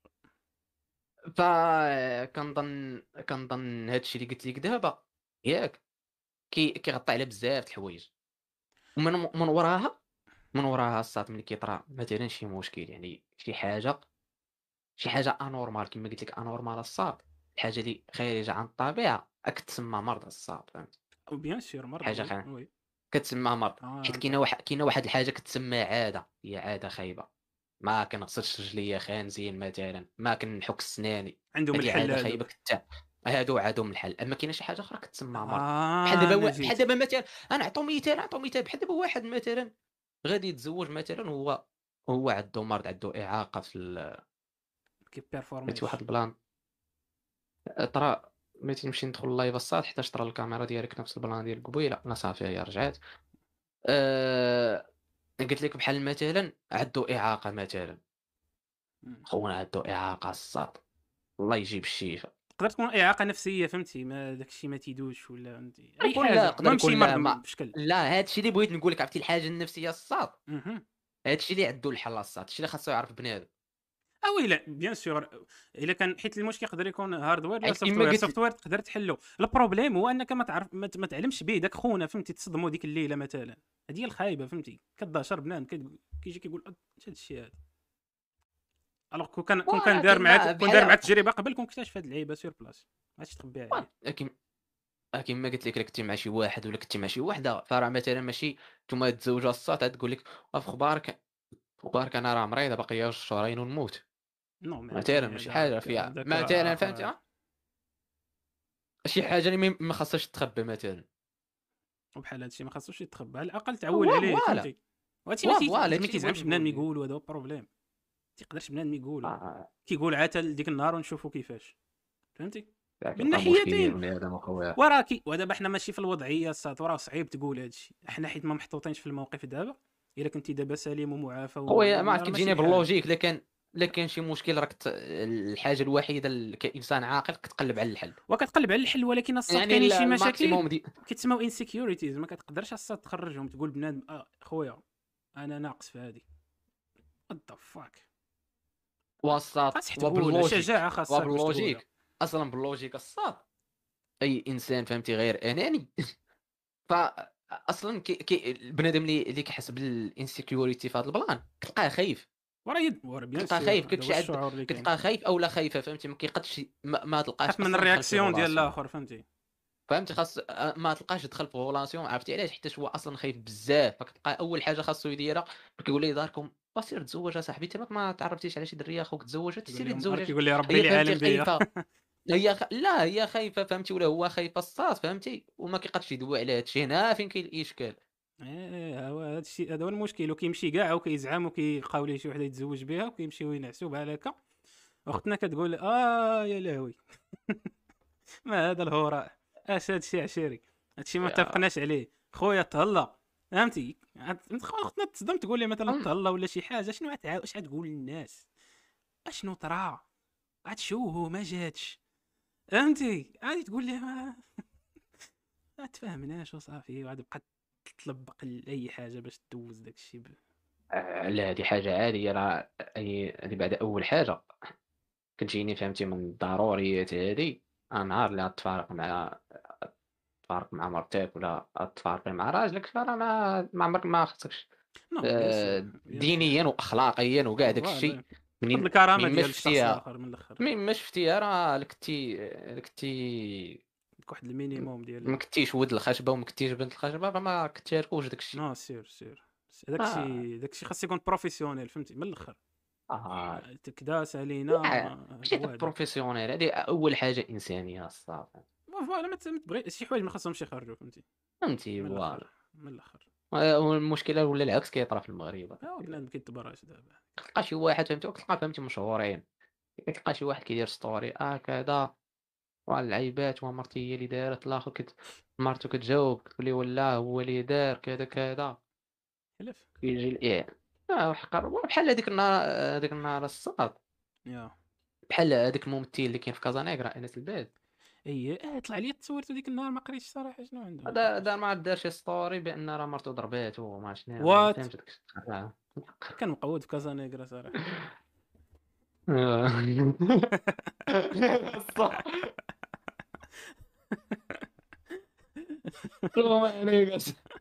فكنظن كنظن هاد الشي اللي قلت لك دابا ياك، كي كيغطي على بزاف د الحوايج، ومن من وراها من وراها الصاد ملي كيطرا مثلًا شي مشكل، يعني شي حاجة شي حاجة anormal كيما قلت لك anormal الصاد، الحاجة اللي خارجة عن الطبيعة كتسمى مرض الصاد فهمتي، وبيان سور مرض، حاجة وي، خ وي. كتسمى مرض، آه حيت أنت. كاينة واحد كاينة واحد الحاجة كتسمى عادة، هي عادة خايبة، ما كنغسلش رجليا خانزين مثلًا، ما كنحك سناني، عندهم هذه الحل عادة خايبة هادوك. كت هادو عادهم الحل، أما كاينة شي حاجة أخرى كتسمى مرض، بحال آه دابا أنا وا بحال جيت. دابا مثلًا غنعطيو مثال نعطيو مثال بحال دابا واحد مثلًا غادي يتزوج مثلًا وهو وهو عنده مرض، عنده إعاقة في ال فهمتي واحد كيبيرفورميش. البلان طرا بغيتي نمشي ندخل لايف الصاد حيتاش طرا الكاميرا ديالك نفس البلان ديال قبيله، لا صافي هي رجعت. آآ قلت لك بحال مثلًا عنده إعاقة مثلًا، إمم. خونا عنده إعاقة الصاد، الله يجيب الشيفا. تقدر تكون إعاقة نفسية فهمتي، ما داك الشي ما تيدوزش ولا فهمتي، أي يكون لا، حاجة، يقدر المهم شي يكون مرض لا م ما بشكل. لا هاد الشي اللي بغيت نقول لك عرفتي الحاجة النفسية الصاد، اهم. هاد الشي اللي عنده الحل الصاد، هاد الشي اللي خاصو يعرف بنادم. آه وي لأ بيان سور. إلا كان حيت المشكل يقدر يكون hardware ولا حيت كيما software. قلت لك software تقدر تحلّو، البروبليم هو أنك ما تعرف ما ت ما تعلمش به، داك خونا فهمتي تصدموا ديك الليلة مثلًا، هذه هي الخايبة فهمتي، كتهشر بنادم كتقول كيجي كيقول أط اش هاد الشي هذا، ألوغ كون كان كون كان دار ولكن معاك ما كون دار بحال معاك تجربة قبل كون اكتشف هاد اللعيبة sur place، ما عادش تخبيها عليه. ولكن آه كيما قلت لك إلا كنتي مع شي واحد ولا كنتي مع شي وحدة، فراه مثلًا ماشي نتوما تزوجوا الصاد عاد تقول لك أخ أخبارك أخبارك أنا راه مريضة باقي جوج شهرين ونموت، نو مي مثلًا عاوتاني ماشي حاجة هذاك فيها هذاك مثلًا فهمتي آخر. آه، شي حاجة اللي ما ما خاصهاش تخبى مثلًا. وبحال هاد الشي ما خاصوش يتخبى، على الأقل تعوّل هو عليه فوالا، فهمتي، وهاد الشي ما هو تي فوالا ما هادشي اللي بغيت كيزعمش بنادم نقول لك. يقولو، هذا هو البروبليم، ما تيقدرش بنادم يقولو، آه، كيقول عاد حتى ديك النهار ونشوفوا كيفاش، فهمتي، ذاك من يبقى مشكل ديال ناحيتين. بنادم اخويا. وراه كي ودابا حنا ماشي في الوضعيه الساط، وراه صعيب تقول هاد الشي، حنا حيت ما محطوطينش في الموقف دابا، الا كنتي دابا سليم ومعافى خويا ما وراه عرفت ماشي كتجيني بحال. باللوجيك، إلا كان إلا كان شي مشكل راك ت الحاجة الوحيدة ال كإنسان عاقل كتقلب على الحل، وكتقلب على الحل، ولكن الساط يعني كاينين ال شي مشاكل الماكسيموم دي كيتسموا insecurities، ما كتقدرش الساط تخرجهم، تقول بنادم اه خويا انا ناقص في هادي، what the fuck. وسط خاصك تقولها، وباللوجيك شجاعة خاصك باش تقولها. وباللوجيك أصلًا باللوجيك الصاد أي إنسان فهمتي غير أناني فأصلًا كي كي البنادم اللي اللي كيحس بالinsecurity في هذا البلان كتلقاه خايف. وراه يد وراه بيان كتلقاه سور خايف، هذا هو كتمشي عند الشعور اللي كاين، كتلقاه خايف أولا خايفة فهمتي، ما كيقدش ما ما تلقاش خاف من أصلًا دخل في الرياكسيون ديال relation الاخر فهمتي. فهمتي، خاص أ ما تلقاش دخل في relation عرفتي علاش؟ حيتاش هو أصلًا خايف بزاف، فتلقاه أول حاجة خاصو يديرها كيقول ليه داركم وسير تزوّج أصاحبي أنت ماك ما تعرفتيش على شي درية أخوك تزوّج كيقول تسيري لهم ار تزوجي كيقول لي ربي هي اللي فهمتي عالم بيا. خايفة هي خ لا هي خايفة فهمتي ولا هو خايف الصاد فهمتي، وما كيقدش يدوي على هاد الشي، هنا فين كاين الإشكال. ايه هو هذا الشيء، هذا هو المشكل، وكيمشي كاع وكيزعم وكيلقاو ليه شي وحده يتزوج بها وكيمشيو ينعسوا بحال هكا، اختنا كتقول اه يا لهوي. ما هذا الهراء، اش هذا الشيء عشيري، هذا الشيء ما يا اتفقناش عليه، خويا تهلا فهمتي، عاد- انت خو- اختنا تصدم تقول لي مثلا أم تهلا ولا شي حاجه، شنو غتعاود اش غتقول للناس، اشنو طرا، عاد شو هو ما جاتش فهمتي، عادي تقول لي ما ما تفاهمناش وصافي، وعاد بقى تطلب اي حاجه باش دوز داك الشيء ب... آآ لا هذه حاجة عادية راه أي هذه بعد أول حاجة كتجيني فهمتي من الضروريات هذه، أنا نهار اللي غاتفارق مع تفارق مع مرتك ولا تفارقي مع راجلك فراه ما ما عمرك ما خصكش نو بيان سور، آآ بيان سور. دينيًا وأخلاقيًا وكاع داك فوالا، الشيء تحفظ منين الكرامه منين ما ديال الشخص شفتيها الاخر من الاخر، منين ما شفتيها راه لكتي لكتي ديك واحد المينيموم ما ديال. كنتيش ود الخشبة وما كنتيش بنت الخشبة فما كتشاركوش داك الشيء. نو سير سير، هذاك آه، الشيء داك الشيء خاص يكون بروفيسيونيل فهمتي من الاخر، آه، آه، تكداس علينا لأ آه، ماشي غير هو هذاك. professionnel هذه أول حاجة إنسانية الصافي فوالا ما ت- ما تبغي شي حوايج ما خاصهمش يخرجوا فهمتي فهمتي من فوالا. الاخر، من الاخر. آآ والمشكلة ولا العكس كيطرا في المغرب هو بنادم كيتبرج دابا. كتلقى شي واحد فهمتي وكتلقى فهمتي مشهورين كتلقى شي واحد كيدير story آه كذا والعيبات ومرتي هي اللي دارت الاخر كت مرتو كتجاوب كتقول لي والله هو اللي دار كذا كذا حلف. كيجي الإيه آه حقر بحال هذيك النهار هذاك النهار الصاد يا بحال هذاك الممثل اللي كاين في كازانيغرا انس الباز اي اه طلع لي تصورت ديك النهار، ما قريتش صراحه شنو عنده، ما دار دار فهمتش. ما عاد دار شي ستوري بان راه مرتو ضرباتو وما شنو ما وات فهمتش داك الشيء آه. كان مقود في كازانيغرا صراحه. صح شو عليك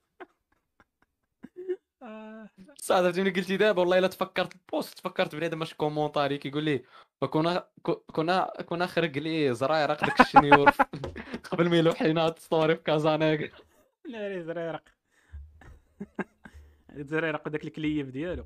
آه. صادفتني قلتي دابا والله الا تفكرت البوست تفكرت بنادم ماشي كومونتاري كيقول لي كنا كنا كنا خرج لي زرايرق داك الشنيور قبل ما يلوح لينا هاد ستوري في كازانيغ لا لا زريرق، زريرق وداك الكليب ديالو.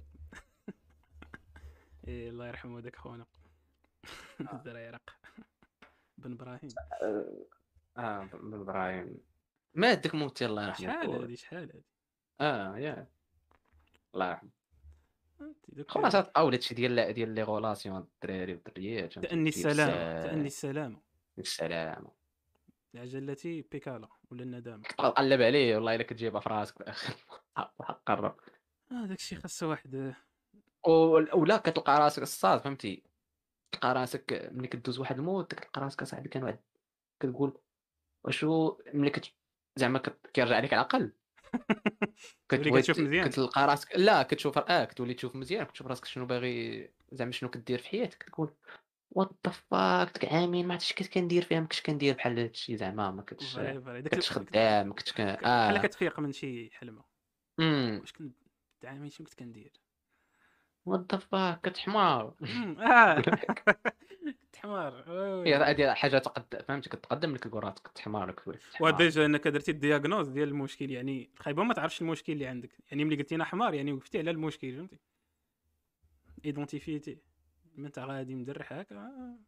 إيه الله يرحمه داك خونا. زريرق بن ابراهيم. اه بن ابراهيم مات داك الممثل الله يرحمه شحال خويا. هادي شحال هادي. اه يا الله يرحمه فهمتي دوك خونا تلقاو هادشي ديال ديال لي غولاسيون الدراري والدريات فهمتي تأني كتجي السلامة، تأني بزاف السلامة، السلام العجلة بيكالا ولا الندامة. تبقى تقلب عليه والله الا كتجيبها في راسك في الاخر حق قرب اه داكشي خاصو واحد. ولا كتلقى راسك الصاد فهمتي تلقى راسك ملي كدوز واحد المود كتلقى راسك اصاحبي كان واحد كتقول واشو ملي كت زعما كت... كيرجع عليك العقل تولي كتبغي كتشوف ت- مزيان. كتلقى راسك لا كتشوف اه كتولي تشوف مزيان كتشوف راسك شنو باغي زعما شنو كدير في حياتك كتقول وات ذا فاك ديك عامين ما عرفتش كنت كندير فيها ما كنتش كندير بحال هادشي زعما ما كنتش فري فري داك كنتش ال- خدام ما كنتش ك... ك- بحال اه كتفيق من شي حلمة. امم واش كنت عامل شنو كنت كندير. وات ذا فاك كتحمار أمم، اه كنت حمار وي هي وي. هذه حاجه تقد فهمتي كتقدم لك الكره كتحمار لك تولي حمار وديجا انك درتي الدياغنوز ديال المشكل، يعني خايبه ما تعرفش المشكل اللي عندك، يعني ملي قلتي انا حمار يعني وقفتي على المشكل فهمتي، ايدونتيفيتي. ما انت غادي مدرح هكا آه.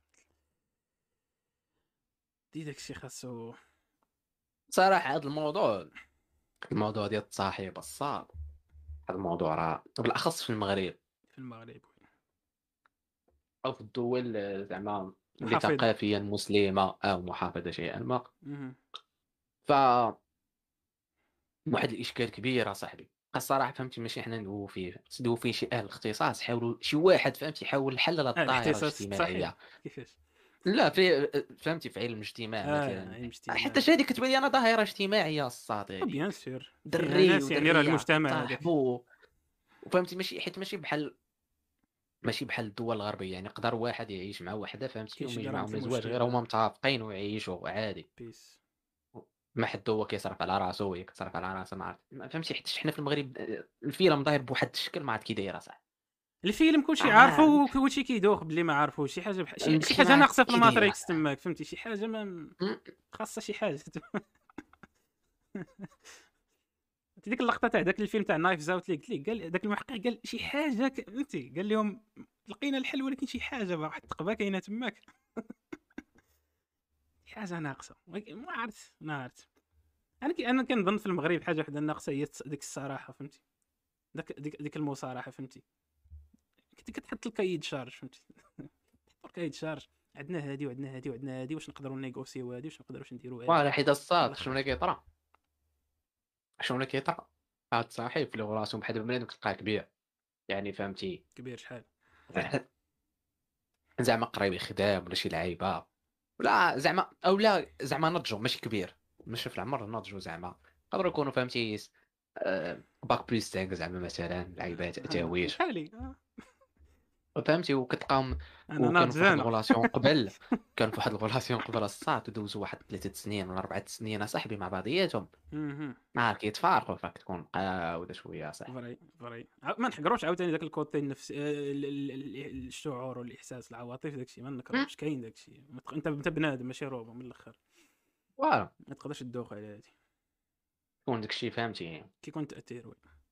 دي داكشي خاصو. صراحه هذا الموضوع الموضوع ديال التصاحب الصعب هذا الموضوع راه بالاخص في المغرب في المغرب او في الدول آه، زعما اللي محافظة. ثقافيا مسلمه او محافظه شيئا ما مهم. ف واحد الاشكال كبير اصاحبي الصراحه فهمتي ماشي حنا ندويو فيه ندويو فيه شي اهل اختصاص حاولوا شي واحد فهمتي يحاول الحل على اه الظاهره الاختصاص الاجتماعيه صحيح كيفاش. لا في فهمتي في علم الاجتماع اه مثلا علم حتى اجتماعي. شي هذيك كتبان لي انا ظاهره اجتماعيه الصاد آه هذيك بيان سور فيها دري ناس يعني راه ودريه المجتمع هذاك. يتصاحبوا وفهمتي ماشي حيت ماشي بحال ماشي بحال الدول الغربيه يعني يقدر واحد يعيش مع وحده فهمتي كاين شي وما يجمعهم جرامة الزواج غير المشكلة. هما متفقين ويعيشوا عادي بيس. ما حد هو كيصرف على راسو وهي كتصرف على راسها ما عرفت ما فهمتي حيت حنا في المغرب آه، الفيلم داير بواحد الشكل ما عرفت كي دايره صح الفيلم كلشي آه عارفو ما وكلشي كيدوخ باللي ما عارفوش، شي حاجه بح... شي... شي مشكل ما حاجه عرفت ناقصه في كي دايره الماتريكس صح تماك فهمتي، شي حاجه ما خاصها شي حاجه. ديك اللقطه تاع داك الفيلم تاع نايف اوت اللي قلت لك، قال داك المحقق قال شي حاجه ك- فهمتي، قال لهم لقينا الحل ولكن شي حاجه واحد التقبه كاينه تماك. شي حاجه ناقصه ولكن ما عرفت ما عرفت. انا ك... انا كنظن في المغرب حاجه وحده ناقصه هي التص- ديك الصراحه فهمتي، داك ديك, ديك المصارحه فهمتي. كنت كتحط الكايد شارج فهمتي. تحط الكايد شارج، عندنا هادي وعندنا هادي وعندنا هادي، واش نقدروا نيغوسيو هادي واش نقدروش نديروا هادي فوالا حيت من الصاد شنو الاخر. اللي كيطرا شنو اللي كيطرا هاد صاحب في راسهم بحال بنادم كتلقاه كبير يعني فهمتي كبير شحال. زعما قريب يخدم ولا شي لعيبه ولا زعما او لا زعما نضجوا ماشي كبير ماشي في العمر نضجوا زعما يقدروا يكونوا فهمتي س- آه، باك بليس تاعك زعما مثلا لعيبات آه، اتاويش بحالي آه. فهمتي وكتلقاهم انا وكانوا ناضج في واحد انا. الغولاسيون قبل كانوا في واحد الغولاسيون قبل الصاط ودوزوا واحد ثلاثة سنين ولا أربعة سنين اصاحبي مع بعضياتهم مهم. نهار كيتفارقوا فاك تكون قاوده شويه صح فري فري ع- ما نحقروش عاوتاني داك الكوتي النفسي، آه، ال- ال- ال- الشعور والاحساس العواطف داكشي ما نكروش، كاين داكشي ما تق- انت انت بنادم ماشي روبو من الاخر، فوالا ما تقدرش تدوخ على هادي. يكون داكشي فهمتي كيكون تاثير وي.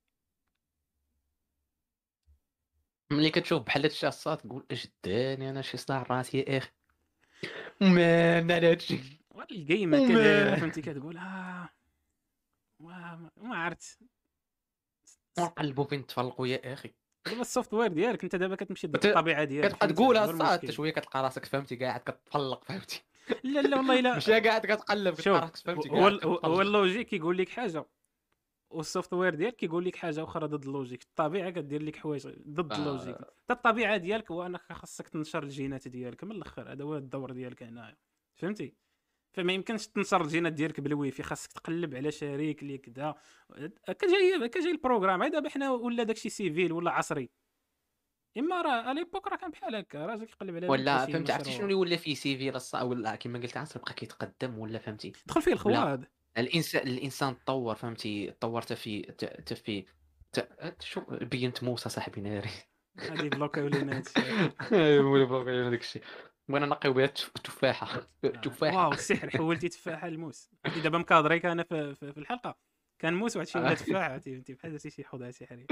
ملي كتشوف بحال هادشي الصاط تقول اش داني انا شي صداع راسي يا اخي ومان على هادشي القيمه كدايره ومان فهمتي، كتقول اه ما, ما عرفت. ونقلبوا فين تفلقوا يا اخي دابا السوفت وير ديالك انت دابا كتمشي ضد وت- الطبيعه ديالك كتبقى فهمتي، تقولها هو الصاد حتى المشكل. شويه كتلقى راسك فهمتي قاعد كتفلق فهمتي لا لا والله ماشي الا. قاعد كتقلب شوف، كتقرا فهمتي هو قاعد ال- هو كتطلق. اللوجيك كيقول لك حاجه، والسوفت وير ديالك كيقول لك حاجه اخرى ضد اللوجيك. الطبيعه كدير لك حوايج ضد اللوجيك. آه، حتى الطبيعه ديالك هو انك خاصك تنشر الجينات ديالك من الاخر، هذا هو الدور ديالك هنايا، فهمتي؟ فما يمكنش تنشر الجينات ديالك بالويفي، خاصك تقلب على شريك اللي كذا. كجاي كجاي البروغرام هذا. دابا حنا ولا داكشي سيفيل ولا عصري، اما راه اليبوك راه كان بحال هكا، راجل كيقلب على بنت ولا شي فهمتي عرفتي شنو مشروع. اللي ولا فيه سيفي للص ولا كما قلت عصر بقى كيتقدم ولا فهمتي. دخل فيه ولا الخواض. الانسان الانسان تطور فهمتي، تطور حتى في حتى في ت- شو بينت موسى صاحبي ناري. غادي بلوكي ولينا هادشي اخي. مولي بلوكي داك الشيء. بغينا نقيو بها التف- التفاحه آه، التفاحه. واو السحر، حولتي تفاحه لموس. عرفتي دابا مكادري كان في, في, في الحلقه كان موس وهادشي ولا تفاحه، عرفتي فهمتي بحال شي حوضه سحريه.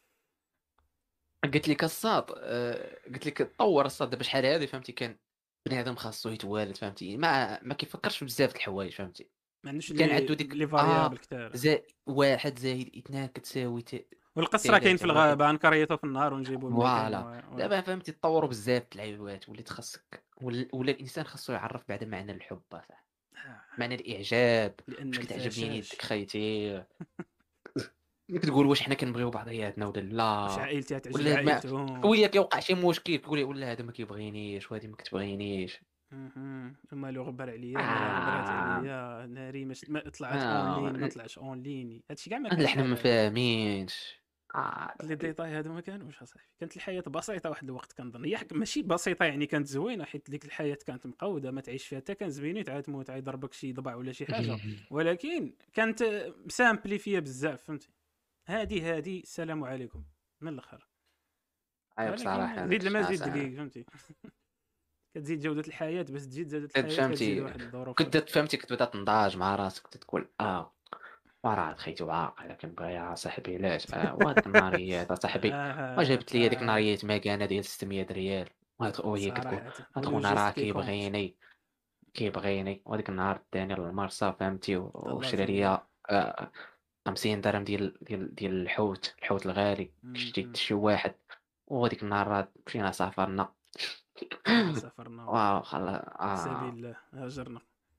قلت لك الصاد آه، قلت لك تطور الصاد دابا شحال هذه فهمتي. كان بنادم خاصو يتوالد فهمتي، ما ما كيفكرش في بزاف د الحوايج فهمتي. ما عندوش كان لي عنده ديك لي اه فاريابل كثار. زائد واحد زائد اثنان كتساوي ت- والقص راه كاين في ثلاثة واحد. الغابه، نكريطو في النهار ونجيبو ملي كاين فوالا و... و... دابا فهمتي تطوروا بزاف د اللعيبات، وليت خاصك ولا, ولا الانسان خاصو يعرف بعدا معنى الحب صح، آه، معنى الاعجاب. لان واش كتعجبني يدك الفشاش. خيتي، كتقول واش حنا كنبغيو بعضياتنا ولا واش لا. عائلتي تعجب ولا ما عائلتهم. وياك يوقع شي مشكل تقولي ولا هذا ما كيبغينيش وهذه ما كتبغينيش. اها، مالو غبر عليا، مالها غبرات آه عليا، ناري مش ما طلعت اونلاين ما آه طلعش اونلاين، هادشي كاع ما هذا اللي كان حنا بحال ما هكا. فاهمينش. آه هاد لي ديتاي هادو ما كانوش اصاحبي. كانت الحياه بسيطه واحد الوقت كنظن، هي حك- ماشي بسيطه يعني، كانت زوينه حيت ديك الحياه كانت مقوده ما تعيش فيها حتى كان زوينين، عاد تموت عاد يضربك شي ضبع ولا شي حاجه. ولكن كانت مسامبليفيه بزاف، فهمتي؟ هادي هادي السلام عليكم من الاخر. اي بصراحه ولكن هذاك زيد الشيء لما زيد عسى. دقيق، فهمتي؟ كتزيد جوده الحياه، باش تزيد جوده كنت الحياه كتزيد فهمتي، واحد الظروف كنت اخرى. فهمتي كنت بدات تنضاج مع راسك تقول اه وراه خيتو عاقل كنبغيها صاحبي علاش اه. وهذيك النهاريات صاحبي ما آه جابت لي هذيك آه النهاريات ماكانه ديال ستمية ريال. وهاد- وهي كتقول صراحه هاد خونا ولوجيست راه كي كونت. كيبغيني كيبغيني. وهذيك النهار داني للمرسى فهمتي الله وشرى فيها. ليا آه خمسين درهم ديال ديال ديال الحوت الحوت الغالي شريت مهم. شي واحد. وهذيك النهار راه مشينا سافرنا. آه سافرنا والله. واو خلا في سبيل آه. الله هاجرنا.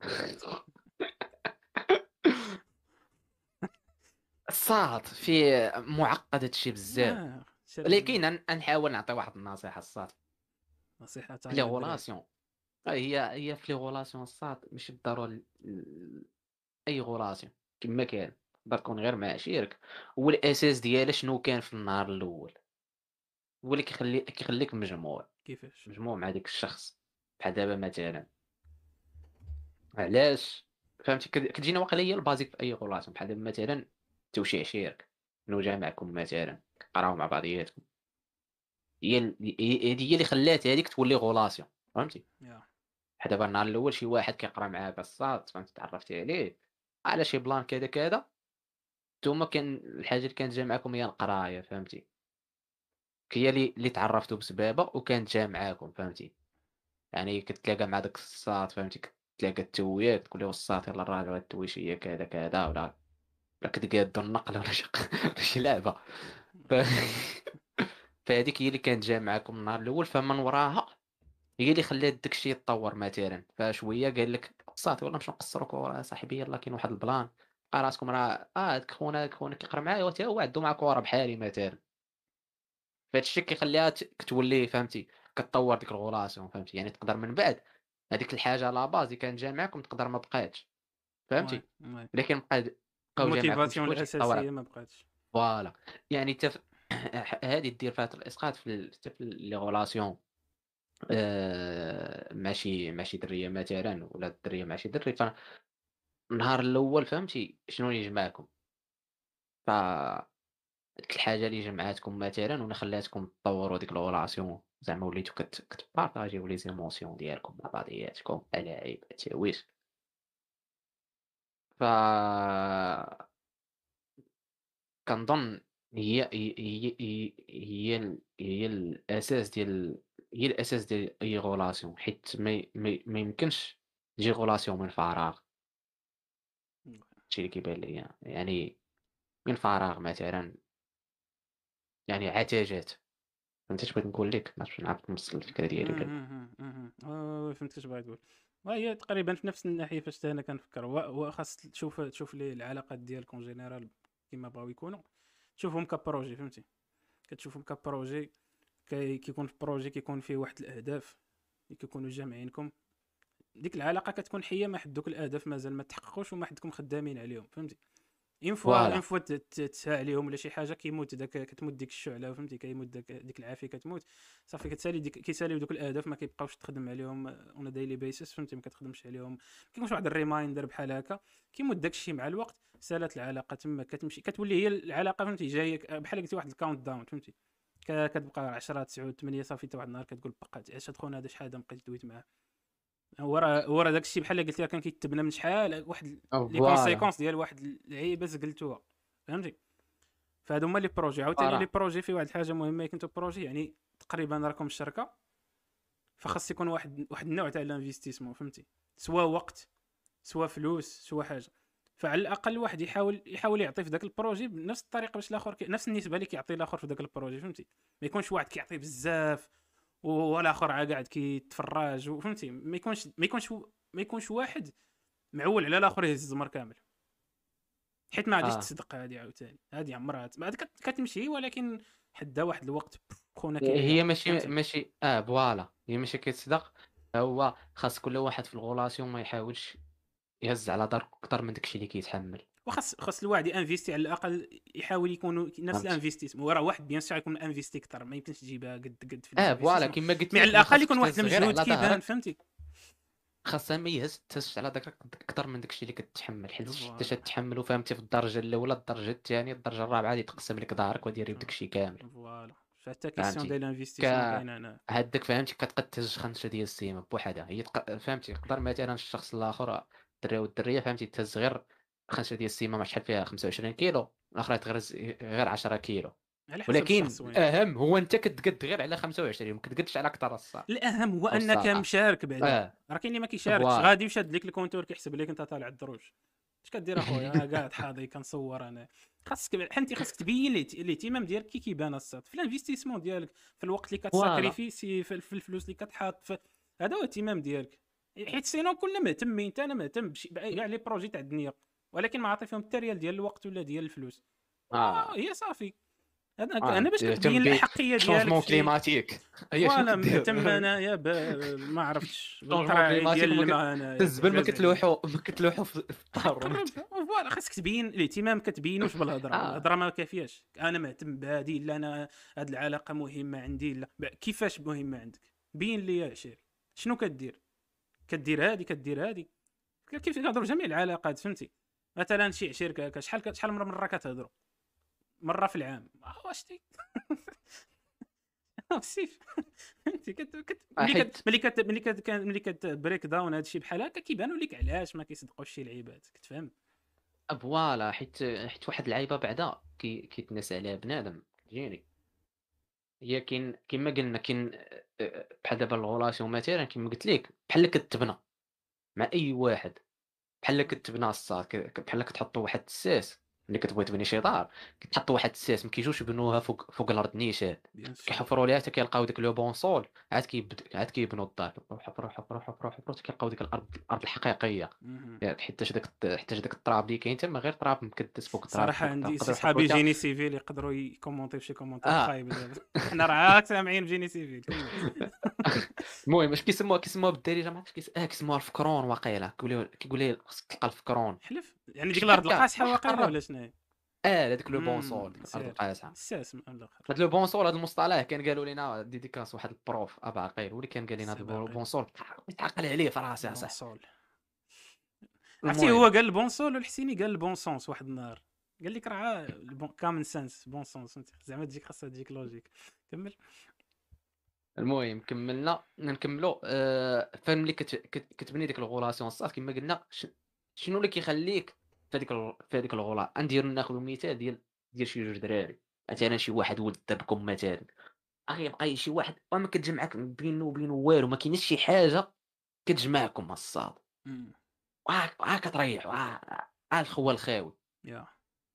الصاد في معقد هادشي بزاف. آه شر... ولكن أن- نحاول نعطي واحد النصيحه الصاد نصيحة في لي تعيط الدراري. غولاسيون. هي هي في لي غولاسيون الصاد ماشي بالضروره ل- ل- اي غولاسيون كما كان تقدر تكون غير مع عشيرك. هو الاساس ديالها شنو كان في النهار الاول، هو اللي كيخلي كيخليك مجموع كيفاش؟ مجموع مع داك الشخص. بحال دابا مثلا علاش فهمتي كت- كتجينا واقيلا هي البازيك في اي غولاسيون. بحال دابا مثلا انت وشي عشيرك شنو جا معكم مثلا تقراو مع بعضياتكم، هي ال- هي- هذه هي اللي خلات هذيك تولي غولاسيون فهمتي. يا بحال دابا النهار الاول شي واحد كيقرا معاك الصاد فهمتي تعرفتي عليه على شي بلان كذا كذا. نتوما كان الحاجه اللي كانت جامعاكم هي القرايه فهمتي، هي اللي اللي تعرفتوا بسبابها وكانت جا معاكم فهمتي. يعني كتلاقى مع داك الصاد فهمتي، كتلاقى انت وياه تقول له الصاد يلاه الراجل غدوي شي كذا كذا ولا ولا كتقادوا النقل ولا شي ولا شي لعبه. ف... فهذيك هي اللي كانت جا معاكم النهار الاول. فمن وراها هي اللي خلات داك الشيء يتطور مثلا. فشويه قال لك صافي والله نمشيو نقصروا راه صاحبي يلاه كاين واحد البلان لقى راسكم راه اه داك خونا داك خونا كيقرا معايا وتا هو عنده معاك كره بحالي مثلا. فهاد الشيء كيخليها ت- كتولي فهمتي كتطور ديك الغولاسيون فهمتي. يعني تقدر من بعد هذيك الحاجه لا باز اللي كان جا معاكم تقدر ما بقاتش وي فهمتي. وي. ولكن بقى بقاو جا معاكم شي الموتيفاسيون حوايج كيتطور. الاساسيه ما بقاتش. فوالا يعني تف... هذه دير فيها الاسقاط في ال- حتى في لي غولاسيون آآ مع شي مع شي درية مثلًا ولا الدرية مع شي دري. فالنهار الأول فهمتي شنو اللي جمعكم. ف ديك الحاجة اللي جمعاتكم مثلًا ولا خلاتكم تطوروا ديك الrelation زعما وليتو كت كتبارطاجيو لي زيموسيون ديالكم مع بعضياتكم ألاعب التاويش. ف كنظن هي هي هي هي هي ال هي الأساس ديال هي الأساس ديال أي relation حيت ما ي ما ي ما يمكنش تجي relation من فراغ. هادشي اللي كيبان ليا يعني من فراغ مثلًا يعني عتاجات. فهمتي اش بغيت نقول لك؟ ما عرفتش نعرف نوصل الفكرة ديالي ولا لا. اها اها. اه فهمت اش باغي تقول. وهي تقريبا في نفس الناحيه فاش حتى انا كنفكر، هو خاص تشوف تشوف لي العلاقات ديالكم جينيرال كيما بغاو يكونوا، تشوفهم كبروجي فهمتي، كتشوفهم كبروجي، كي كيكون في بروجي كيكون فيه واحد الاهداف اللي كيكونوا جامعينكم، ديك العلاقه كتكون حيه ما حد دوك الاهداف مازال ما تحققوش وما حدكم خدامين عليهم فهمتي. اون فوا اون فوالا. فوا تسعى عليهم ولا شي حاجه كيموت داك، كتموت ديك الشعله فهمتي، كيموت داك ديك العافيه كتموت صافي، كتسالي ديك كيساليو دوك الاهداف ما كيبقاوش تخدم عليهم اون دايلي بيسس فهمتي، ما كتخدمش عليهم، ما كيكونش واحد الريمايندر بحال هكا، كيموت داك الشيء مع الوقت، سالات العلاقه تما كتمشي كتولي هي العلاقه فهمتي جايه بحال قلتي واحد الكاونت داون فهمتي، ك- كتبقى عشرة تسعة ثمانية صافي حتى واحد النهار كتقول بقات علاش هاد خونا هذا شحال هذا بقيت دويت معاه، هو راه هو راه داك الشيء بحال اللي قلت لك كان كيتبنى من شحال واحد لي فوالا كونسيكونس ديال واحد العيبه زقلتوها فهمتي. فهادو هما لي بروجي، عاوتاني لي صراحه. بروجي فيه واحد الحاجه مهمه، كنتو بروجي يعني تقريبا راكم الشركه، فخاص يكون واحد واحد النوع تاع الانفستيسمون فهمتي، سواء وقت سواء فلوس سواء حاجه، فعلى الاقل واحد يحاول يحاول يعطي في ذاك البروجي بنفس الطريقه باش الاخر كي... نفس النسبه اللي كيعطي الاخر في ذاك البروجي فهمتي، ما يكونش واحد كيعطي بزاف والاخر عا قاعد كيتفرج فهمتي، ما يكونش ما يكونش ما يكونش واحد معول على الاخر يهز الزمر كامل، حيت ما غاديش اه تصدق هذه عاوتاني، هذه عمرها بعد كت- كتمشي ولكن حدا واحد الوقت خونا كيعيا هي ماشي فهمتي. ماشي اه فوالا، هي ماشي كتصدق. هو خاص كل واحد في الغولاسيون ما يحاولش يهز على دار اكثر من داكشي اللي كيتحمل. وخاص خاص الواحد انفيستي على الاقل، يحاول يكونوا نفس فهمت. الانفستيسمون، وراه واحد بيان سور يكون انفيستي اكثر، ما يمكنش تجيبها قد قد في اه فوالا الانفستيسمون، كما قلت مي على لك، ما الاقل خاصكش يكون واحد تهز غير المجهود على كيبان ظهرك، فهمتي. خاصها ما يهز تهز على ظهرك اكثر من داكشي اللي كتحمل، حيت حتى فوالا تتحملوا فهمتي في الدرجه الاولى، الدرجه الثانيه، الدرجه الرابعه غادي تقسم لك ظهرك وديري داكشي كامل. فوالا حتى كيسيون فهمتي. ديال ك الانفستيسمون كاينه هنا. هاداك فهمتي كتقد تهز خمسه ديال السيما بوحدها، هي تق... فهمتي يقدر مثلا الشخص الاخر، الدري والدريه فهمتي تهز غير خمسه ديال السيما مع شحال فيها خمسة وعشرين كيلو، الاخرى تغرز غير عشرة كيلو. على حسب ولكن الشخص وين. الاهم هو انت كتقد غير على خمسة وعشرين، ما كتقدش على اكثر الصح الاهم هو او انك الساقه. مشارك بعدا، اه راه كاين اللي ما كيشاركش فوالا. غادي وشاد لك الكونتور كيحسب لك انت طالع الدروج، اش كدير اخويا انا قاعد حاضي كنصور انا، خاصك حنتي خاصك تبين لي الاهتمام ديالك كي كيبان الصاد في الانفستيسمون ديالك، في الوقت اللي فوالا. كتساكريفيسي في في الفلوس اللي كتحط في... هذا هو الاهتمام ديالك، حيت سينو كلنا مهتمين، حتى انا مهتم بشي كاع لي بروجي تاع الدنيا، ولكن ما عاطي فيهم حتى ريال ديال الوقت ولا ديال الفلوس، آه اه هي صافي. انا اه انا باش تهتم كتبين الاحقيه ديالك بشونجمون في شي، كليماتيك. هي شنو فوالا كدير؟ مهتم انايا ب... ما عرفتش شونجمون بالقراعي كليماتيك، ديال وما كت- الماء انايا الزبل ما بالجزائري، كتلوحو ما كتلوحو في في الدار قرب وانت. فوالا خاصك تبين الاهتمام، كتبينوش بالهضره، اه الهضره ما كافياش، انا مهتم بهذه لا انا هذه العلاقه مهمه عندي لا ب- كيفاش مهمه عندك، بين لي يا عشيري شنو كدير، كدير هذه كدير هذه، كيف كنهضروا جميع العلاقات فهمتي، مثلا شي عشير شحال شحال مره مره كتهضروا، مره في العام آه، واش دي سيف فهمتي كت كت ملي حيت كت ملي كت ملي كت كان ملي كت بريك داون هادشي بحال هكا كيبانوا لك علاش ما كيصدقوش شي لعيبات كتفهم. فوالا، حيت حيت واحد اللعيبه بعدا كي كيتنسى عليها بنادم كتجيني، هي كاين كيما قلنا كاين آه، بحال دابا الغولاسيون مثلا كيما قلت لك بحال كتبنى مع اي واحد، بحال كتبنى الصاد، ك- بحال كتحطوا واحد الساس. ملي كتبغي تبني شي دار كتحطوا واحد الساس، ما كيجوش يبنوها فوق فوق الارض نيشان، بيان سور كيحفروا ليها حتى كيلقاو داك لو بون سول، عاد كيبد عاد كيبنوا الدار، كيبقاو يحفروا يحفروا يحفروا يحفروا حتى كيلقاو ديك الارض، الارض الحقيقيه. مهم. يعني حيت داك حتى داك التراب اللي كاين تما غير تراب مكدس فوق تراب صراحه فوق تراب، عندي سي يقدروا يحفروا صحابي حتى. جيني سيفيل يقدروا يكومونتي في شي كومونتير اه خايب دابا حنا راه سامعين بجيني سيفيل كمل. المهم اش كيسموها كيسموها بالدارجه ما عرفتش كيس... اه كيسموها الفكرون واقيلا، كيقولوا كيقول لي خصك تلقى الفكرون حلف يعني ديك شي الارض هكا القاصحه واخا واقيلا قرب. ولا شنو هي؟ اه هذاك لو بون سول، امم ديك الارض سير القاصحه. الساس من الاخر. هاد لو بون سول، هاد المصطلح كان قالوا لنا ديديكاس واحد البروف ابا عقيل، هو اللي كان قال لنا هاد سي باقي البون سول، تعقل عليه في راسي بون اصاحبي. سول، عرفتي هو المهم قال البون سول والحسيني قال البون سونس واحد النهار، قال لك راه كامن سنس بون سونس زعما تجيك خاصها تجيك لوجيك. كمل. المهم كملنا نكملوا. آه فملي كت... كت... كتبني ديك الغولاسيون الصاد كما قلنا، ش... شنو اللي كيخليك في هذيك ال... في هذيك الغولا. ندير ناخذ مثال ديال ديال شي جوج دراري، مثلا شي واحد ولد دابكم مثلا، اخي يبقى شي واحد وما كتجمعك بينه وبينه والو، ما كاينش شي حاجه كتجمعكم الصاد، امم وها وها كتريح وها ها الخوه الخاوي. يا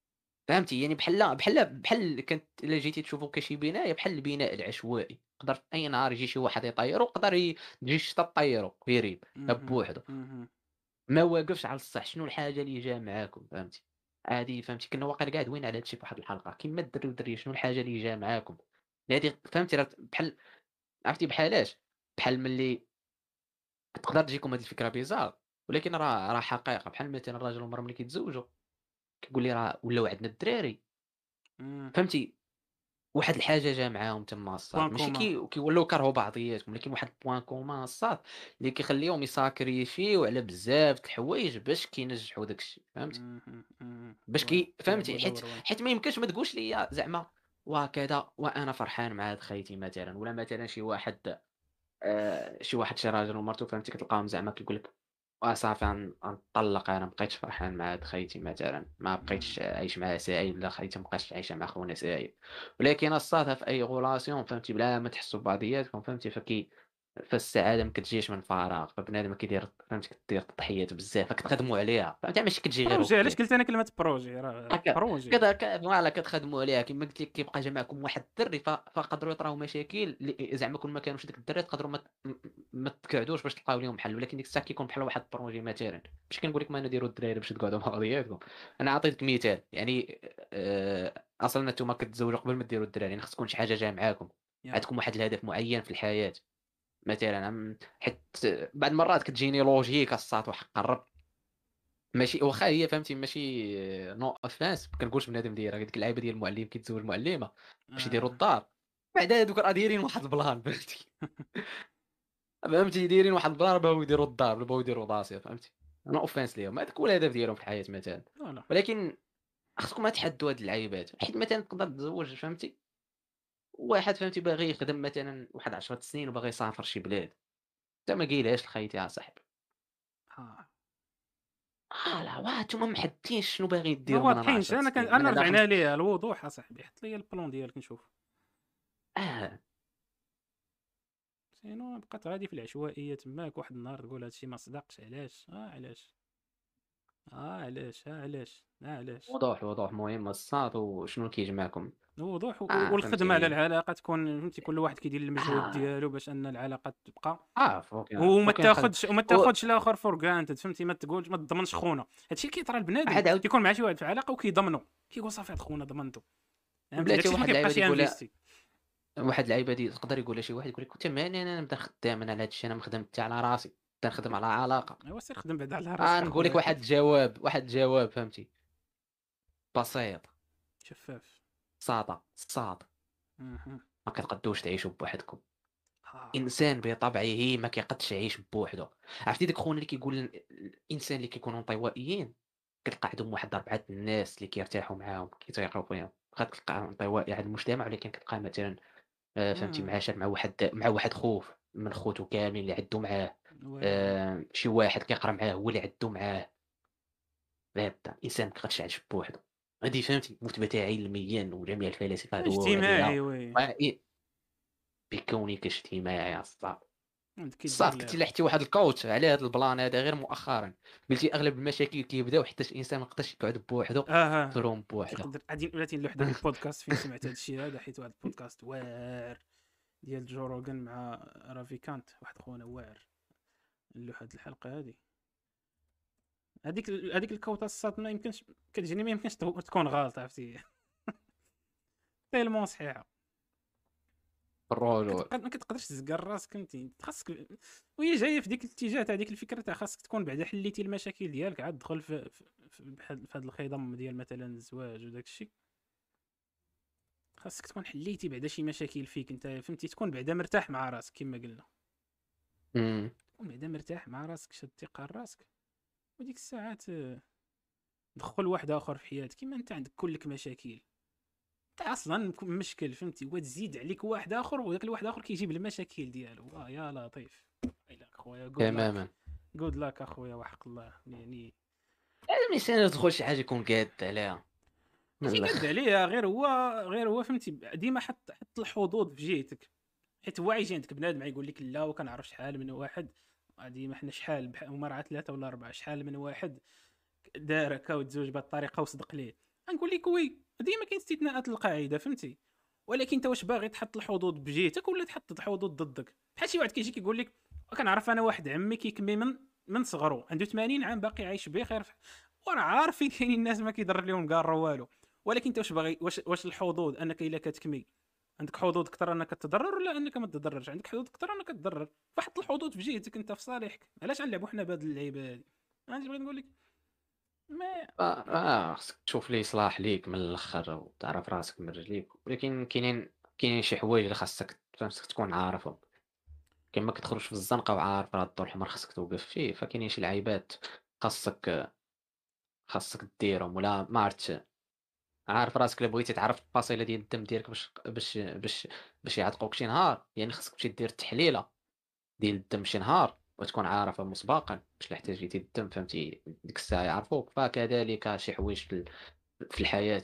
فهمتي؟ يعني بحال بحال بحال كانت إلا جيتي تشوفو كشي بناية بحال البناء العشوائي، يقدر في أي نهار يجي شي واحد يطيّرو، يقدر ي تجي الشتا طيّرو يريب اهم، بوحدو، اهم. ما واقفش على الصح، شنو الحاجة اللي جا معاكم فهمتي؟ هادي فهمتي كنا واقيلا قاعد دوينا على هاد الشي في واحد الحلقة، كيما الدري والدرية شنو الحاجة اللي جا معاكم؟ هادي فهمتي راه بحال عرفتي بحالاش؟ بحال ملي تقدر تجيكم هاد الفكرة بيزار ولكن راه راه حقيقة، بحال مثلًا الراجل والمرا ملي كيتزوجوا كيقول لي راه ولاو عندنا الدراري إمم. فهمتي؟ واحد الحاجة جا معاهم تما point الصاد، ماشي commun. كي كيولّيو كيكرهوا بعضياتهم، ولكن واحد الpoint commun الصاد اللي كيخليهم يساكريفيو على بزاف د الحوايج باش كينجحوا داك الشي، فهمتي؟ اهم، اهم. باش وي، كي كيلعبوا فهمتي؟ حيت دور وي. حيت ما يمكنش ما تقولش ليا زعما واه كذا وأنا فرحان مع هاد خيتي مثلًا، ولا مثلًا شي واحد آآ، شي واحد شي راجل ومرته فهمتي كتلقاهم زعما كيقول لك وصافي غن غنطلّق أنا ما بقيتش فرحان مع هاد خيتي مثلًا، ما إمم. بقيتش عايش معاه سعيد ولا خيتي ما بقاتش عايشة مع خونا سعيد، ولكن الصاد في أي relation فهمتي بلا ما تحسّوا ببعضياتكم فهمتي فكي فالسعادة ما كتجيش من فراغ، فبنادم كيدير فهمتي كدير تضحيات بزاف فكتخدموا عليها، فهمتي ماشي كتجي غير بروجي، علاش هكاك. قلت أنا كلمة بروجي؟ راه هكا بروجي. كذا ك فوالا كتخدموا عليها كيما قلت لك كيبقى جا معكم واحد الدري ف فقدروا يطراو مشاكل ل زعما كون ما كانوش داك الدراري تقدروا ما ت م ما تقعدوش باش تلقاو ليهم حل، ولكن ديك الساعة كيكون بحال واحد البروجي مثلًا، ماشي كنقول لك ما نديروا الدراري باش تقعدوا مع بعضياتكم، أنا عطيتك مثال يعني آآ، أصلًا نتوما كتزوجوا قبل ما ديروا الدراري، يعني خص تكون شي حاجة جاية معاكم، ياه! عندكم واحد الهدف معين في الحياة، مثلًا م حيت بعض المرات كتجيني لوجيك الساط وحق الرب ماشي واخا هي فهمتي ماشي no offense ما كنقولش بنادم دايرها، قال ديك اللعيبة ديال المعلم كيتزوج معلمة باش يديروا آه. الدار، بعدا هادوك راه دايرين واحد البلان فهمتي، فهمتي دايرين واحد البلان بغاو يديروا الدار بغاو يديروا داسية فهمتي، no offense ليهم هذاك هو الهدف ديالهم في الحياة مثلًا، لا، لا. ولكن خصكم تحدوا هاد اللعيبات، حيت مثلًا تقدر تتزوج فهمتي، واحد فهمتي باغي يخدم مثلًا واحد عشرة سنين وباغي يسافر شي بلاد، أنت ما قايلهاش لخيتي أصاحبي، آه. آه لا واه نتوما محددين شنو باغيين ما ديروا من هنا واضحينش، عشرة أنا كان سنين، من أنا هنا خمس رجعنا ليه الوضوح أصاحبي، حط لي البلان ديالك نشوف. آه. سينو بقات غادي في العشوائية تماك، واحد النهار تقول هاد الشي ما صدقش، علاش؟ آه علاش؟ آه علاش؟ آه علاش؟ آه علاش؟ وضوح، وضوح مهم الصاد وشنو اللي كيجمعكم. الوضوح و آه والخدمة على فهمتي العلاقة تكون فهمتي، كل واحد كيدير المجهود آه، ديالو باش أن العلاقة تبقى. آه فوق وما فوق ينخدم تاخدش وما و تاخدش الآخر for granted، فهمتي، ما تقولش ما تضمنش خونا. هادشي اللي كيطرا لبنادم عاد عاود كيكون مع شي واحد في علاقة وكيضمنو، كيقول صافي هاد خونا ضمنتو، فهمتي، بلاتي داكشي علاش ما واحد اللعيبة كيبقاش دي يقولها ينفيستي. واحد اللعيبة دي تقدر يقولها شي واحد يقول لك: "أنت مالي أنا نبدا خدام أنا على هاد الشي أنا ما خدمت حتى على راسي، نبدا نخدم على علاقة." ايوا سير خدم بعدا على آه راسك نقول لك اخويا. واحد الجواب واحد الجواب فهمتي، بسيط، شفاف. بساطة، صاد، اها. ما كتقدوش تعيشوا بوحدكم. آه. إنسان بطبعه ما كيقدش يعيش بوحدو، عرفتي داك خونا اللي كيقول ال الإنسان اللي كيكونوا انطوائيين كتلقى عندهم واحد أربعة الناس اللي كيرتاحوا معاهم، كيتيقوا فيهم، واخا تلقاه انطوائي على المجتمع ولكن كتلقاه مثلًا آآ فهمتي امم. معاشر مع واحد مع واحد خوه من خوتو كاملين اللي عدّو معاه، وي وي. آآ شي واحد كيقرا معاه هو اللي عدّو معاه، هذا الإنسان ما كيقدش يعيش بوحدو، هذه فهمتي مثبتة علميًا وجميع الفلاسفة هادو وهذه اجتماعي وي. رأي بكونك اجتماعي أصلا. عندك كيدير صافي قلتِ لها. لي حتى واحد الcoach على هذا البلان هذا غير مؤخرًا، قلتِ أغلب المشاكل كيبداو حيتاش الإنسان ما يقدرش يقعد بوحدو اها. في room بوحدو. كيقدر غادي بلاتي نلوح داك البودكاست فين سمعت هذا الشيء هذا، حيت واحد البودكاست واعر ديال جو روغان مع رافي كانت، واحد خونا واعر، نلوح هاد الحلقة هادي. هذيك هذيك الكوطه الصاد ما يمكنش كتجيني، ما يمكنش تكون غلط، عرفتي. تيلمون صحيحه. الرجل كتبقى ما كتقدرش تزكر راسك، فهمتي، خاصك. وهي جايه في ديك الاتجاه تاع ديك الفكره تاع خاصك تكون بعدا حليتي المشاكل ديالك، عاد دخل في في, في, بحال في هذا الخضم ديال مثلا الزواج وداك الشيء. خاصك تكون حليتي بعدا شي مشاكل فيك انت، فهمتي، تكون بعدا مرتاح مع راسك كما قلنا، إمم، تكون بعدا مرتاح مع راسك، شاد الثقه لراسك، وديك الساعات آه، دخل واحد اخر في حياتك. كيما انت عندك كلك مشاكل، انت اصلا مك- مشكل، فهمتي، وتزيد عليك واحد اخر وذاك الواحد اخر كيجيب المشاكل ديالو. اه يا لطيف. ويلك خويا، جود لاك. تمامًا. جود لاك اخويا، وحق الله يعني. الإنسان يدخل شي حاجة يكون قاد عليها من ماشي قد الآخر. عليها، غير هو غير هو فهمتي، ديما حط حط الحدود في جهتك، حيت هو يجي عندك بنادم يقول لك لا، وكنعرف شحال من واحد غادي، ما حنا شحال بح- هما راه ثلاثه ولا اربعه، شحال من واحد دار هكا وتزوج بهذه الطريقه وصدق ليه. غنقول لك وي، ديما كاين استثناءات للقاعده فهمتي. ولكن انت واش باغي تحط الحدود بجهتك ولا تحط الحدود ضدك؟ بحال شي واحد كيجي كيقول لك كنعرف انا واحد عمي كيكمي من من صغرو عنده ثمانين عام باقي عايش بخير، وراه عارفين كاينين الناس ما كيضر لهم كاع والو. ولكن انت واش باغي، واش واش الحدود انك الا كتكمي عندك حدود اكثر انك تضرر، ولا انك ما تضررش عندك حدود اكثر انك تضرر؟ فحط الحدود في جهتك انت في صالحك. علاش غنلعبوا حنا بهاد اللعيبه هادي؟ انا بغيت نقول لك ما ف آه خصك تشوف لي صلاح ليك من الآخر وتعرف راسك من رجليك، ولكن كاينين كاينين شي حوايج اللي خاصك خاصك تكون عارفهم. كيما ما كتخرجش في الزنقة وعارف راه الضوء الأحمر خاصك توقف فيه، فكاينين شي لعيبات خاصك خاصك ديرهم، ولا ما عرفتش عارف راسك إلا بغيتي تعرف الفصيلة ديال الدم ديالك باش باش باش باش يعتقوك شي نهار، يعني خاصك تمشي دير التحليلة ديال الدم شي نهار وتكون عارفها مسبقًا باش لا احتاجيتي الدم فهمتي ديك الساعة يعرفوك. فكذلك شي حوايج في ال في الحياة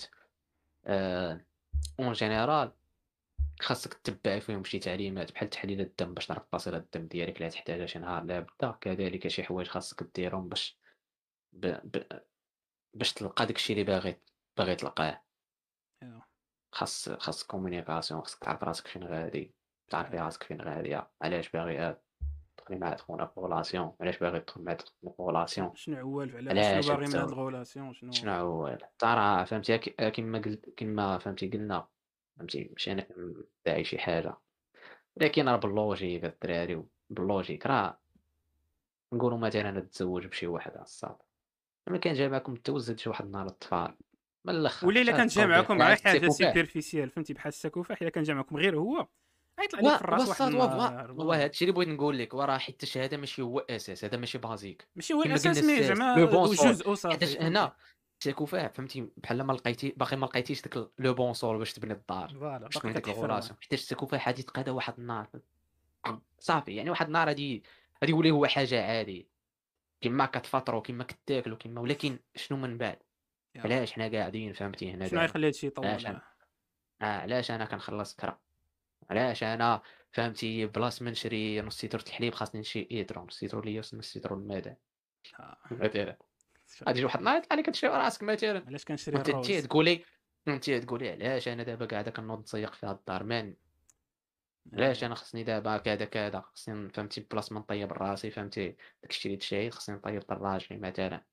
آآ اون جينيرال خاصك تتبع فيهم شي تعليمات بحال تحليل الدم باش تعرف فصيلة الدم ديالك اللي غتحتاجها شي نهار لابد. كذلك شي حوايج خاصك ديرهم باش ب ب باش تلقى داك الشي اللي باغي باغي تلقاه. ايوا خاص خاص كومونيكاسيون، خاصك تعرف راسك فين غادي، تعرفي راسك فين غادية، علاش باغية تدخلي مع خونا في relation، علاش باغي تدخل مع تدخل في شن- relation، شنو عوال على شنو علاش باغي من هاد تساوي الغولاسيون شنو؟ شنو هو هذا. حتى راه فهمتي ك كيما قل كيما فهمتي قلنا فهمتي ماشي أنا كندعي شي حاجة، ولكن راه باللوجيك الدراري باللوجيك راه نقولوا مثلًا أنا تزوج بشي وحدة صافي، ملي كان جاي معاكم تزوج شي واحد النهار الأطفال من الآخر ولا الا اش كانت جا غتبقاو دايرين معاكم بحال غير حاجه السيكوباه. سيبرفيسيال فهمتي بحال السكوفاح، الا كان جا معاكم غير هو غيطلع و لك في الراس واحد وسط و و النهار هو هذا فوالا. الشيء اللي بغيت نقول لك، وراه حيت الشهادة ماشي هو الأساس، هذا ماشي بازيك، ماشي هو كما قلنا الاساس مي الساس زعما لو بون سول. جزء صافي حيتاش فهمتي. هنا التكوفاح فهمتي بحال ما لقيتي باقي ما لقيتيش داك لو بون سول باش تبني الدار، فوالا باش باقي تبني ديك كتحفر. الغولاسيون، حيتاش التكوفاح غادي يتقادا واحد النهار صافي، يعني واحد النهار غادي غادي يولي هو حاجة عادية، كيما كتفطروا كيما كتاكلوا كيما، ولكن شنو من بعد؟ يا علاش حنا قاعدين فهمتي هنا شنو دابا؟ غيخلي هادشي علاش يطول؟ أنا آه علاش أنا كنخلص كرا؟ علاش أنا فهمتي بلاص ما نشري نص لتر د الحليب خاصني نشري إيدرو، نص لتر ليا نص لتر المدام آه. مثلًا. شغل. غادي يجي واحد النهار يطلع لك هادشي راسك مثلًا، علاش كنشري وأنت تجي الروز؟ تقولي وأنتِ تقولي علاش أنا دابا قاعدة كنوض نزيق في هاد الدار مان، علاش آه. أنا خصني دابا كذا كذا، خصني فهمتي بلاص ما نطيب راسي فهمتي داك الشي اللي تشهيت خصني نطيب دراجلي مثلًا.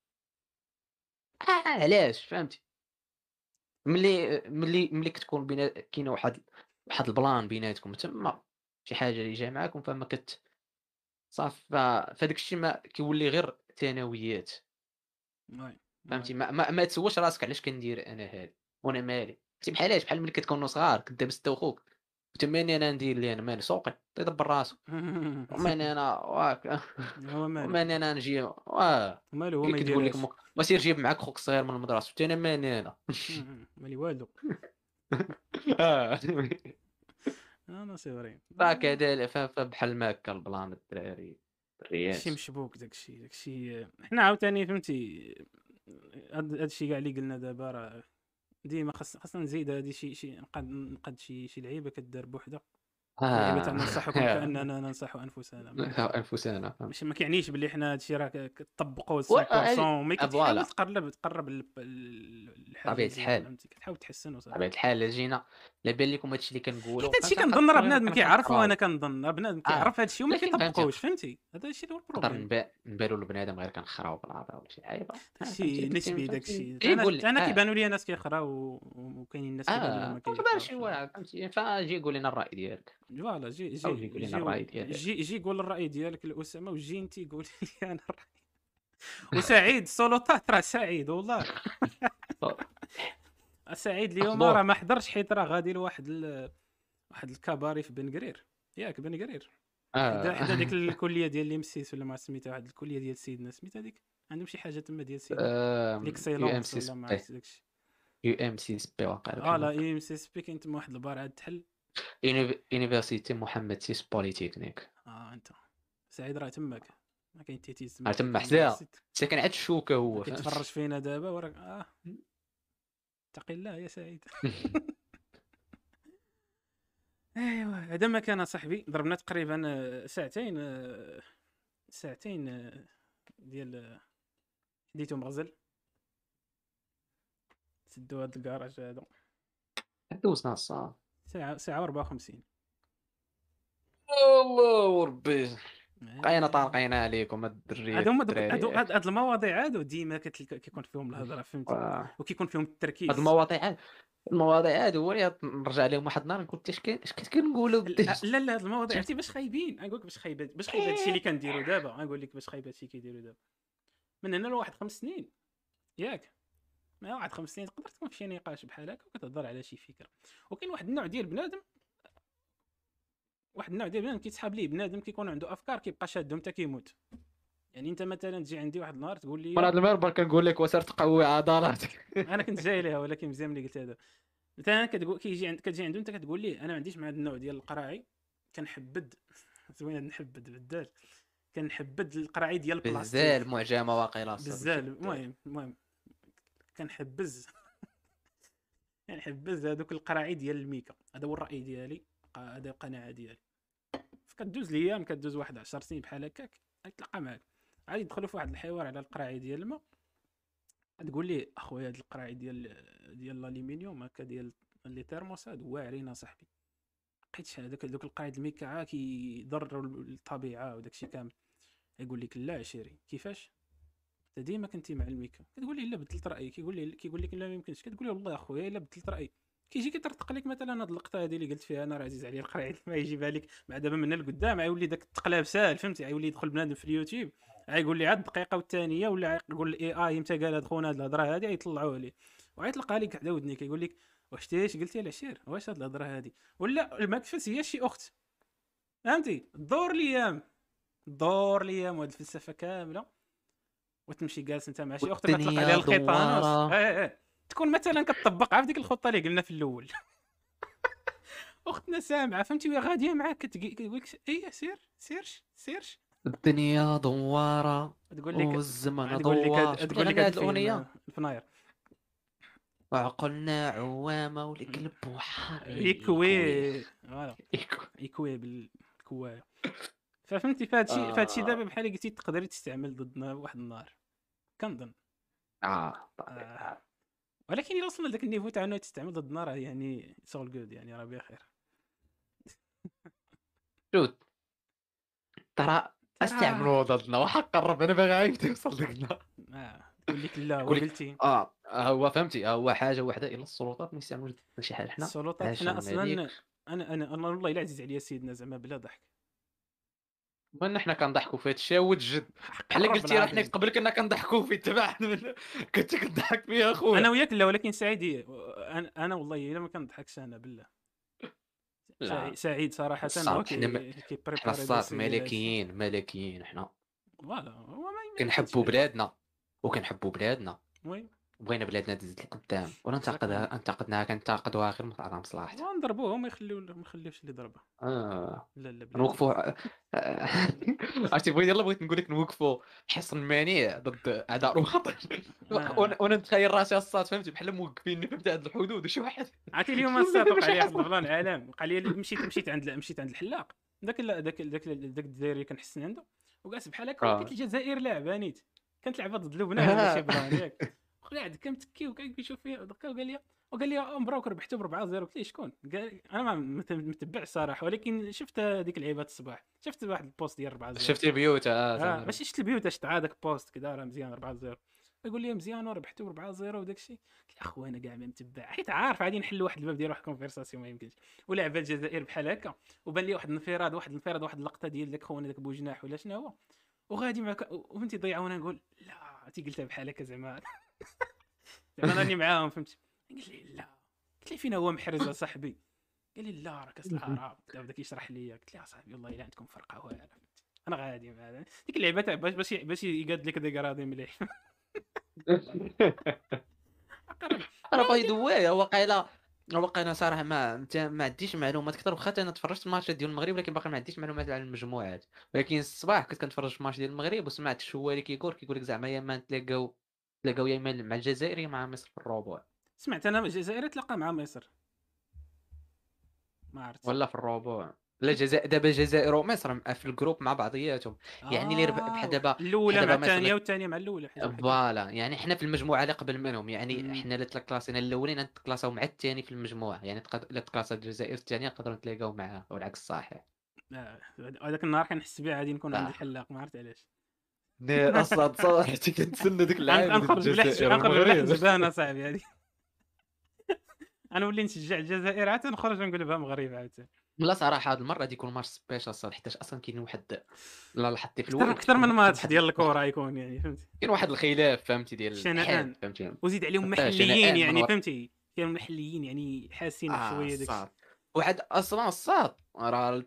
آه علاش فهمتي؟ ملي ملي ملي كتكون بينا كاينة واحد واحد البلان بيناتكم تما شي حاجة اللي جاية معاكم فما كت صافي ف فداك الشي ما كيولي غير ثانويات. وي وي فهمتي ما ما ما تسولش راسك علاش كندير أنا هادي وأنا مالي، فهمتي بحالاش بحال ملي كتكونوا صغار كدابز انت وخوك قلت مالني أنا ندير اللي أنا مالي سوقي تيدبر راسو، ومالني أنا واك هو مالو ومالني أنا نجي واه مالو هو هي ما كتقول لك يديرهاش. امك وسير جيب معاك خوك الصغير من المدرسة، قلت أنا مالي أنا مالي والو. آه. انا سي فري. فكذلك ف فبحال ما هكا البلان الدراري داكشي الدريات. مشبوك، داكشي داكشي حنا عاوتاني فهمتي. هاد هادشي كاع اللي قلنا دابا راه ديما خاص خاصنا نزيد هادي شي شي نقاد نقاد شي شي لعيبه كدار بوحدها. اللعيبه تاع آه. ننصحكم كاننا ننصح انفسنا ما أنفسنا فهمت. ماشي ما كيعنيش باللي حنا هادشي راه كطبقوه و مية بالمية، هذه مي كتحاول فوالا تقرب تقرب ال- ال- الحل بطبيعة مزيان الحال. فهمتي، كتحاول تحسن وصافي. بطبيعة الحال إلا جينا لا بان لكم هادشي اللي حيت كنقولوا هادشي فهمت كنظن راه غنبقاو غير بنادم كيعرف، وانا كنفكراو. كنظن بنادم آه، كيعرف هادشي وما ولكن فهمتي كيطبقوش فهمتي. هذا الشيء اللي هو نقدر البروبليم. نبا نبانوا لبنادم غير كنخراو بالعطا ولا شي حاجة آه فهمتي داكشي ولكن نسبي، فهمتي داكشي جي انا قول لي انا آه، كيبانوا لي ناس كيخراو و- وكاينين ناس كيبانوا لهم آه ما تقدر شي كيخراوش. واحد فهمتي فجي قول لنا الرأي ديالك فوالا جي أو جي جي قول لنا جي الرأي ديالك. جي جي قول الراي ديالك لاسامه، وجي انت قول لي انا الراي. وسعيد سولوطات راه سعيد والله. سعيد اليوم راه أخضر ما حضرش حيت راه غادي لواحد ال... واحد الكباري في بن قرير. ياك بن قرير حدا آه. حدا ديك الكليه ديال اللي مسيس ولا ما سميتها، واحد الكليه ديال سيدنا سميتها ديك، عندهم شي حاجه تما ديال سيدنا آم، يو ام ليكسيلونس سي ولا ما سبي عرفتش داكشي. يو ام سي سبي واقع اه بحال لا هكا. اي ام سي اس بي كاين تما واحد البار عاد تحل. يونيفرسيتي محمد سيس بوليتكنيك. اه انت سعيد راه تماك، ما كاين تيتيز راه تما تما كاين راه حداها سيت. ساكن عاد الشوكة راه هو كيتفرج فهمت. فينا دابا وراك اه. اتقي الله يا سعيد. ايوا هذا ما كان صاحبي، ضربنا تقريبا آه، ساعتين آه، ساعتين آه، ديال آه، حديث مغزل. سدوا هاد الكراج هذا. دوزنا الصاط. ساعه ساعه وأربعة وخمسين. الله وربي بقينا آه. طالقين عليكم الدريات هادو هما دوك الدراري هادو ياك. هاد هاد المواضيع هادو ديما كتلقى كيكون فيهم الهضره فهمتي، آه. وكيكون فيهم هاد التركيز. المواضيع هاد المواضيع هادو هو اللي نرجع لهم واحد النهار نقول اش كاين اش كنت كنقولوا لا بديت. لا لا، هاد المواضيع عرفتي باش خايبين، غنقول لك باش خايب باش خايب هادشي اللي كنديرو دابا، غنقول لك باش خايب هادشي كيديرو دابا. من هنا لواحد خمس سنين ياك، مع واحد خمس سنين تقدر تكون في شي نقاش بحال هكا وكتهضر على شي فكره. وكاين واحد النوع ديال بنادم، واحد النوع ديال بنادم كيتسحاب ليه بنادم كيكون عنده افكار كيبقى شادهم حتى كيموت. يعني انت مثلا تجي عندي واحد النهار تقول من لي، هاد المنبر كنقول لك وسير تقوي عضلاتك. انا كنت جاي ليها ولكن مزيان ملي قلت هذا. مثلا كتقول كيجي عند كتجي عنده انت كتقول لي انا ما عنديش مع هذا النوع ديال القراعي، كنحبد زوين هاد نحبد بالدال، كنحبد القراعي ديال بزال البلاستيك معجمه واقيلا الصاد ماشي بزاف. بدال. المهم المهم كنحبز كنحبز هذوك القراعي ديال الميكا. هذا هو الراي ديالي، هذا القناعه ديالي. فكدوز الايام، كدوز واحد عشر سنين بحال هكاك، غيتلاقى معاك عادي يدخلوا في واحد الحوار على القراعي ديال الماء، تقول لي اخويا هاد القراعي ديال ديال الالومنيوم هكا ديال لي تيرموس هادو واعرين اصاحبي، لقيتش هذاك دوك القراعي الميكا عا كيضروا الطبيعه وداكشي كامل. يقول لك لا عشيري كيفاش انت ديما كنتي مع الميكا، كتقول لي لا بدلت رايي، كيقول لي كيقول لك لا ما يمكنش، كتقول لي والله اخويا الا بدلت رايي. كيجي كيطرطق لك مثلا هاد اللقطه هذه اللي قلت فيها انا راه عزيز عليا القراعي ما يجيبها لك مع دابا من القدام غيولي داك التقلاب ساهل فهمتي، غيولي يدخل بنادم في اليوتيوب غيقول لي عاد الدقيقه والثانيه، ولا يقول الاي اي متى قال هاد خونا هاد الهضره هذه غيطلعوه ليه وغيطلقها لك على ودنيك، يقول لك واش تي اش قلتي العشير، واش هاد الهضره هذه ولا المكفس هي شي اخت فهمتي. دور الايام دور الايام وهاد الفلسفه كامله، وتمشي جالس انت مع شي اخت كتلقى عليها والدنيا الخيطانوس دوارة. ايه ايه، تكون مثلا كتطبق عا في ديك الخطه اللي قلنا في الاول اختنا سامعه فهمتي وهي غاديه معاك كتقول لك ايه سير سيرش سيرش، الدنيا دوارة تقول لك والزمن تقول لك دوار. هاد- شكون تقول لك كيغني هاد هاد الفيلم الاغنيه؟ الفناير وعقلنا عوامة والقلب بحر يكوي. يكوي فوالا يكوي. يكوي بالكوايه. ففهمتي فهادشي فهادشي دابا آه. بحال قلتي تقدري تستعمل ضدنا واحد النهار كنظن. اه طبيعي. آه. آه. ولكن الا وصلنا لذاك النيفو تاع انه تستعمل ضدنا راه يعني سول جود يعني راه بخير. شوف ترى ترى استعملوا ضدنا وحق الرب انا باغي عايز يوصل لنا. آه. تقول لك لا يقول لك وقلتي اه هو فهمتي هو حاجه واحده الا السلطات ما يستعملوش ضدنا شي حاجه حنا السلطات عاش حنا الملك. اصلا. انا انا انا والله الا عزيز عليا سيدنا زعما بلا ضحك من حنا كنضحكوا في هذا الشيء ود جد. حق بحال الرب قلتي راه حنا العظيم. قبل كنا كنضحكوا في تبع كنت كنضحك فيا انا اخويا. وياك لا، ولكن سعيد انا انا والله الا ما كنضحكش انا بالله. سعيد لا سعيد صراحه هو الصاد حنا م... كي حنا كيبريباري الصاد دوسي ديال هادشي. ملكيين ملكيين حنا. فوالا هو ما ما يمكنش كنحبوا ملك. بلادنا وكنحبوا بلادنا وي بغينا بلادنا تزيد لقدام ولا اكزاكتومون. ننتقدها انتقدناها كنتقدوها غير من على مصلحتها. ونضربوهم ما يخليو ما يخليوش اللي ضربه. اه لا لا بلاتي. نوقفوا. عرفتي بغيت يلا بغيت نقول لك نوقفوا حصن منيع ضد اعداء الوطن. آه. وانا وأنا نتخيل راسي الصاد فهمتي بحال موقفين فهمتي عند الحدود وشي واحد عرفتي اليوم يولي الساعه دابا وقع شي لي واحد حصن. البلان عالم، قال لي مشيت مشيت عند مشيت عند الحلاق داك ال- داك داك داك الدراري اللي كنحسن عنده وجالس بحال هكا ولقيت اه الجزائر لاعبه نيت، كانت لعبه ضد لبنان ولا شي ها. بلان ياك، وقاعد كمتكي وكان كيشوف فيها دقه وقال لي وقال لي اه مبروك ربحتوا ب أربعة صفر. قلت ليه شكون؟ قال انا ما مت- متبع الصراحه، ولكن شفت هذيك العيبات الصباح، شفت واحد البوست ديال أربعة صفر. شفتي بيوت اه اه زعما. ماشي شفت البيوت شفت هذاك البوست كذا راه مزيان أربعة صفر. يقول لي مزيان وربحتوا ب أربعة صفر وداك الشيء. قلت له اخويا انا كاع ما متبع حيت عارف غادي نحل واحد الباب ديال واحد الكونفرساسيون ما يمكنش. ولعبه الجزائر بحال هكا وبان لي واحد الانفراد واحد الانفراد واحد اللقطه ديال داك خونا داك بوجناح ولا شنو هو، وغادي معك وفهمتي ضيعونا نقول لا تي قلتها بحال هكا زعما زعما راني معاهم فهمت. قال لي لا، قلت لي فين هو محرز صاحبي، قال لي لا راه كاس العرب بدا يشرح لي، قلت له يا صاحبي والله الا عندكم فرقه واعره فهمت. انا غادي مع هذا. ديك اللعبه تاع باش باش باش يقاد لك ديك راضي مليح اقرب. راه لا باي ذا ولكن واي واقيلا واقيلا صراحه ما انت ما عنديش معلومات اكثر واخا انا تفرجت الماتش ديال المغرب ولكن باقي ما عنديش معلومات على المجموعات. ولكن الصباح كنت كنتفرج في الماتش ديال المغرب وسمعت الشوالي كيقول كيقول لك زعما يا ما نتلاقاو تلاقاو يا اما مع الجزائر يا مع مصر في الربع سمعت انا الجزائر تلاقى مع مصر ما عرفت. ولا في الربع. لا الجزائر دابا الجزائر ومصر في الجروب مع بعضياتهم، يعني اللي ربح بحال اه دابا بحال الاولى مع دابا مصر. الثانيه والثانيه مع الاولى حيت واحد ال- فوالا يعني حنا في المجموعه اللي قبل منهم، يعني مم. حنا اللي تكلاسينا الاولين نتكلاساو مع الثاني في المجموعه، يعني تقد... الا تكلاسات الجزائر الثانيه نقدروا نتلاقاو معاه والعكس صحيح. آه، هذاك النهار كنحس بها غادي نكون عند اه الحلاق، ما عرفت علاش. نا- اصلا صراحه كنتسنى ديك غن- العائله ديال غنخرج بلا حج... الجزائر غنخرج بلا والمغرب. حجبان اصاحبي هذه. غنولي نشجع الجزائر عاد نخرج نقول بها مغرب عاد. لا صراحه هاد المره غادي يكون ماتش سبيشال صراحه، حيت اصلا كاين واحد، لا لاحظتي في اكثر الاول اكثر كتكون من كاين ماتش واحد ديال واحد- الكره يكون يعني فهمتي. كاين واحد الخلاف فهمتي ديال الحاد شنآن فهمتي. وزيد عليهم اه محليين شنآن من يعني ور... فهمتي، كانوا محليين يعني حاسين اه بشويه داكشي. الصاد واحد اصلا الصاد راه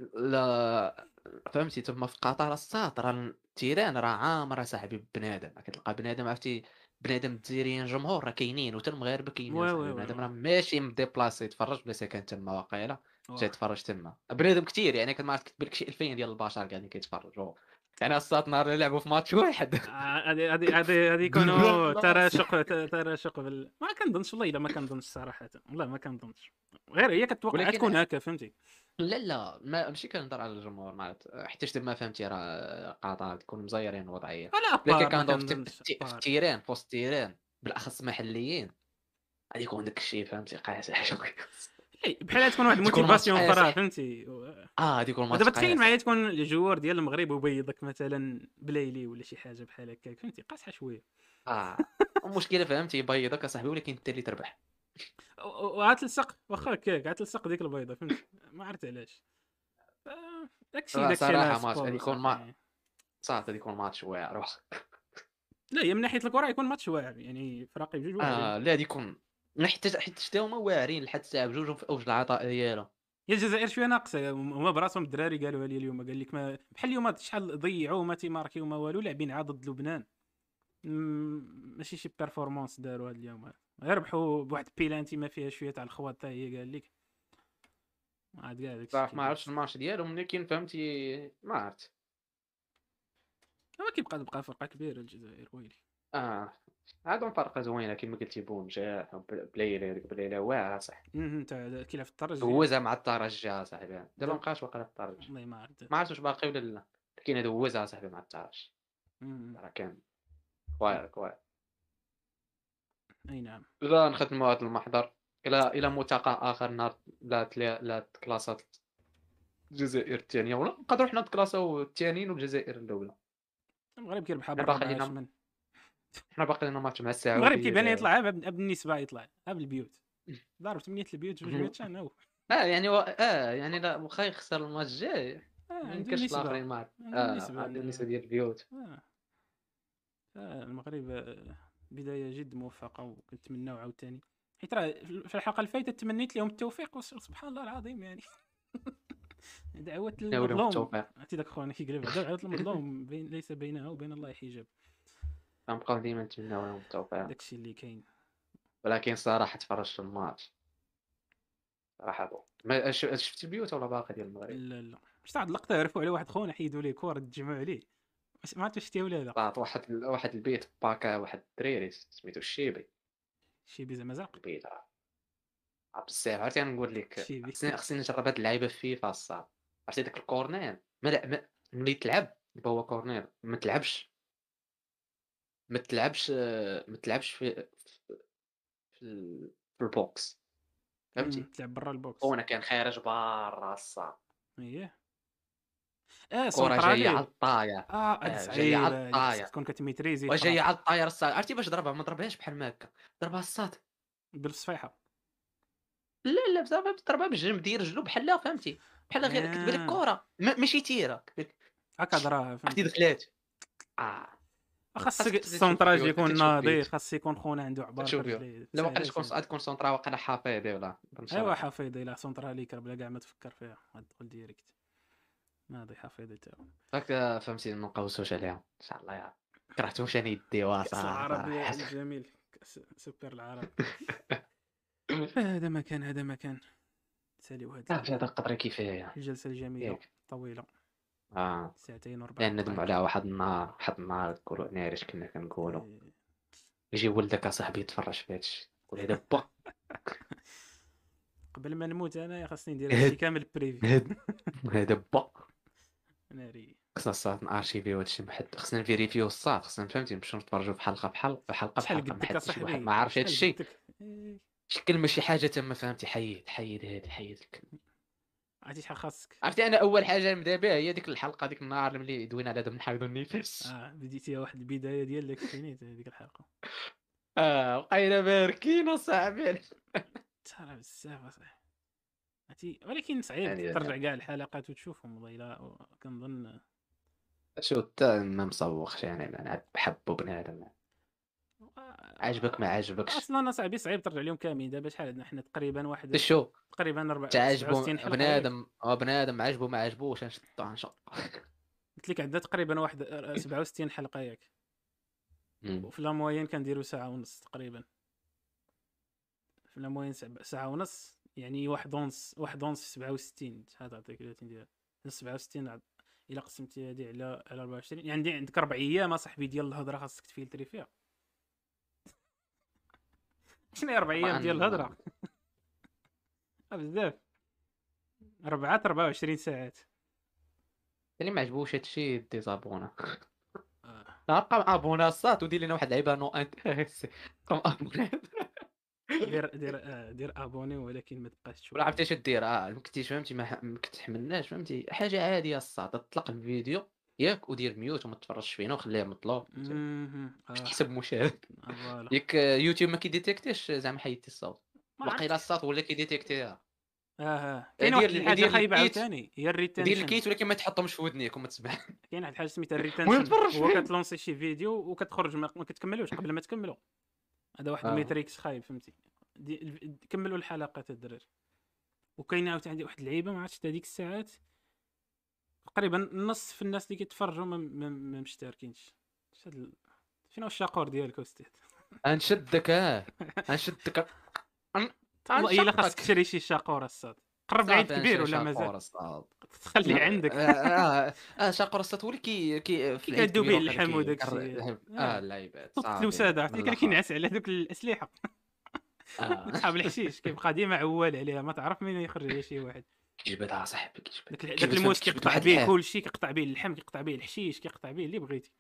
لا فهمتي تما في قطر الصاد راه التيران راه عامره صاحبي بنادم، كتلقى بنادم عرفتي، بنادم الجزائريين جمهور راه كاينين وحتى المغاربه كاينين وي وي صاحبي، وي بنادم وي راه ماشي مديبلاسي يتفرج بلا ساكن تما واقيلا، جاي واه. يتفرج تما بنادم كثير، يعني كنت ما عرفت كتبان لك شي ألفين ديال البشر قاعدين كيتفرجوا، يعني الصاد نهار اللي لعبوا في ماتش واحد. آه، هذه هذه هذه هذه بالبراد يكونوا بلاصه. تراشق ت- تراشق بال... ما كنظنش والله الا ما كنظنش صراحه، والله ما كنظنش. غير هي كتوقع ولكن تكون هكا فهمتي. لا لا ما ماشي كنهضر على الجمهور، ما عرفت حتى تما فهمتي راه قطر تكون مزيرين الوضعيه، ولا لكن بار ما كنهضر في الت- في كنظنش الت- في بار. التيران في وسط التيران بالاخص محليين، غادي يكون داك الشيء فهمتي قاصح شويه. إيه، بحال تكون واحد تكون ماتش الموتيفاسيون اخرى قاصح. فهمتي و- اه غادي يكون ماتش ودابا تخيل معايا قاصح. تكون الجوار ديال المغرب وبيضك مثلا بلايلي ولا شي حاجه بحال هكاك فهمتي، قاصحه شويه. اه المشكله فهمتي يبيضك اصاحبي ولكن انت اللي تربح. وغتلصق واخا هكاك غتلصق ديك البيضه فهمتي، ما عرفت علاش. ف- داكشي آه داكشي انا صراحه ماتش غادي سبور يكون ما صافي. صافي غادي يكون ماتش واعر واخا. لا هي من ناحيه الكره يكون ماتش واعر يعني فراقي بجوج واعرين. اه لا غادي يكون، حتى حتى حتى هما واعرين لحد الساعه بجوج في اوج العطاء ديالهم. هي الجزائر شويه ناقصه، هما براسهم الدراري قالوها لي اليوم، قال لك ما بحال اليوم شحال ضيعوا ما تيماركيو ما والو، لاعبين عاد ضد لبنان. مم، ماشي شي بيرفورمانس داروا هذا اليوم هذا. غير ربحوا بواحد بيلانتي ما فيها شويه تاع الخواط حتى هي قال لك. ما عاد كاع داكشي صراحه ما كيبان. عرفتش الماتش ديالهم ولكن فهمتي ما عرفت. ما كيبقى تبقى فرقه كبيره الجزائر ويلي. اه عندهم فرقه زوينه كما قلتي بونجاح بلايلي هذيك بلايلي واعره صح. امم تاع كي لعب في الترجي. دوزها مع الترجي صاحبي، دابا داب مابقاش واقيلا في الترجي، والله ما عرفت. ما عرفتش واش باقي ولا لا، لكن دوزها صاحبي مع الترجي، امم راه كان واعر واعر. اي نعم. لا نختموا هذا المحضر الى الى ملتقى اخر نهار لا تلا لا كلاسات الجزائر الثانيه، ولا نقدروا حنا نتكلاساو الثانيين والجزائر الاولى. المغرب كيربحها حنا باقي بالربعه لينا شمن. حنا باقي لينا ماتش مع المغرب السعوديه كيبان دابا. يطلع قبل النسبه، يطلع قبل البيوت. ضرب ثمانية البيوت جوج بيوت شان هو. اه يعني و... اه يعني لا واخا يخسر الماتش الجاي آه ما عنده يمكنش نسبه، الاخرين ما عرف- عنده اه نسبه عنده انه النسبه ديال البيوت. آه. آه المغرب آه، بدايه جد موفقه وكنتمناو عاوتاني، حيت راه في الحلقه الفايته تمنيت لهم التوفيق وسبحان الله العظيم يعني. دعوة ناولهم المظلوم التوفيق، عرفتي داك خونا كيقلب دعوة المظلوم بين ليس بينها وبين الله حجاب. غنبقاو ديما نتمناو لهم التوفيق. داكشي اللي كاين. ولكن صراحه تفرجت الماتش صراحه بو. ما ش- شفتي البيوت ولا باقي ديال المغرب؟ لا لا شفت واحد اللقطه يعرفوا على واحد خونا حيدوا ليه كره تجمعوا عليه، بس ما عرفت شفتيها ولا لا. طلعت واحد واحد البيت باكا واحد الدريري سميتو الشيبي، شي بيزا مزاق. البيت راه عا بزاف عرفتي نقول لك، شي بي. خصني خصني نجرب هاد اللعيبه في فيفا الصاد، عرفتي داك الكورنير ما لا- ما- ملي تلعب دابا هو كورنير ما تلعبش ما تلعبش ما تلعبش في في, في, ال- في البوكس امم فهمتي، تلعب برا البوكس. خونا كان خارج برا الصاد، اييه. اه كرة جاية على سونطرالي. الطاير، اه هادي آه جاية على صعيبه هادي، خصك الطاير تكون كتميتريزي وجاية الفراسه على الطاير الصاد، عرفتي باش ضربها ما ضربهاش بحال ما هكا، ضربها الصاد، بالصفيحه. لا لا بزاف ضربها بالجنب ديال رجلو بحال فهمتي، بحال غير كتبان لك اه كرة ما- ماشي تيرة كتبان لك، هكا دراها عرفتي فهمتي. دخلات اه. خاص خاصك تزيد تشوف السونطراج البيوت يكون تشوف ناضي، البيوت خاص يكون خونا عنده عبار في تشوف بيوت رجليه لا واقيلا سهله تكون سهله. تكون سونطرا واقيلا حافظي ولا ايوا بنشرح. حفيظه الى سونطرالي كربلا كاع ما تفكر فيها غتدخل ديريكت. ناضي حفيظه تا هو. هاك فهمتي ما نقوسوش عليهم ان شاء الله يا كرهتوش انا يديوها كأس صراحة العرب صراحة. الجميل، كأس سوبر العرب. هذا مكان هذا مكان ساليو هذا صافي هذا القدر كفاية الجلسة الجميلة ياك. طويلة اه ساعتين واربع لان ندموا على دقائق. واحد النهار واحد النهار تقولوا ناري اش كنا كنقولوا، إيه. يجي ولدك اصاحبي يتفرج في هادشي يقول هذا با. قبل ما نموت انايا خاصني ندير هادشي هاد كامل بريفي. هاد هاد با ناري. خصنا الصاد نارشيفيو هادشي محد، خصنا نفيريفيو الصاد، خصنا فهمتي نمشيو نتفرجوا في حلقه بحال حلقه شحال بحلقه، ما قدك حتى شي واحد اصاحبي، ما عارف شحال هادشي. قدك إيه. شي كلمه شي حاجه تما فهمتي، حيد حيد هادي حيد الكلمه. عرفتي شحال خاصك. عرفتي انا اول حاجه نبدا بها هي ديك الحلقه، ديك النهار اللي دوينا على دابا نحاول النفس. اه بديتيها واحد البدايه ديالك فينيت هذيك الحلقه. اه بقينا باركين اصاحبي. ترى بزاف اصاحبي عرفتي، ولكن صعيب يعني ترجع كاع الحلقات وتشوفهم والله الا كنظن. شو تا ما مسوقش يعني، انا بحبو بنادم، عجبك ما عجبكش اصلا اصاحبي صعيب ترجع اليوم كاملين. دابا شحال عندنا حنا تقريبا واحد شو تقريبا أربعة- تعجبو سبعة وستين حلقه ياك. بنادم، اه بنادم عجبو ما عجبوش نشطو نشط. قلت لك عندنا تقريبا واحد سبعة وستين حلقه ياك، وفي لا موين كنديروا ساعه ونص تقريبا. في لا موين سبع- ساعه ونص، يعني واحد ونص واحد ونص في سبعة وستين شحال تعطيك ثلاثين ديال سبعة وستين عاد- الا قسمتي هذه على على أربعة وعشرين، يعني عندي عندك اربع ايام اصاحبي ديال الهضره خاصك تفيلتري فيها. شنو هي اربع ايام ديال الهضره؟ آه بزاف. أربعة أربعة وعشرين ساعات. اللي ما عجبوش هادشي ديزابونا. آه. نبقى ابونا الصات ودير لنا واحد اللعيبه نو انتريسي قام ابونا. دير دير آه دير ابوني ولكن ما تبقاش تشوف. ولا عرفتي اش دير، اه ما كنتيش فهمتي، ما ح- ما كتحملناش فهمتي، حاجه عاديه الصاد تطلق الفيديو ياك ودير ميوت وما تفرجش فينا وخليه مطلوب فهمتي، مهم. اه تحسب مشاهد. آه، فوالا. ياك يوتيوب ما كيديتيكتيش زعما حيدتي الصوت، ما واقيلا عرفتش. الصوت ولا كيديتيكتيها. اه اه كاين واحد دير الحاجه دير خايبه الكيت، عاوتاني هي دير الريتنشن. الكيت ولكن ما تحطهمش في ودنيك وما تسمع. كاين واحد الحاجه سميتها المهم الريتنشن، تفرج هو فيه. كتلونسي شي فيديو وكتخرج ما ما كتكملوش قبل ما تكملوا. هذا واحد اه الميتريكس خايب فهمتي. دي الف- كملوا الحلقات الدراري. وكاين عاوتاني واحد اللعيبه ما عرفتش هذيك الساعات تقريبا نص في الناس اللي كيتفرجوا ما ما ما مشتركينش. اش هاد ال- فين هو الشاقور ديالك استاذ؟ انشدك، اه انشدك، أن- والله الا خاصك انشقك. تشري شي شاقور الصاد. قرب العيد صافي كبير نشري ولا مازال؟ شاقور الصاد. تخليه اه عندك. اه اه شاقور الصاد هو اللي كي كي في كي العيد كادو كبير به وقيلا اللحم كي وداك كر- الشيء. اه اه اللعيبات صوت صافي الوساده من عرفتي اللي الاخر. كينعس على هذوك الاسلحه. اه صحاب الحشيش كيبقى ديما عوال عليها، ما تعرف منين يخرج على شي واحد. كيجبدها صاحبي، كيجبد داك داك كيجبد الموت فهمتي، كيجبد كيقطع واحد به الحال. كلشي، كيقطع به اللحم، كيقطع به الحشيش، كيقطع به اللي بغيتي.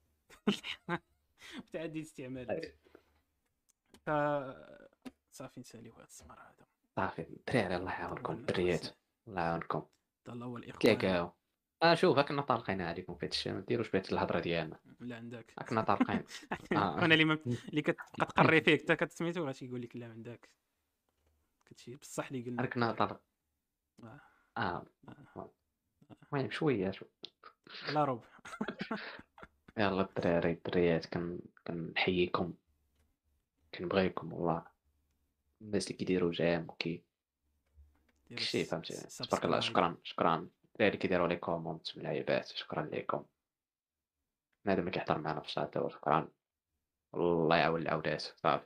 متعدد الاستعمالات. ف صافي نساليو هذا السمر هذا. صافي الدراري الله يعاونكم طولنا الدريات، خاصنا. الله يعاونكم الله هو الاخوان. تلاقاو. اه شوف كنا طالقين عليكم في هادشي، ما ديروش بهاد الهضره ديالنا، لا عندك. كنا طالقين. اه انا اللي ما... اللي كتبقى تقري فيك حتى كتسميتو غادي يقول لك لا عندك. كتشي بصح اللي قلنا كنا الدار. طالق. آه. اه آه. المهم شويه شويه. لا ربع. يلا الدراري الدريات، كن كنحييكم، كنبغيكم والله، الناس اللي كيديروا جام وكي ديروا كلشي فهمتي، تبارك الله. سبسكرايب. شكرا شكرا الدراري اللي كيديروا لي كومونت من العيبات، شكرا لكم. هذا اللي كيحضر معنا في الشات شكرا، الله يعاون العودات صافي.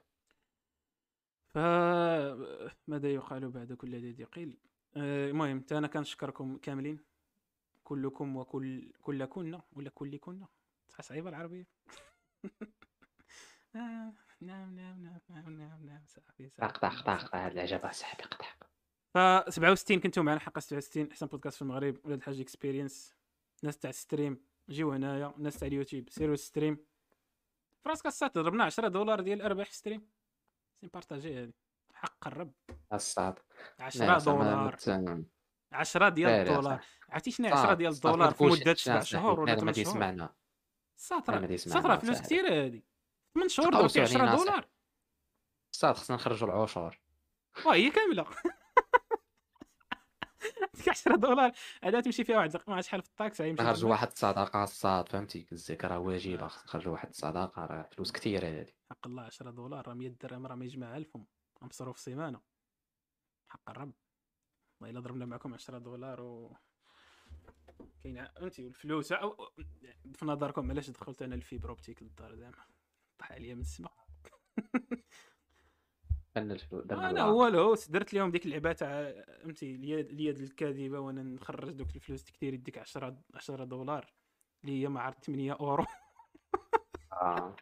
فماذا يقال بعد كل الذي قيل. آه، المهم حتى انا كنشكركم كاملين، كلكم وكل كلكن ولا كلكن. صح صعيبه العربيه. آه، نعم نعم نعم نعم نعم نعم صافي صافي قطع قطع صافي. قطع هاد العجبه صاحبي قطع. ف سبعة وستين كنتو معنا حلقه سبعة وستين احسن بودكاست في المغرب، ولاد الحاج اكسبيرينس. ناس تاع الستريم جيو هنايا، ناس تاع اليوتيوب سيروا ستريم. فراسك الساعه ضربنا عشرة دولار ديال الارباح في ستريم. سي بارطاجي هذه حق الرب. الصاد عشرة لا زعما دولار مت عشرة ديال لا لا الدولار. صح عرفتي شنو عشرة صاد ديال صاد ما الدولار في تقولش مده هادشي سبع صاحبي، شهور ولا بنادم ثمان غادي شهور؟ يسمعنا، ساطرة بنادم غادي ساطرة يسمعنا فلوس صاحبي. كثير هذه. ثمان شهور ضربتي تقوسوا عشرة علينا صاحبي، دولار صاد خصنا نخرجوا العشر، واه هي كامله. ديك عشرة دولار هذا تمشي فيها واحد ما عرفت شحال في الطاكس يمشي نخرجوا تما. واحد الصدقه الصاد فهمتي، الزكاه راه واجبه، آه، خصنا نخرجوا واحد الصدقه، راه فلوس كثيره هذه. حق الله عشرة دولار راه مية درهم، راه ما يجمع ألفهم مصروف سيمانه. حق الرب والله الا ضربنا معكم عشرة دولار و كاين انت والفلوس أو... في نظركم علاش دخلت انا الفيبر اوبتيك للدار زعما طاح عليا من السما. درنا الفلوس درنا انا الواقع. والو درت لهم ديك اللعبه تاع فهمتي اليد اليد الكاذبه وانا نخرج دوك الفلوس كثير يديك عشرة عشرة دولار اللي هي ما عرفت ثمانية اورو. اه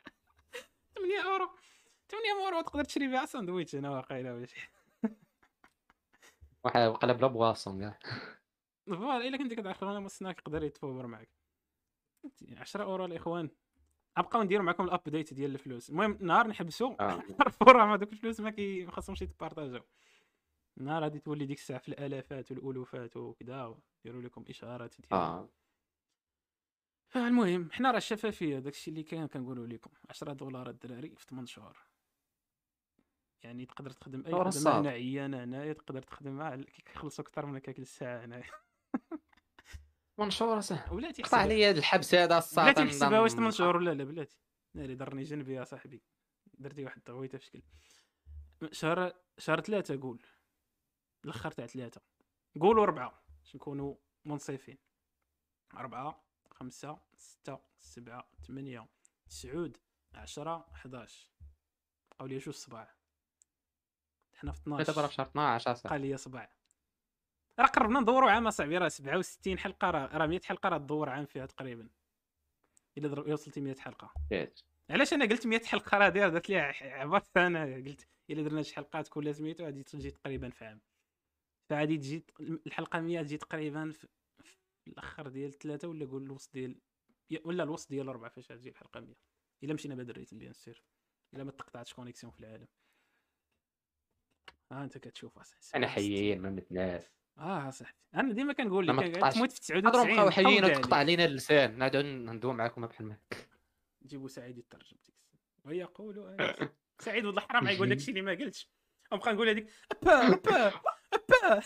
ثمانية اورو ثمانية اورو تقدر تشري بها ساندويتش انا واقيلا ولا شي. واحد وقيلا بلا بواصون كاع. فوالا الا كنتي كتعرف انا السناك يقدر يتفور معك. عشرة اورو الاخوان، غنبقاو نديرو معكم الابديت ديال الفلوس. المهم نهار نحبسوا اه الفورا ما دوك الفلوس ما كي ما خاصهمش يتبارطاجاو. نهار غادي تولي ديك الساعه في الالافات والالوفات وكذا، يديروا لكم اشارات ديال. اه فالمهم حنا راه الشفافيه داكشي اللي كاين كنقولوا لكم. عشرة دولار الدراري في ثمانية شهور، يعني تقدر تخدم اي دور خدمه الصاد. هنائيه هنايا، تقدر تخدمها على- كيخلصوا اكثر من هكاك الساعه هنايا. منشور صح. بلاتي قطع حسبها، لي هاد الحبس هذا الصاد بلاتي حسبها واش ثمانية شهور نبقى. ولا لا. بلاتي ناري ضرني جنبي يا صاحبي، درتي واحد التغويته في شكل شهر شهر ثلاثة. قول الاخر تاع ثلاثة، قولوا أربعة باش نكونوا منصفين. أربعة، خمسة، ستة، سبعة، ثمانية، تسعود، عشرة، حداش، بقاو لي جوج صباع. حنا في دابا راه في اثناش، شهر اثناعش اصاحبي. بقى لي صباع. راه قربنا ندوروا عام اصاحبي، راه سبعة وستين حلقه، راه راه مية حلقه، راه تدور عام فيها تقريبا الا ضرب إلا وصلتي مية حلقه. فيت. علاش انا قلت مية حلقه؟ راه داير درت ليها عبرت انا، قلت الا درنا شي حلقات كل سميتو غادي تجي تقريبا في عام. فغادي تجي الحلقه مية تجي تقريبا في, في الاخر ديال ثلاثة، ولا قول الوسط ديال، ولا الوسط ديال أربعة فاش تجي الحلقه مية. الا مشينا بهذا الريتم بيان سير، الا ما تقطعتش كونيكسيون في العالم. ها انت كتشوف اصاحبي انا سبعة وستين. حيين ما متناس. اه صاحبي انا ديما كنقول انا لك ما تقطعش. تموت في قدروا تسعة وتسعين نبقاو حيين نقود وتقطع عليك. علينا اللسان نعاودو ندوي معاكم بحال ما. جيبوا سعيد يترجم ديك الساعه ويقول انت سعيد، والله حرام يقول داكشي اللي ما قلتش، ونبقى نقول هذيك ابا ابا ابا.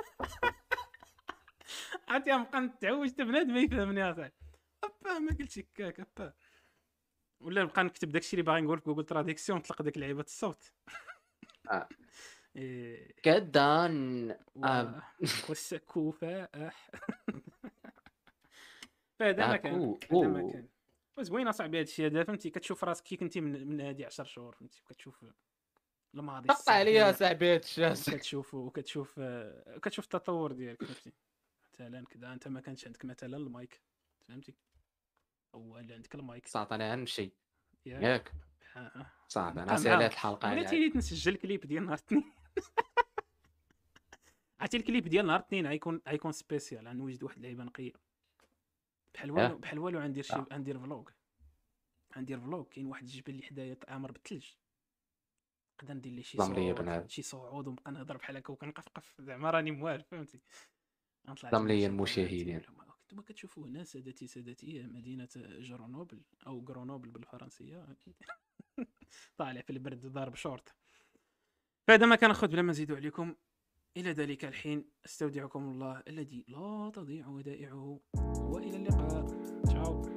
عرفتي نبقى نتعوج حتى بنادم ما يفهمني اصاحبي. ابا ما قلتش هكاك ابا، ولا نبقى نكتب داكشي اللي باغي نقول في جوجل تراديكسيون، نطلق ديك لعيبه الصوت. آه. إيه. كدان. و... آه. والسكوفاء. فهذا ما كان، داكو هذا ما او. كان. وزوين اصاحبي هذا الشيء هذا، فهمتي كتشوف راسك كي كنتي من, من هادي عشر شهور، فهمتي كتشوف الماضي تقطع عليا السابق، صاحبي هاد الشاس. وكتشوف وكتشوف آه، كتشوف التطور ديالك، فهمتي. مثلا كذا انت ما كانش عندك مثلا المايك، فهمتي، اولا عندك المايك صافي انا غنمشي ياك. ياك. ها ها صافي انا نبقى سالات معاهم. الحلقه بلاتي هذه. نيت نسجل كليب ديال نهار الاثنين. عرفتي الكليب ديال نهار الاثنين غيكون غيكون سبيسيال، غنوجد واحد اللعيبه نقيه بحال والو، ياك. بحال والو. غندير شي آه. غندير فلوغ، غندير فلوغ. كاين واحد الجبل اللي حدايا عامر بالثلج، نقدر ندير ليه شي ظلم لي صوت، بنادم. شي صعود، ونبقى نهضر بحال هكا وكنقفقف زعما راني موالف، فهمتي. غنطلع ظلم لي تما شي المشاهدين. بناتي. انتما كتشوفوا هنا سادتي سادتي مدينه جرونوبل او غرونوبل بالفرنسيه. طالع في البرد ضارب شورت. فهذا ما كان اخذ بلا ما نزيدوا عليكم. الى ذلك الحين استودعكم الله الذي لا تضيع ودائعه، والى اللقاء. تشاو.